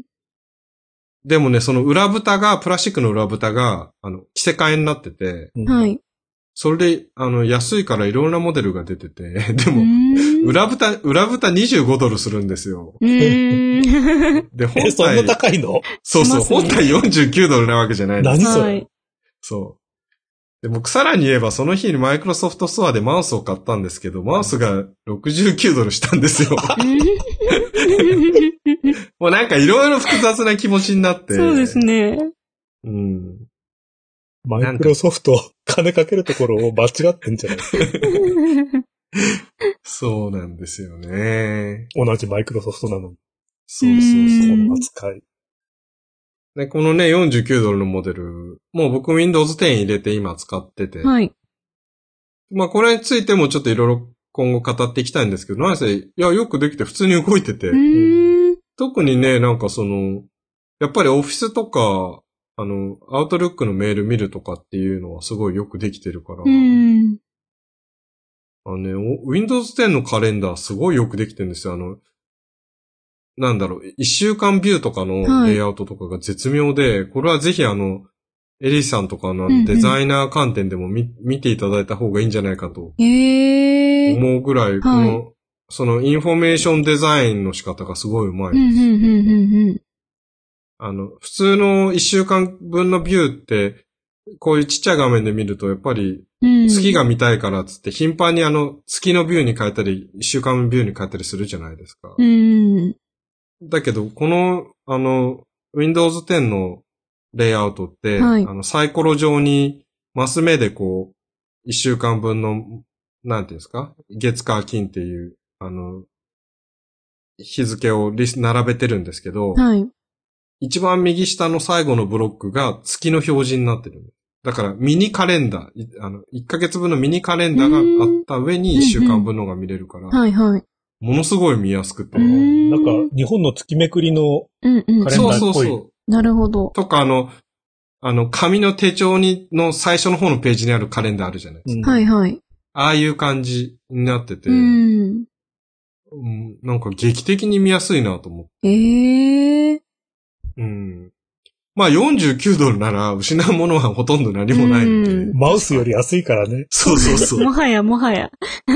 S2: でもね、その裏蓋が、プラスチックの裏蓋が、あの、着せ替えになってて、
S3: はい。
S2: それで、あの、安いからいろんなモデルが出てて、でも、裏蓋、裏蓋にじゅうごドルするんですよ。
S3: うー
S1: んで、本体。そんな高いの？
S2: そうそう、ね、本体よんじゅうきゅうドルなわけじゃないです
S1: か。何それ、はい、
S2: そう。で、僕さらに言えば、その日にマイクロソフトストアでマウスを買ったんですけど、マウスがろくじゅうきゅうドルしたんですよ。もうなんかいろいろ複雑な気持ちになって。
S3: そうですね。
S2: うん。
S1: マイクロソフト、金かけるところを間違ってんじゃない
S2: そうなんですよね。
S1: 同じマイクロソフトなのに。
S2: そうそうそう。
S1: この扱い。
S2: で、このね、よんじゅうきゅうドルのモデル、もう僕 Windows テン入れて今使ってて。
S3: はい。
S2: まあこれについてもちょっといろいろ今後語っていきたいんですけど、なんせ、いや、よくできて普通に動いてて。特にね、なんかその、やっぱりオフィスとか、あの、アウトルックのメール見るとかっていうのはすごいよくできてるから。
S3: うん
S2: あのね、Windows テンのカレンダーすごいよくできてるんですよ。あの、なんだろう、一週間ビューとかのレイアウトとかが絶妙で、はい、これはぜひあの、エリーさんとかのデザイナー観点でも 見,、うんうん、見ていただいた方がいいんじゃないかと。
S3: へー。
S2: 思うぐらい、この、はい、そのインフォメーションデザインの仕方がすごい上手いです。
S3: うんうんうんうん、
S2: あの、普通の一週間分のビューって、こういうちっちゃい画面で見ると、やっぱり、月が見たいからっつって、頻繁にあの、月のビューに変えたり、一週間ビューに変えたりするじゃないですか。
S3: うん、
S2: だけど、この、あの、Windows テンのレイアウトって、はい、あの、サイコロ上に、マス目でこう、一週間分の、なんていうんですか？月火金っていう、あの、日付をリス並べてるんですけど、
S3: はい、
S2: 一番右下の最後のブロックが月の表示になってる。だからミニカレンダー、あの、いっかげつぶんのミニカレンダーがあった上にいっしゅうかんぶんのが見れるから、
S3: はいはい。
S2: ものすごい見やすくて。
S1: なんか、日本の月めくりのカレンダーっぽい。うんうん、そうそうそう。
S3: なるほど。
S2: とか、あの、あの、紙の手帳に、の最初の方のページにあるカレンダーあるじゃないですか。
S3: うん、はいはい。
S2: ああいう感じになってて、
S3: うん、
S2: うん、なんか劇的に見やすいなと思って。
S3: ええー。
S2: うん。まあよんじゅうきゅうドルなら失うものはほとんど何もないんで。
S1: うん、マウスより安いからね。
S2: そうそうそう。
S3: もはやもはや。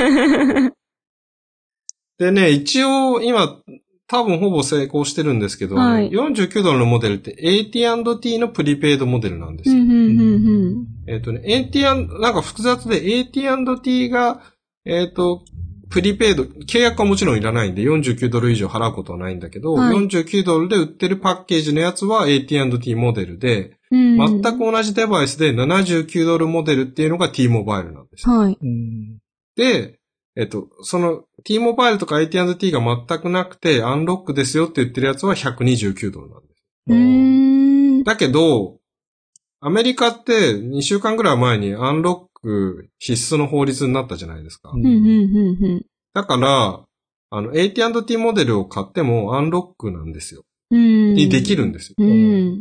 S2: でね、一応今多分ほぼ成功してるんですけど、はい、よんじゅうきゅうドルのモデルって エーティーアンドティー のプリペイドモデルなんですよ。
S3: うんうんうんうん、
S2: えっ、ー、とね、エーティーアンド、なんか複雑で エーティーアンドティー が、えっ、ー、と、プリペイド、契約はもちろんいらないんでよんじゅうきゅうドル以上払うことはないんだけど、はい、よんじゅうきゅうドルで売ってるパッケージのやつは エーティーアンドティー モデルで、うん、全く同じデバイスでななじゅうきゅうドルモデルっていうのが T モバイルなんですよ。
S3: はい、
S2: で、えっと、その T モバイルとか エーティーアンドティー が全くなくてアンロックですよって言ってるやつはひゃくにじゅうきゅうドルなんです。
S3: うん
S2: だけど、アメリカってにしゅうかんぐらい前にアンロック必須の法律になったじゃないですか。
S3: うんうんうんうん、
S2: だから、あの、エーティーアンドティー モデルを買ってもアンロックなんですよ。
S3: うん。
S2: にできるんですよ。
S3: うん。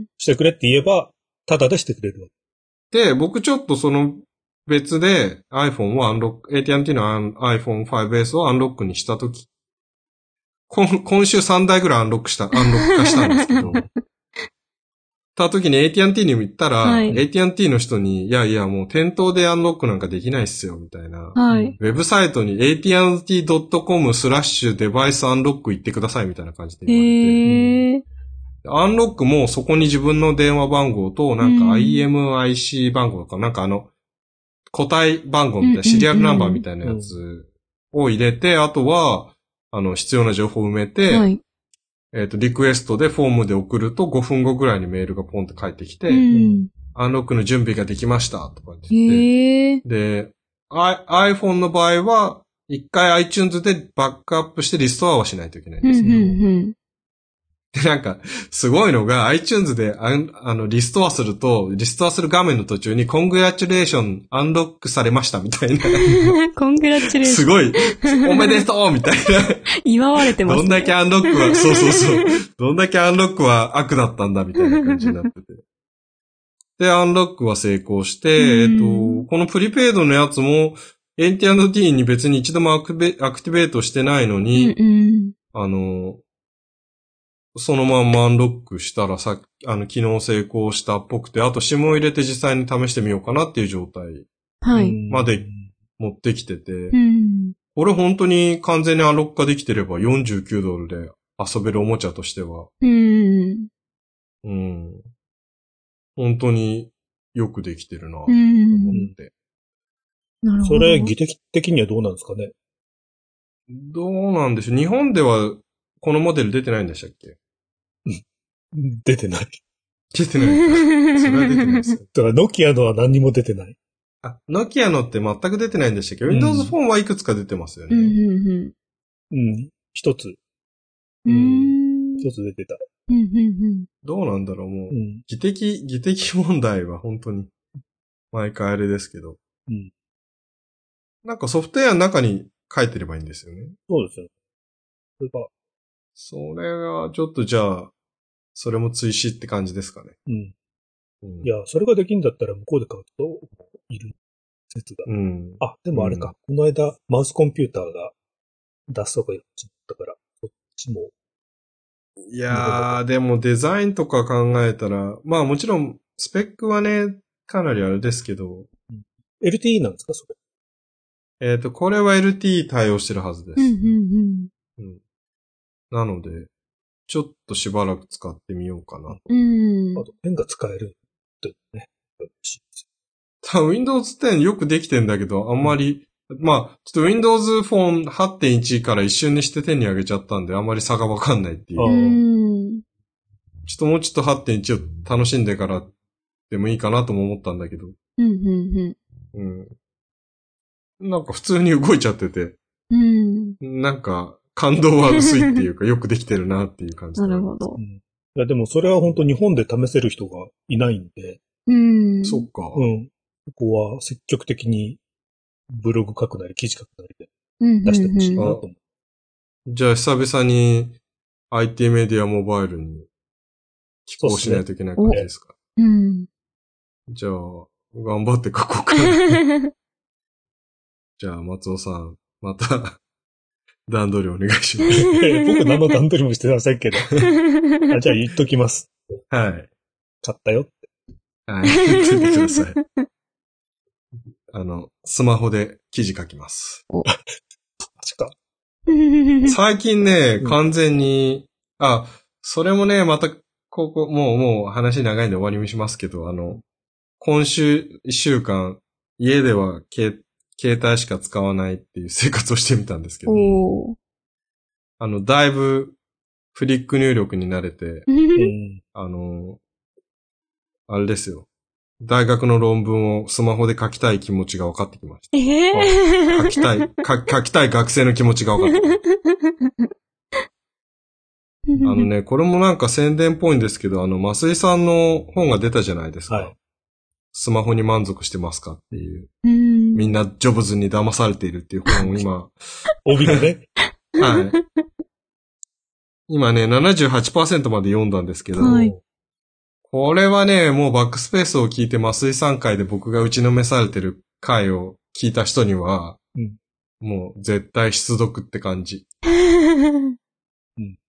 S1: してくれって言えば、ただでしてくれる。
S2: で、僕ちょっとその別で iPhone をアンロック、エーティーアンドティー の アイフォンファイブエス をアンロックにしたとき、今, 今週さんだいぐらいアンロックした、アンロック化したんですけど、 た時に エーティーアンドティー に行ったら、
S3: はい、
S2: エーティーアンドティー の人に、いやいやもう店頭でアンロックなんかできないっすよ、みたいな。
S3: はい。
S2: ウェブサイトに エーティーアンドティードットコム スラッシュデバイスアンロック行ってくださいみたいな感じで言われて。
S3: へー。
S2: アンロックもそこに自分の電話番号と、なんか アイエムアイシー 番号とか、なんかあの、個体番号みたいな、シリアルナンバーみたいなやつを入れて、あとは、あの、必要な情報を埋めて、はい、えっと、リクエストでフォームで送るとごふんごぐらいにメールがポンって返ってきて、うん、アンロックの準備ができましたとかって言って、で、iPhone の場合は、一回 iTunes でバックアップしてリストアはしないといけないんですけど、うんうんうんで、なんか、すごいのが、iTunes であ、あの、リストアすると、リストアする画面の途中に、コングラチュレーション、アンロックされましたみたいな。
S3: コングラチュレーション。
S2: すごい、おめでとうみたいな。
S3: 祝われてますね。
S2: どんだけアンロックは、そうそうそう。どんだけアンロックは悪だったんだみたいな感じになってて。で、アンロックは成功して、えっと、このプリペイドのやつも、エーティーアンドティー に別に一度もアクベアクティベートしてないのに、うんうん、あの、そのまんまアンロックしたらさ、あの、昨日成功したっぽくて、あと シム を入れて実際に試してみようかなっていう状態まで持ってきてて、はい、これ本当に完全にアンロック化できてればよんじゅうきゅうドルで遊べるおもちゃとしては、うん、うん、本当によくできてるなと思って。
S3: なるほど。
S1: それ、技術的にはどうなんですかね？
S2: どうなんでしょう。日本ではこのモデル出てないんでしたっけ？
S1: 出てない。
S2: 出てないか。それは出てないですよ。
S1: だからノキアのは何にも出てない。
S2: あ、ノキアのって全く出てないんでしたっけ？ Windows フォンはいくつか出てますよね。
S3: うん、
S1: うん。一つ。
S3: うん。
S1: 一つ出てた。
S3: うんうんうん、
S2: どうなんだろう、もう。うん、技的、技的問題は本当に、毎回あれですけど。うん。なんかソフトウェアの中に書いてればいいんですよね。
S1: そうですよ。それが。
S2: それはちょっとじゃあ、それも追試って感じですかね。
S1: うん。うん、いや、それができんだったら向こうで買うといる説が。うん。あ、でもあれか。うん、この間、マウスコンピューターが出すとか言ったから、そっちも。
S2: いやー、でもデザインとか考えたら、まあもちろん、スペックはね、かなりあれですけど。
S1: うん、エルティー なんですか、そ
S2: れ。えっと、これは エルティー 対応してるはずです。
S3: うんうんうん
S2: うん、なので、ちょっとしばらく使ってみようかなと。
S3: うん。
S1: あと、ペンが使えるってね。
S2: 多分 Windows テンよくできてんだけど、あんまり、うん、まあ、ちょっと Windows フォン はってんいち から一瞬にしてテンに上げちゃったんで、あんまり差がわかんないっていう。
S3: うん
S2: ちょっともうちょっと はってんいち を楽しんでからでもいいかなとも思ったんだけど。
S3: うんうん
S2: うん。うん。なんか普通に動いちゃってて。
S3: うん。
S2: なんか、感動は薄いっていうか、よくできてるなっていう感じ。
S3: なるほど。
S1: うん、いや、でもそれは本当日本で試せる人がいないんで。
S3: うん。
S2: そっか。
S1: うん。ここは積極的にブログ書くなり、記事書くなりで出してほしいなと思う。
S2: うんうんうん、じゃあ久々に アイティー メディアモバイルに寄稿しないといけない感じですか？
S3: うん。
S2: じゃあ、頑張って書こうかな。じゃあ、松尾さん、また、段取りお願いします。
S1: 僕何の段取りもしてませんけど。あ、じゃあ言っときます。
S2: はい。
S1: 買ったよって。
S2: はい。言っててください。あの、スマホで記事書きます。
S1: お。マジか。
S2: 最近ね、完全に、うん、あ、それもね、また、ここ、もう、もう話長いんで終わりにしますけど、あの、今週一週間、家では携帯しか使わないっていう生活をしてみたんですけど、あの、だいぶフリック入力に慣れて、あの、あれですよ。大学の論文をスマホで書きたい気持ちが分かってきました。
S3: えー、
S2: 書きたい書、書きたい学生の気持ちが分かってきました。あのね、これもなんか宣伝っぽいんですけど、あの、増井さんの本が出たじゃないですか。はい、スマホに満足してますかっていう。
S3: うん
S2: みんなジョブズに騙されているっていう本を今。
S1: 帯がね。
S2: はい。今ね、ななじゅうはちパーセント まで読んだんですけど、
S3: はい、
S2: これはね、もうバックスペースを聞いて増井さん回で僕が打ちのめされてる回を聞いた人には、
S1: うん、
S2: もう絶対必読って感じ。
S1: うん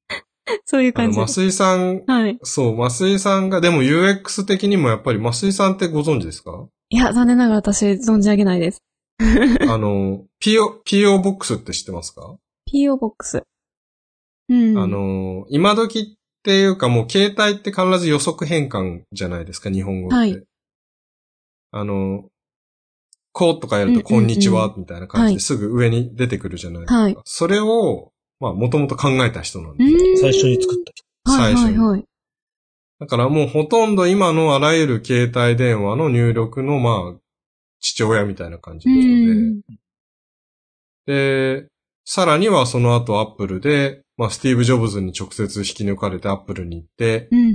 S3: そういう感じ。
S2: あの、増井さん、
S3: はい。
S2: そう、増井さんが、でも ユーエックス 的にもやっぱり増井さんってご存知ですか？
S3: いや、残念ながら私存じ上げないです。
S2: あの、ピーオー、ピーオー ボックスって知ってますか？
S3: ピーオー ボックス。うん。
S2: あの、今時っていうかもう携帯って必ず予測変換じゃないですか、日本語って。はい、あの、こうとかやると、こんにちは、みたいな感じですぐ上に出てくるじゃないですか。はい、それを、まあ、もともと考えた人なんで。
S1: 最初に作った人。
S2: 最初に。
S3: はいはいはい。
S2: だからもうほとんど今のあらゆる携帯電話の入力の、まあ、父親みたいな感じなので。で、さらにはその後アップルで、まあ、スティーブ・ジョブズに直接引き抜かれてアップルに行って、
S3: うんうん、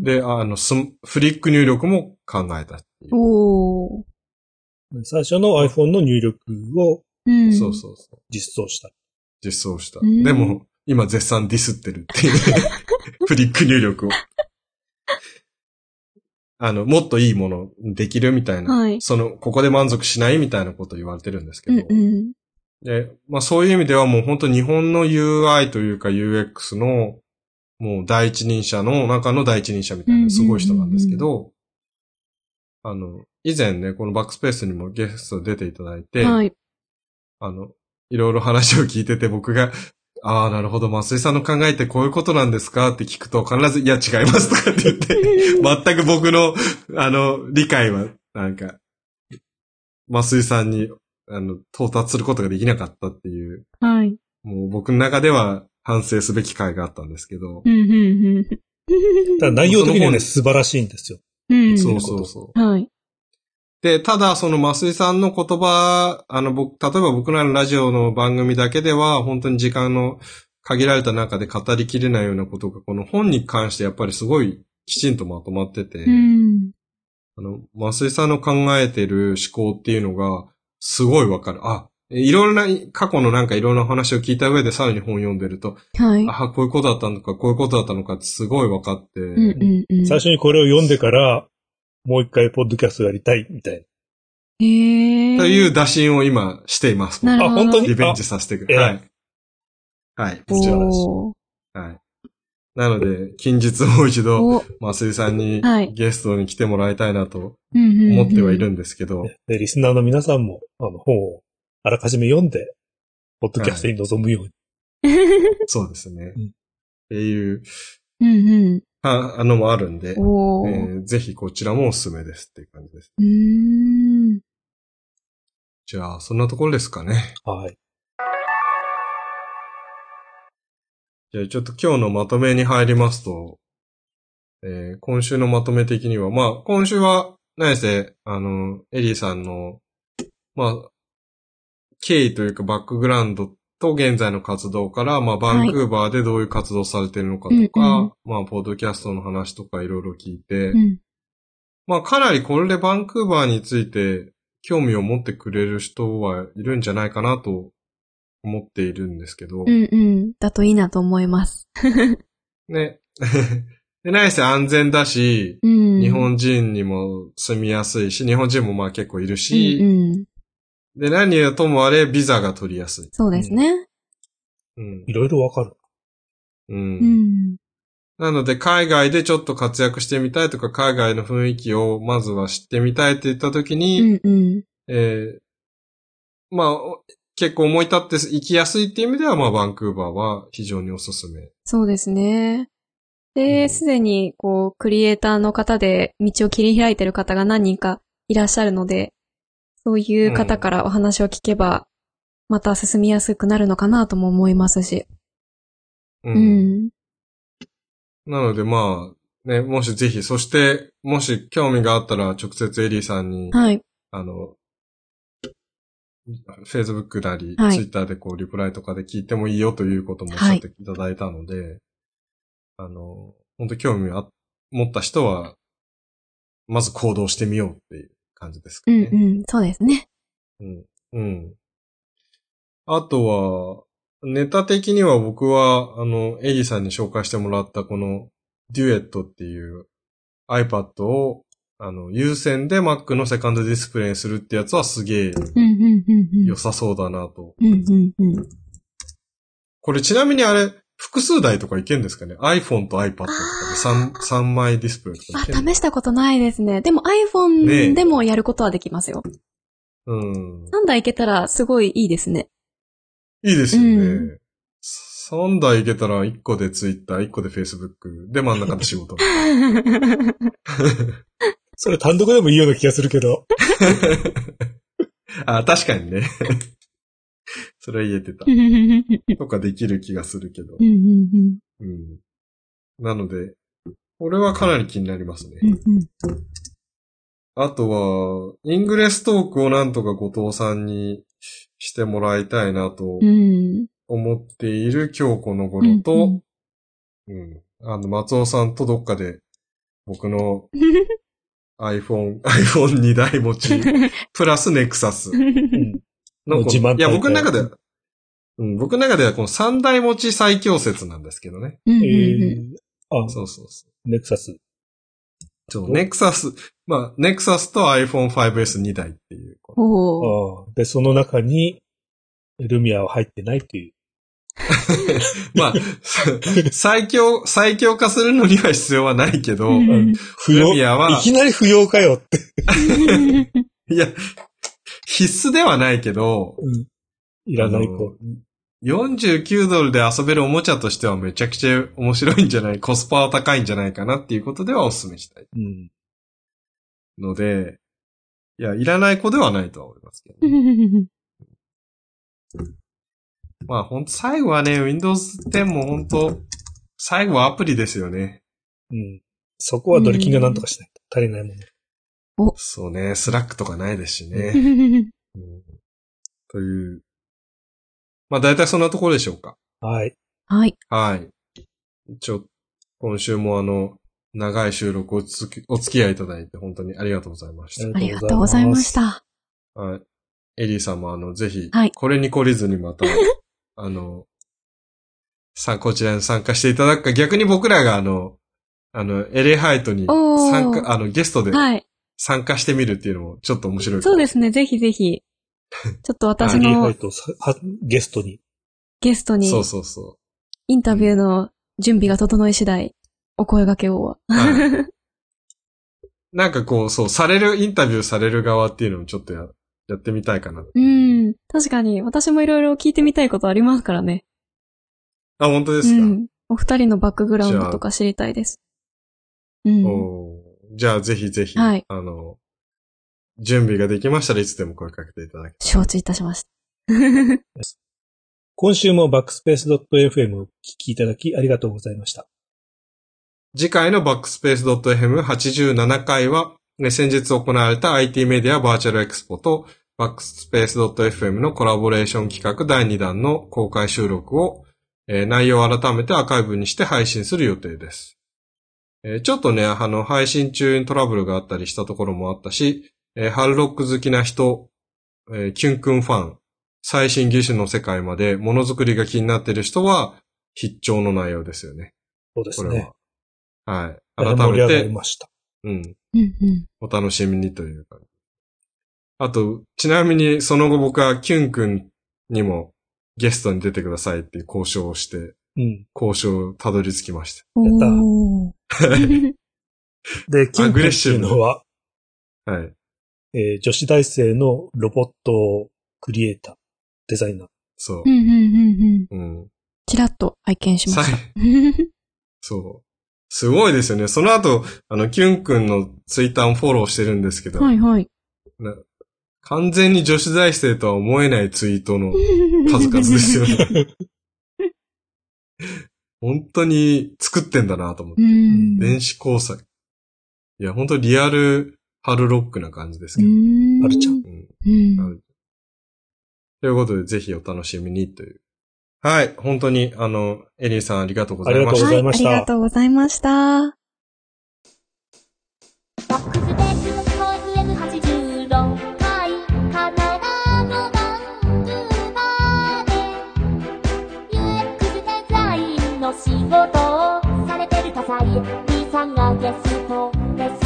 S2: で、あの、フリック入力も考えたっていう。
S3: おー。
S1: 最初の iPhone の入力を、
S3: うん、
S2: そうそうそう。
S1: 実装した。
S2: 実装した。うん、でも、今絶賛ディスってるっていう。フリック入力を。あの、もっといいものできるみたいな。はい、その、ここで満足しないみたいなこと言われてるんですけど。
S3: うんうん、
S2: で、まあそういう意味ではもう本当日本の ユーアイ というか ユーエックス のもう第一人者の中の第一人者みたいなすごい人なんですけど、あの、以前ね、このバックスペースにもゲスト出ていただいて、はい、あの、いろいろ話を聞いてて僕が、ああ、なるほど、増井さんの考えってこういうことなんですかって聞くと必ず、いや違いますとかって言って、全く僕の、あの、理解は、なんか、増井さんに、あの、到達することができなかったっていう、
S3: はい。
S2: もう僕の中では反省すべき回があったんですけど、
S3: うんうんうん、
S1: ただ内容的にはね、素晴らしいんですよ。
S3: うん、
S2: そうそうそう。
S3: はい。
S2: で、ただ、その、増井さんの言葉、あの、僕、例えば僕らのラジオの番組だけでは、本当に時間の限られた中で語りきれないようなことが、この本に関してやっぱりすごいきちんとまとまってて、
S3: うん、
S2: あの、増井さんの考えてる思考っていうのが、すごいわかる。あ、いろんな、過去のなんかいろんな話を聞いた上でさらに本読んでると、
S3: はい。
S2: あ、こういうことだったのか、こういうことだったのかってすごいわかって、うん
S3: うんうん、
S1: 最初にこれを読んでから、もう一回ポッドキャストやりたい、みたいな。
S3: へー。
S2: という打診を今しています。
S3: なるほど。
S1: あ、本当に
S2: リベンジさせてくれ。はい。はい。
S3: こちらです。
S2: はい。なので、近日もう一度、増井さんにゲストに来てもらいたいなと思ってはいるんですけど。
S1: で、リスナーの皆さんも、あの、本をあらかじめ読んで、ポッドキャストに臨むように。
S2: はい、そうですね。うん、っていう、
S3: うんうん、
S2: あ, あのもあるんで、えー、ぜひこちらもおすすめですっていう感じです。
S3: うーん
S2: じゃあ、そんなところですかね。
S1: はい。
S2: じゃあ、ちょっと今日のまとめに入りますと、えー、今週のまとめ的には、まあ、今週は、何せ、あの、エリーさんの、まあ、経緯というかバックグラウンドと現在の活動から、まあ、バンクーバーでどういう活動されているのかとか、はい、まあ、ポッドキャストの話とかいろいろ聞いて、うん、まあ、かなりこれでバンクーバーについて興味を持ってくれる人はいるんじゃないかなと思っているんですけど。
S3: うんうん。だといいなと思います。
S2: ね。で、何せ安全だし、うん、日本人にも住みやすいし、日本人もまあ結構いるし、うんうん、で、何よともあれ、ビザが取りやすい。
S3: そうですね。
S1: うん。いろいろわかる。
S2: うん。うん。なので、海外でちょっと活躍してみたいとか、海外の雰囲気をまずは知ってみたいって言ったときに、うんうん、えー、まあ、結構思い立って行きやすいっていう意味では、まあ、バンクーバーは非常におすすめ。
S3: そうですね。で、すで、うん、に、こう、クリエイターの方で道を切り開いてる方が何人かいらっしゃるので、そういう方からお話を聞けば、また進みやすくなるのかなとも思いますし。
S2: うん。うん、なので、まあ、ね、もしぜひ、そして、もし興味があったら、直接エリーさんに、はい。あの、Facebook なり、はい、Twitter でこう、リプライとかで聞いてもいいよということもおっしゃっていただいたので、はい、あの、本当興味を持った人は、まず行動してみようっていう感じですかね。
S3: うんうん、そうですね。
S2: うん。うん。あとは、ネタ的には僕は、あの、エリーさんに紹介してもらったこの、デュエットっていう iPad を、あの、有線で Mac のセカンドディスプレイにするってやつはすげえ良さそうだなと。これちなみにあれ、 複数台とかいけんですかね？ iPhone と iPad とかで 3, 3枚ディスプレイとかいけんの？
S3: あ、試したことないですね。でも iPhone でもやることはできますよ。
S2: うん。
S3: さんだいいけたらすごいいいですね。
S2: いいですよね。
S3: うん、
S2: さんだいいけたらいっこで Twitter、いっこで Facebook、で真ん中で仕事。
S1: それ単独でもいいような気がするけど。
S2: あ、確かにね。それは言えてた。とかできる気がするけど。
S3: うん
S2: うん、なので、これはかなり気になりますね。あとは、イングレストークをなんとか後藤さんにしてもらいたいなと思っている今日この頃と、うんうん、あの、松尾さんとどっかで僕のiPhone、アイフォンに 台持ち、プラスネクサスの
S1: 自慢大会。
S2: いや、僕の中では、うん、僕の中ではこのさんだい持ち最強説なんですけどね。
S1: えー、あ、
S2: そうそうそう。
S1: ネクサス。
S2: そう、ネクサス、まあ、ネクサスと アイフォンファイブエスに 台っていう。
S3: お
S1: あで、その中に、ルミアは入ってないっていう。
S2: まあ、最強、最強化するのには必要はないけど、
S1: うん、不要、
S2: ルミアは。
S1: いきなり不要かよって。
S2: いや、必須ではないけど、
S1: うん、いらない子。
S2: よんじゅうきゅうドルで遊べるおもちゃとしてはめちゃくちゃ面白いんじゃない、コスパは高いんじゃないかなっていうことではお勧めしたい。うん、ので、いや、いらない子ではないとは思いますけど、ね。まあ、ほんと、最後はね、Windows テンもほんと、最後はアプリですよね。
S1: うん。そこはドリキンがなんとかしないと足りないもの。
S2: おそうね、スラックとかないですしね。うん、という。まあ、大体そんなところでしょうか。
S1: はい。
S3: はい。
S2: はい。ちょ、今週もあの、長い収録をつきお付き合いいただいて本当にありがとうございました。
S3: ありがとうございました。
S2: はい。エリーさんもあの、ぜひ、
S3: はい、
S2: これに懲りずにまた、あの、さ、こちらに参加していただくか、逆に僕らがあの、あの、エレハイトに参加、あの、ゲストで参加してみるっていうのもちょっと面白い、はい。
S3: そうですね、ぜひぜひ。ちょっと私の、
S1: エレハイトゲストに。
S3: ゲストに。
S2: そうそうそう。
S3: インタビューの準備が整い次第、お声掛けを。はい、
S2: なんかこう、そう、される、インタビューされる側っていうのもちょっとや、やってみたいかな。
S3: うん。確かに、私もいろいろ聞いてみたいことありますからね。
S2: あ、本当ですか？うん。
S3: お二人のバックグラウンドとか知りたいです。うん。
S2: おじゃあ、ぜひぜひ、
S3: はい、
S2: あの、準備ができましたらいつでも声かけていただきたい。
S3: 承知いたしました。
S1: 今週もバックスペース .fm をお聞きいただきありがとうございました。
S2: 次回のバックスペース .fm はちじゅうななかいは、先日行われた アイティー メディアバーチャルエクスポとバックスペース .fm のコラボレーション企画だいにだんの公開収録を、えー、内容を改めてアーカイブにして配信する予定です。えー、ちょっとね、あの、配信中にトラブルがあったりしたところもあったし、えー、ハルロック好きな人、えー、キュンクンファン、最新技術の世界までものづくりが気になっている人は必聴の内容ですよね。
S1: そうですね。
S2: これは。はい。改めて。盛り上がり
S1: ました。
S2: うん。お楽しみにというか。あと、ちなみにその後僕はキュン君にもゲストに出てくださいっていう交渉をして、うん、交渉たどり着きました。
S1: やった。で、キュン君っていうのは、
S2: はい。
S1: えー、女子大生のロボットクリエイター、デザイナー。
S2: そう。
S3: うんうんうんうん。ちらっと拝見しました。
S2: そう。すごいですよね。その後、あの、キュン君のツイッターもフォローしてるんですけど。
S3: はいはい。
S2: 完全に女子大生とは思えないツイートの数々ですよね。本当に作ってんだなと思って。電子工作。いや、本当リアルハルロックな感じですけど。
S1: ハルちゃん。
S2: うん。ということで、ぜひお楽しみにという。はい。本当に、あの、エリーさんありがとうございました。
S1: ありがとうございました。
S3: はい、ありがとうございました。
S4: バックスペース エフエムはちじゅうろっかいカナダのバンクーバーで ユーエックス デザインの仕事をされてる多彩 B さんがゲストです。